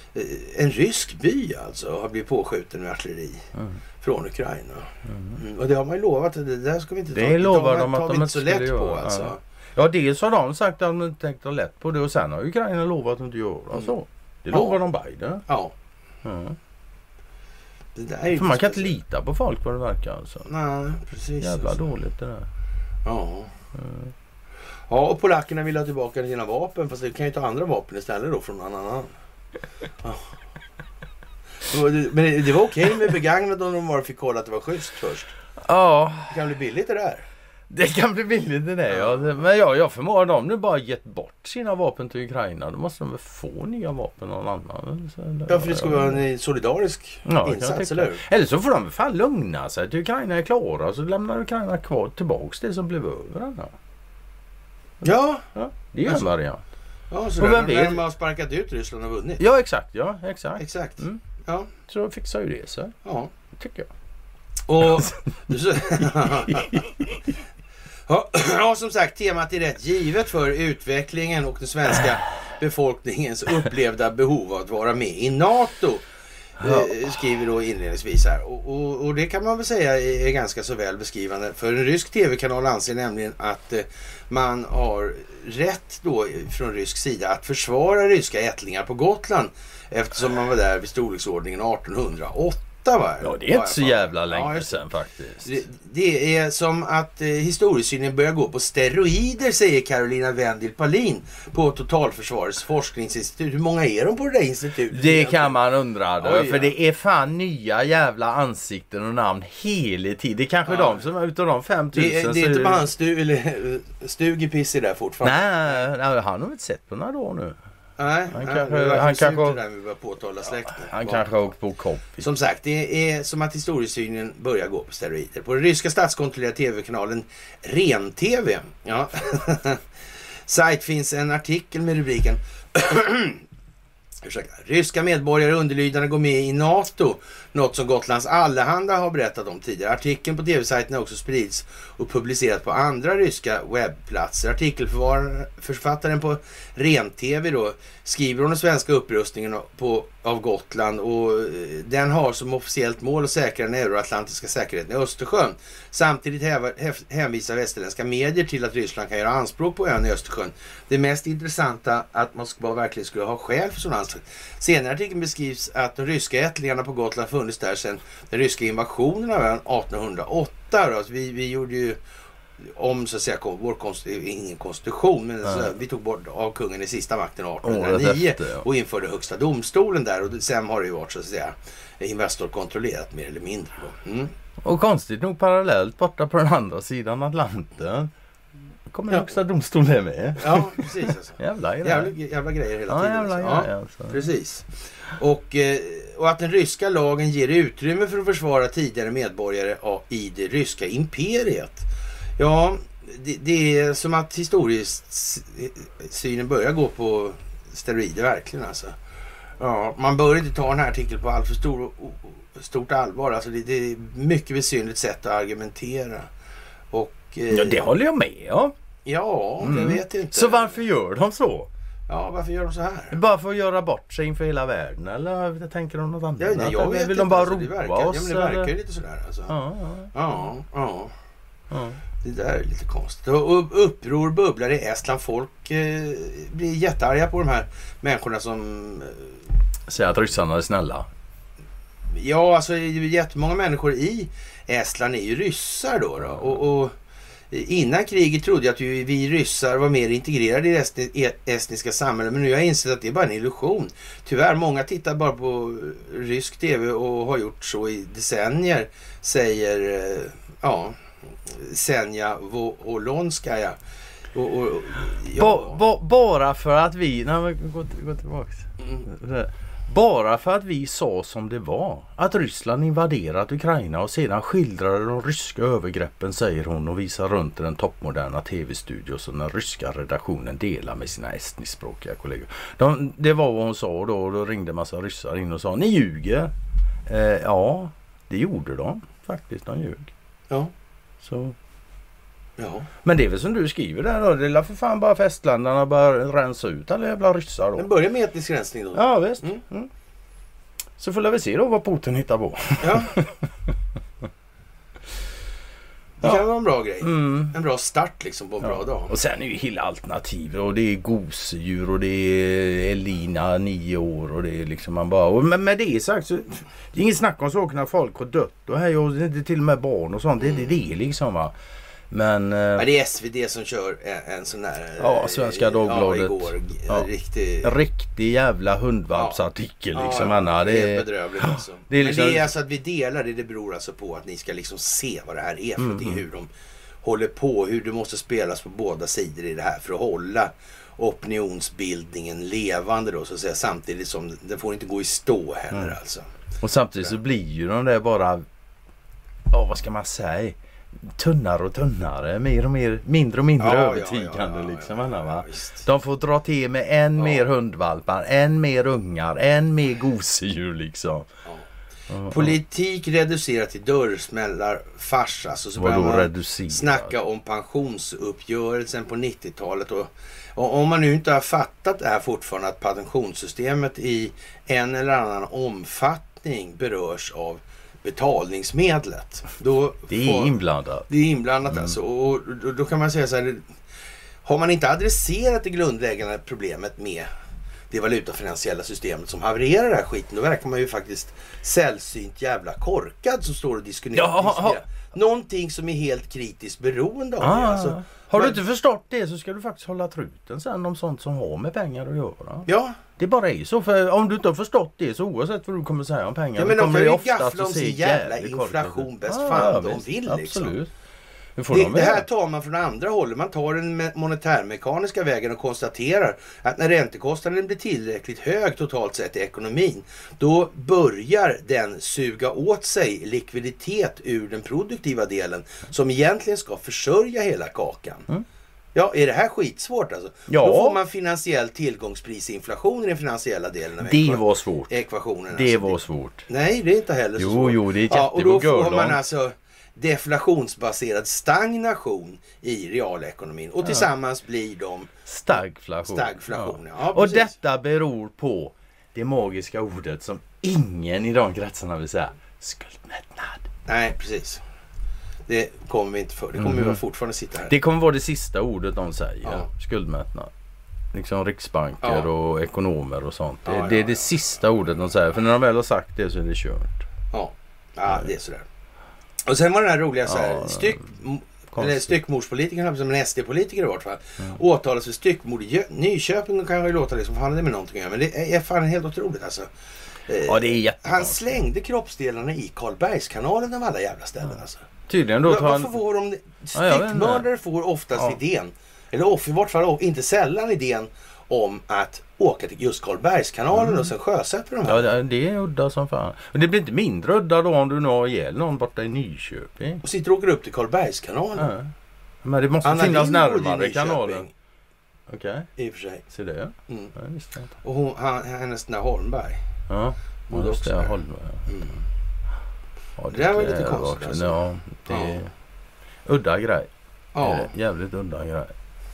en rysk by alltså har blivit påskjuten med artilleri mm. från Ukraina. Mm. Mm. Och det har man ju lovat. Det där ska vi inte det ta, lovar ta, de ta, att ta de inte så lätt göra. på alltså. Ja. Ja, dels har de sagt att de inte tänkt ta lätt på det och sen har Ukraina lovat att inte göra mm. så. Det lovar ja. de Biden. Ja. Mm. Det där är för man kan inte lita på folk vad det verkar alltså. Nej, precis. Jävla alltså. dåligt det där. Ja. Mm. Ja, och polackerna vill ha tillbaka sina vapen, fast det kan ju ta andra vapen istället då från någon annan. Ja. Men det var okej med begagnat om de bara fick kolla att det var schysst först. Ja. Det kan bli billigt det där. Det kan bli billigt det där, ja. Men jag, jag förmodar dem nu bara gett bort sina vapen till Ukraina. Då måste de väl få nya vapen någon annan. Så, ja, för det ska vara en solidarisk ja, insats, eller hur? Eller så får de fan lugna sig till Ukraina är klara. Så lämnar Ukraina kvar tillbaks det som blev över den här. Ja. ja. Det är ju en variant. Ja, så när de har sparkat ut Ryssland och vunnit. Ja, exakt. Ja, exakt. Exakt. Mm. Ja. Så fixar ju det så. Ja. Tycker jag. Och ja, som sagt, temat är rätt givet för utvecklingen och den svenska befolkningens upplevda behov av att vara med i NATO. Eh, skriver då inledningsvis här. Och, och, och det kan man väl säga är ganska så väl beskrivande. För en rysk tv-kanal anser nämligen att eh, man har rätt då från rysk sida att försvara ryska ättlingar på Gotland eftersom man var där vid storleksordningen artonhundraåtta. åtta va? Ja, det är inte så jävla länge ja, sedan faktiskt. Det, det är som att eh, historiesynen börjar gå på steroider, säger Carolina Wendel Palin på Totalförsvarets forskningsinstitut. Hur många är de på det där institutet? Det kan man undra då, Oj, för ja. det är fan nya jävla ansikten och namn hela tiden. Det är kanske Ja. de som är utav de fem tusen. Det, det är inte bara han stu, eller, Stugepissi där fortfarande. Nej, nej, han har inte sett på några år nu. Nej, Han han kanske- kanske, han kanske- där vi börjar påtala släkten. Han Bara- kanske har åkt på kopp. Som sagt, det är som att historiesynen börjar gå på steroider. På den ryska statskontrollerade tv-kanalen Ren-T V ja. sajt finns en artikel med rubriken Ursäkta. Ryska medborgare underlydande går med i NATO. Något som Gotlands Allehanda har berättat om tidigare. Artikeln på tv-sajten har också spridits och publicerat på andra ryska webbplatser. Artikelförfattaren på Ren-T V då skriver om den svenska upprustningen på, av Gotland, och den har som officiellt mål att säkra den euroatlantiska säkerheten i Östersjön. Samtidigt häva, häf, hänvisar västerländska medier till att Ryssland kan göra anspråk på ön i Östersjön. Det mest intressanta att Moskva verkligen skulle ha skäl för sådana anspråk. Senare i artikeln beskrivs att de ryska ättlingarna på Gotland funnits där sedan den ryska invasionen av ön artonhundraåtta. Då. Alltså vi, vi gjorde ju om så att säga vår konst, ingen konstitution, men så, vi tog bort av kungen i sista makten artonhundranio efter, ja. Och införde högsta domstolen där, och sen har det ju varit så att säga Investor kontrollerat mer eller mindre då. Mm. Och konstigt nog parallellt borta på den andra sidan Atlanten kommer ja. högsta domstolen med. Ja, precis alltså. jävla, jävla, jävla grejer hela ja, tiden. Jävla, alltså. ja, ja, alltså. Precis. Och, och att den ryska lagen ger utrymme för att försvara tidigare medborgare i det ryska imperiet. Ja, det, det är som att historiesynen börjar gå på steroider verkligen alltså. Ja, man bör inte ta den här artikeln på allt för stor, stort allvar. Alltså det, det är mycket besynligt sätt att argumentera. Och, eh, ja, det håller jag med om. Ja, det mm. vet jag inte. Så varför gör de så? Ja, varför gör de så här? Bara för att göra bort sig inför hela världen, eller tänker de något annat? Ja, nej, jag vet vill inte. De bara alltså, ropa det verkar, oss? Ja, men det verkar ju lite sådär alltså. Ja, ja. Ja, ja. ja. Det där är lite konstigt. Och uppror bubblar i Estland. Folk eh, blir jättearga på de här människorna som... Eh, säger att ryssarna är snälla. Ja, alltså jättemånga människor i Estland är ju ryssar då. då. Och, och innan kriget trodde jag att vi ryssar var mer integrerade i det estniska samhället. Men nu har jag insett att det är bara en illusion. Tyvärr, många tittar bara på rysk tv och har gjort så i decennier, säger eh, ja, Senja Volonskaja. Och, och, ja. ba, ba, bara för att vi... Nej, men gå, gå tillbaka. Mm. Bara för att vi sa som det var, att Ryssland invaderat Ukraina och sedan skildrade de ryska övergreppen, säger hon och visar runt den toppmoderna tv-studio som den ryska redaktionen delar med sina estniskspråkiga kollegor. De, det var vad hon sa då, och då ringde en massa ryssar in och sa, ni ljuger. Eh, ja, det gjorde de faktiskt, de ljug. Ja. Så... Ja. Men det är väl som du skriver där då, det är för fan bara festländerna bara rensa ut alla jävla ryssar då. Den börjar med etnisk rensning då. Ja, visst. Mm. Mm. Så får vi se då vad Putin hittar på. Ja. Det kan vara en bra grej. Mm. En bra start liksom på en ja. bra dag. Och sen är ju hela alternativet, och det är gosedjur och det är Elina nio år och det är liksom man bara, och med, med det sagt så det är inget snack om saker när folk har dött och här och det är till och med barn och sånt. Mm. Det, det, det är liksom va. Men ja, det är S V D som kör en, en sån här ja, Svenska Dagbladet. Ja, igår. Ja. Riktig, riktig jävla hundvalpsartikel ja, liksom. Ja, Anna. det, Det är är bedrövligt alltså. Det är liksom... Men det är alltså att vi delar det, det beror alltså på att ni ska liksom se vad det här är för mm. det är hur de håller på, hur det måste spelas på båda sidor i det här för att hålla opinionsbildningen levande då så att säga, samtidigt som den får inte gå i stå heller mm. alltså. Och samtidigt så blir ju de där bara ja, vad ska man säga, tunnare och tunnare, mer och mer, mindre och mindre ja, övertygande ja, ja, ja, liksom. Ja, ja, va? Ja, de får dra till med än ja. mer hundvalpar, än mer ungar, än mer gosedjur liksom. Ja. Ja, politik reducerat till dörrsmällar, farsa, alltså, så börjar man reducerat? snacka om pensionsuppgörelsen på nittiotalet och, och om man nu inte har fattat det här fortfarande att pensionssystemet i en eller annan omfattning berörs av betalningsmedlet. Då det är får, inblandat. Det är inblandat mm. alltså. Och då, då kan man säga så här, har man inte adresserat det grundläggande problemet med det valutafinansiella systemet som havererar den här skiten. Då verkar man ju faktiskt sällsynt jävla korkad som står och diskuterar. Ja, ha, ha. Någonting som är helt kritiskt beroende av Ah, det. Alltså, har man, du inte förstått det så ska du faktiskt hålla truten sen om sånt som har med pengar att göra. Ja. Det bara är så, för om du inte har förstått det så oavsett vad du kommer säga om pengar. Ja, men de kommer kan ju oftast gaffla om att se sin jävla jävligt inflation korkat. bäst Ah, fan ja, de visst, vill liksom. Absolut. Får Det, de det här med? tar man från andra hållet. Man tar den monetärmekaniska vägen och konstaterar att när räntekostnaden blir tillräckligt hög totalt sett i ekonomin, då börjar den suga åt sig likviditet ur den produktiva delen som egentligen ska försörja hela kakan. Mm. Ja, är det här skitsvårt alltså? Ja. Då får man finansiell tillgångsprisinflation i den finansiella delen av Det ekva- var svårt. ekvationen. Det alltså. var svårt. Nej, det är inte heller så Jo, svårt. jo, det är ja, och då får jättebra. man alltså deflationsbaserad stagnation i realekonomin. Och tillsammans blir de Stagflation. stagflation. Ja. Ja, Och precis. detta beror på det magiska ordet som ingen i de kretsarna vill säga. Skuldmättnad. Nej, precis. Det kommer vi inte för. Det kommer Mhm. vi fortfarande sitta här. Det kommer vara det sista ordet de säger. Ja. Skuldmättnad. Liksom riksbanker Ja. och ekonomer och sånt. Det, Ja, ja, det är det ja. sista ordet de säger. För när de väl har sagt det så är det kört. Ja, ja det är sådär. Och sen var den här roliga så här, Ja, styck, konstigt. eller styckmordspolitiker, som en S D-politiker i vart fall, Mm. åtalas för styckmord i Jö- Nyköping. Kan ju låta liksom, fan det med någonting att göra, men det är fan helt otroligt alltså. Eh, Ja, det är han jättekonstigt. slängde kroppsdelarna i Karlbergskanalen av alla jävla ställen alltså. Tydligen då Va- tar Varför han... får de... Ja, jag vet inte. Styckmördare får oftast Ja. idén, eller off, i vart fall inte sällan idén om att åka till just Karlbergskanalen Mm. och sen sjösätta de här. Ja, det- det är udda som fan. Men det blir inte mindre udda då om du nu har ihjäl någon borta i Nyköping. Och sitter och åker upp till Karlbergskanalen. Ja. Men det måste Anna finnas Lindh bodde i närmare Nyköping, kanalen. Okej, i och för sig. se det. Mm. Ja, det visste jag inte. Och hon, han, hennes den där Holmberg. Ja, Bodde just också det. Jag där. håller med. Mm. Ja, Det där var lite är konstigt, också- alltså. Ja, det är Ja. udda grej. Ja. Ja. Jävligt udda grej.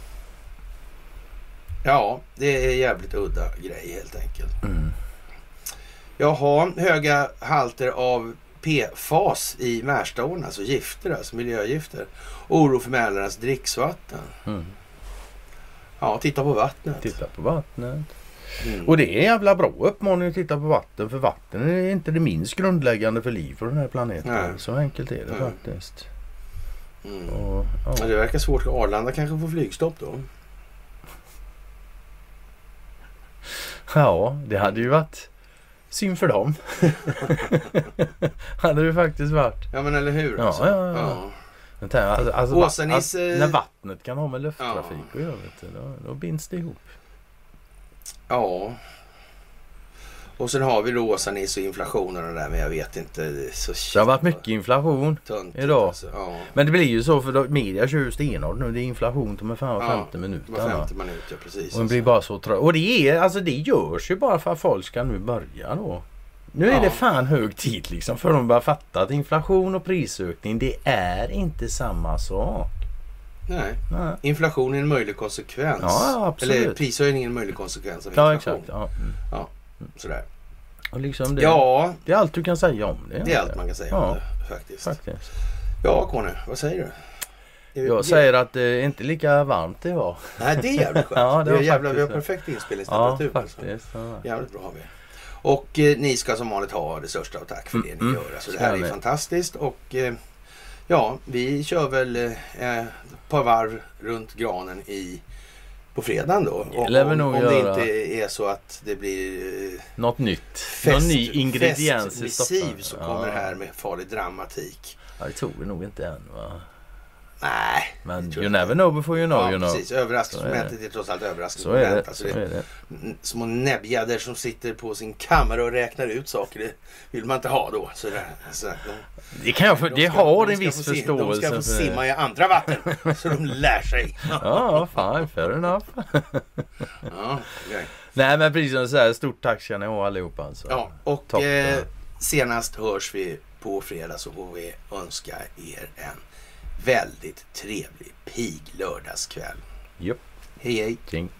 ja, det är jävligt udda grej helt enkelt. Mm. Jaha, höga halter av P F A S i Märstaån, alltså gifter, alltså miljögifter. Oro för Mälarens dricksvatten. Mm. Ja, titta på vattnet. Titta på vattnet. Mm. Och det är en jävla bra uppmaning att titta på vatten. För vatten är inte det minst grundläggande för liv på den här planeten. Nej. Så enkelt är det Mm. faktiskt. Mm. Och, Ja, ja. det verkar svårt. Arlanda kanske får flygstopp då. ja, det hade ju varit synd för dem. hade det faktiskt varit. Ja, men eller hur? Ja, Alltså. ja, ja. Men tänk, Alltså, alltså, Åsa-Nisse- alltså, när vattnet kan ha med lufttrafik Ja. och göra, vet du, då, då binds det ihop. Ja. Och sen har vi då Åsa-Nisse och inflationen och det där, men jag vet inte. Det, är så Det har varit mycket inflation. töntigt, idag. Alltså. Ja, Men det blir ju så för då, media kör ju stenhårt nu. Det är inflation till med fan var Ja, femte minut. var femte minut, ja precis. Och det blir bara så trött. Och det är, alltså det görs ju bara för att folk ska nu börja då. Nu är Ja. det fan hög tid liksom för de bara fatta att inflation och prisökning, det är inte samma sak. Nej. Nej. Inflation är en möjlig konsekvens. Ja, absolut. Eller prishöjning är en möjlig konsekvens av Ja, inflation. exakt. Ja. Mm. Sådär. Och liksom det, Ja, det är allt du kan säga om det. det är allt man kan säga Ja. om det faktiskt. Faktiskt. Ja, Conny, vad säger du? Är vi- Jag säger att det är inte lika varmt det var. Nej, det är jävligt skönt. Ja, det det är var jävla, vi har faktiskt perfekt Ja, inspelningstemperatur. alltså. faktiskt. Ja. Jävligt bra har vi. Och eh, ni ska som vanligt ha det största av tack för det ni Mm, gör. Alltså, det ska här är ni. fantastiskt. Och eh, ja, vi kör väl eh, ett par varv runt granen i på fredagen då. Det Om, lär vi om, nog om det göra. inte är så att det blir eh, Något nytt. fest, Någon ny ingrediens i festmissiv Stockholm. som Ja. kommer här med farlig dramatik. Ja, det tror vi nog inte än va. Nej. Men det tror you jag never inte. know before you know Ja, you know. precis. Så är Överraskningsmomentet är trots allt Så är det. överraskningsmoment. Alltså, Så det är det. n- små näbbjäder som sitter på sin kammare och räknar ut saker. Det vill man inte ha då. Så där, så där, de, Det kan jag för, de det ska- har de en ska viss få sim- förståelse De ska få för simma i andra vatten så de lär sig. Ja, fine, fair enough. Ja, okej. Nej men precis som så här, stort tack ska ni ha allihopa alltså. Ja, och Toppen. eh, senast hörs vi på fredag, så får vi önska er en väldigt trevlig pig lördagskväll. Japp. Hej hej. Ting.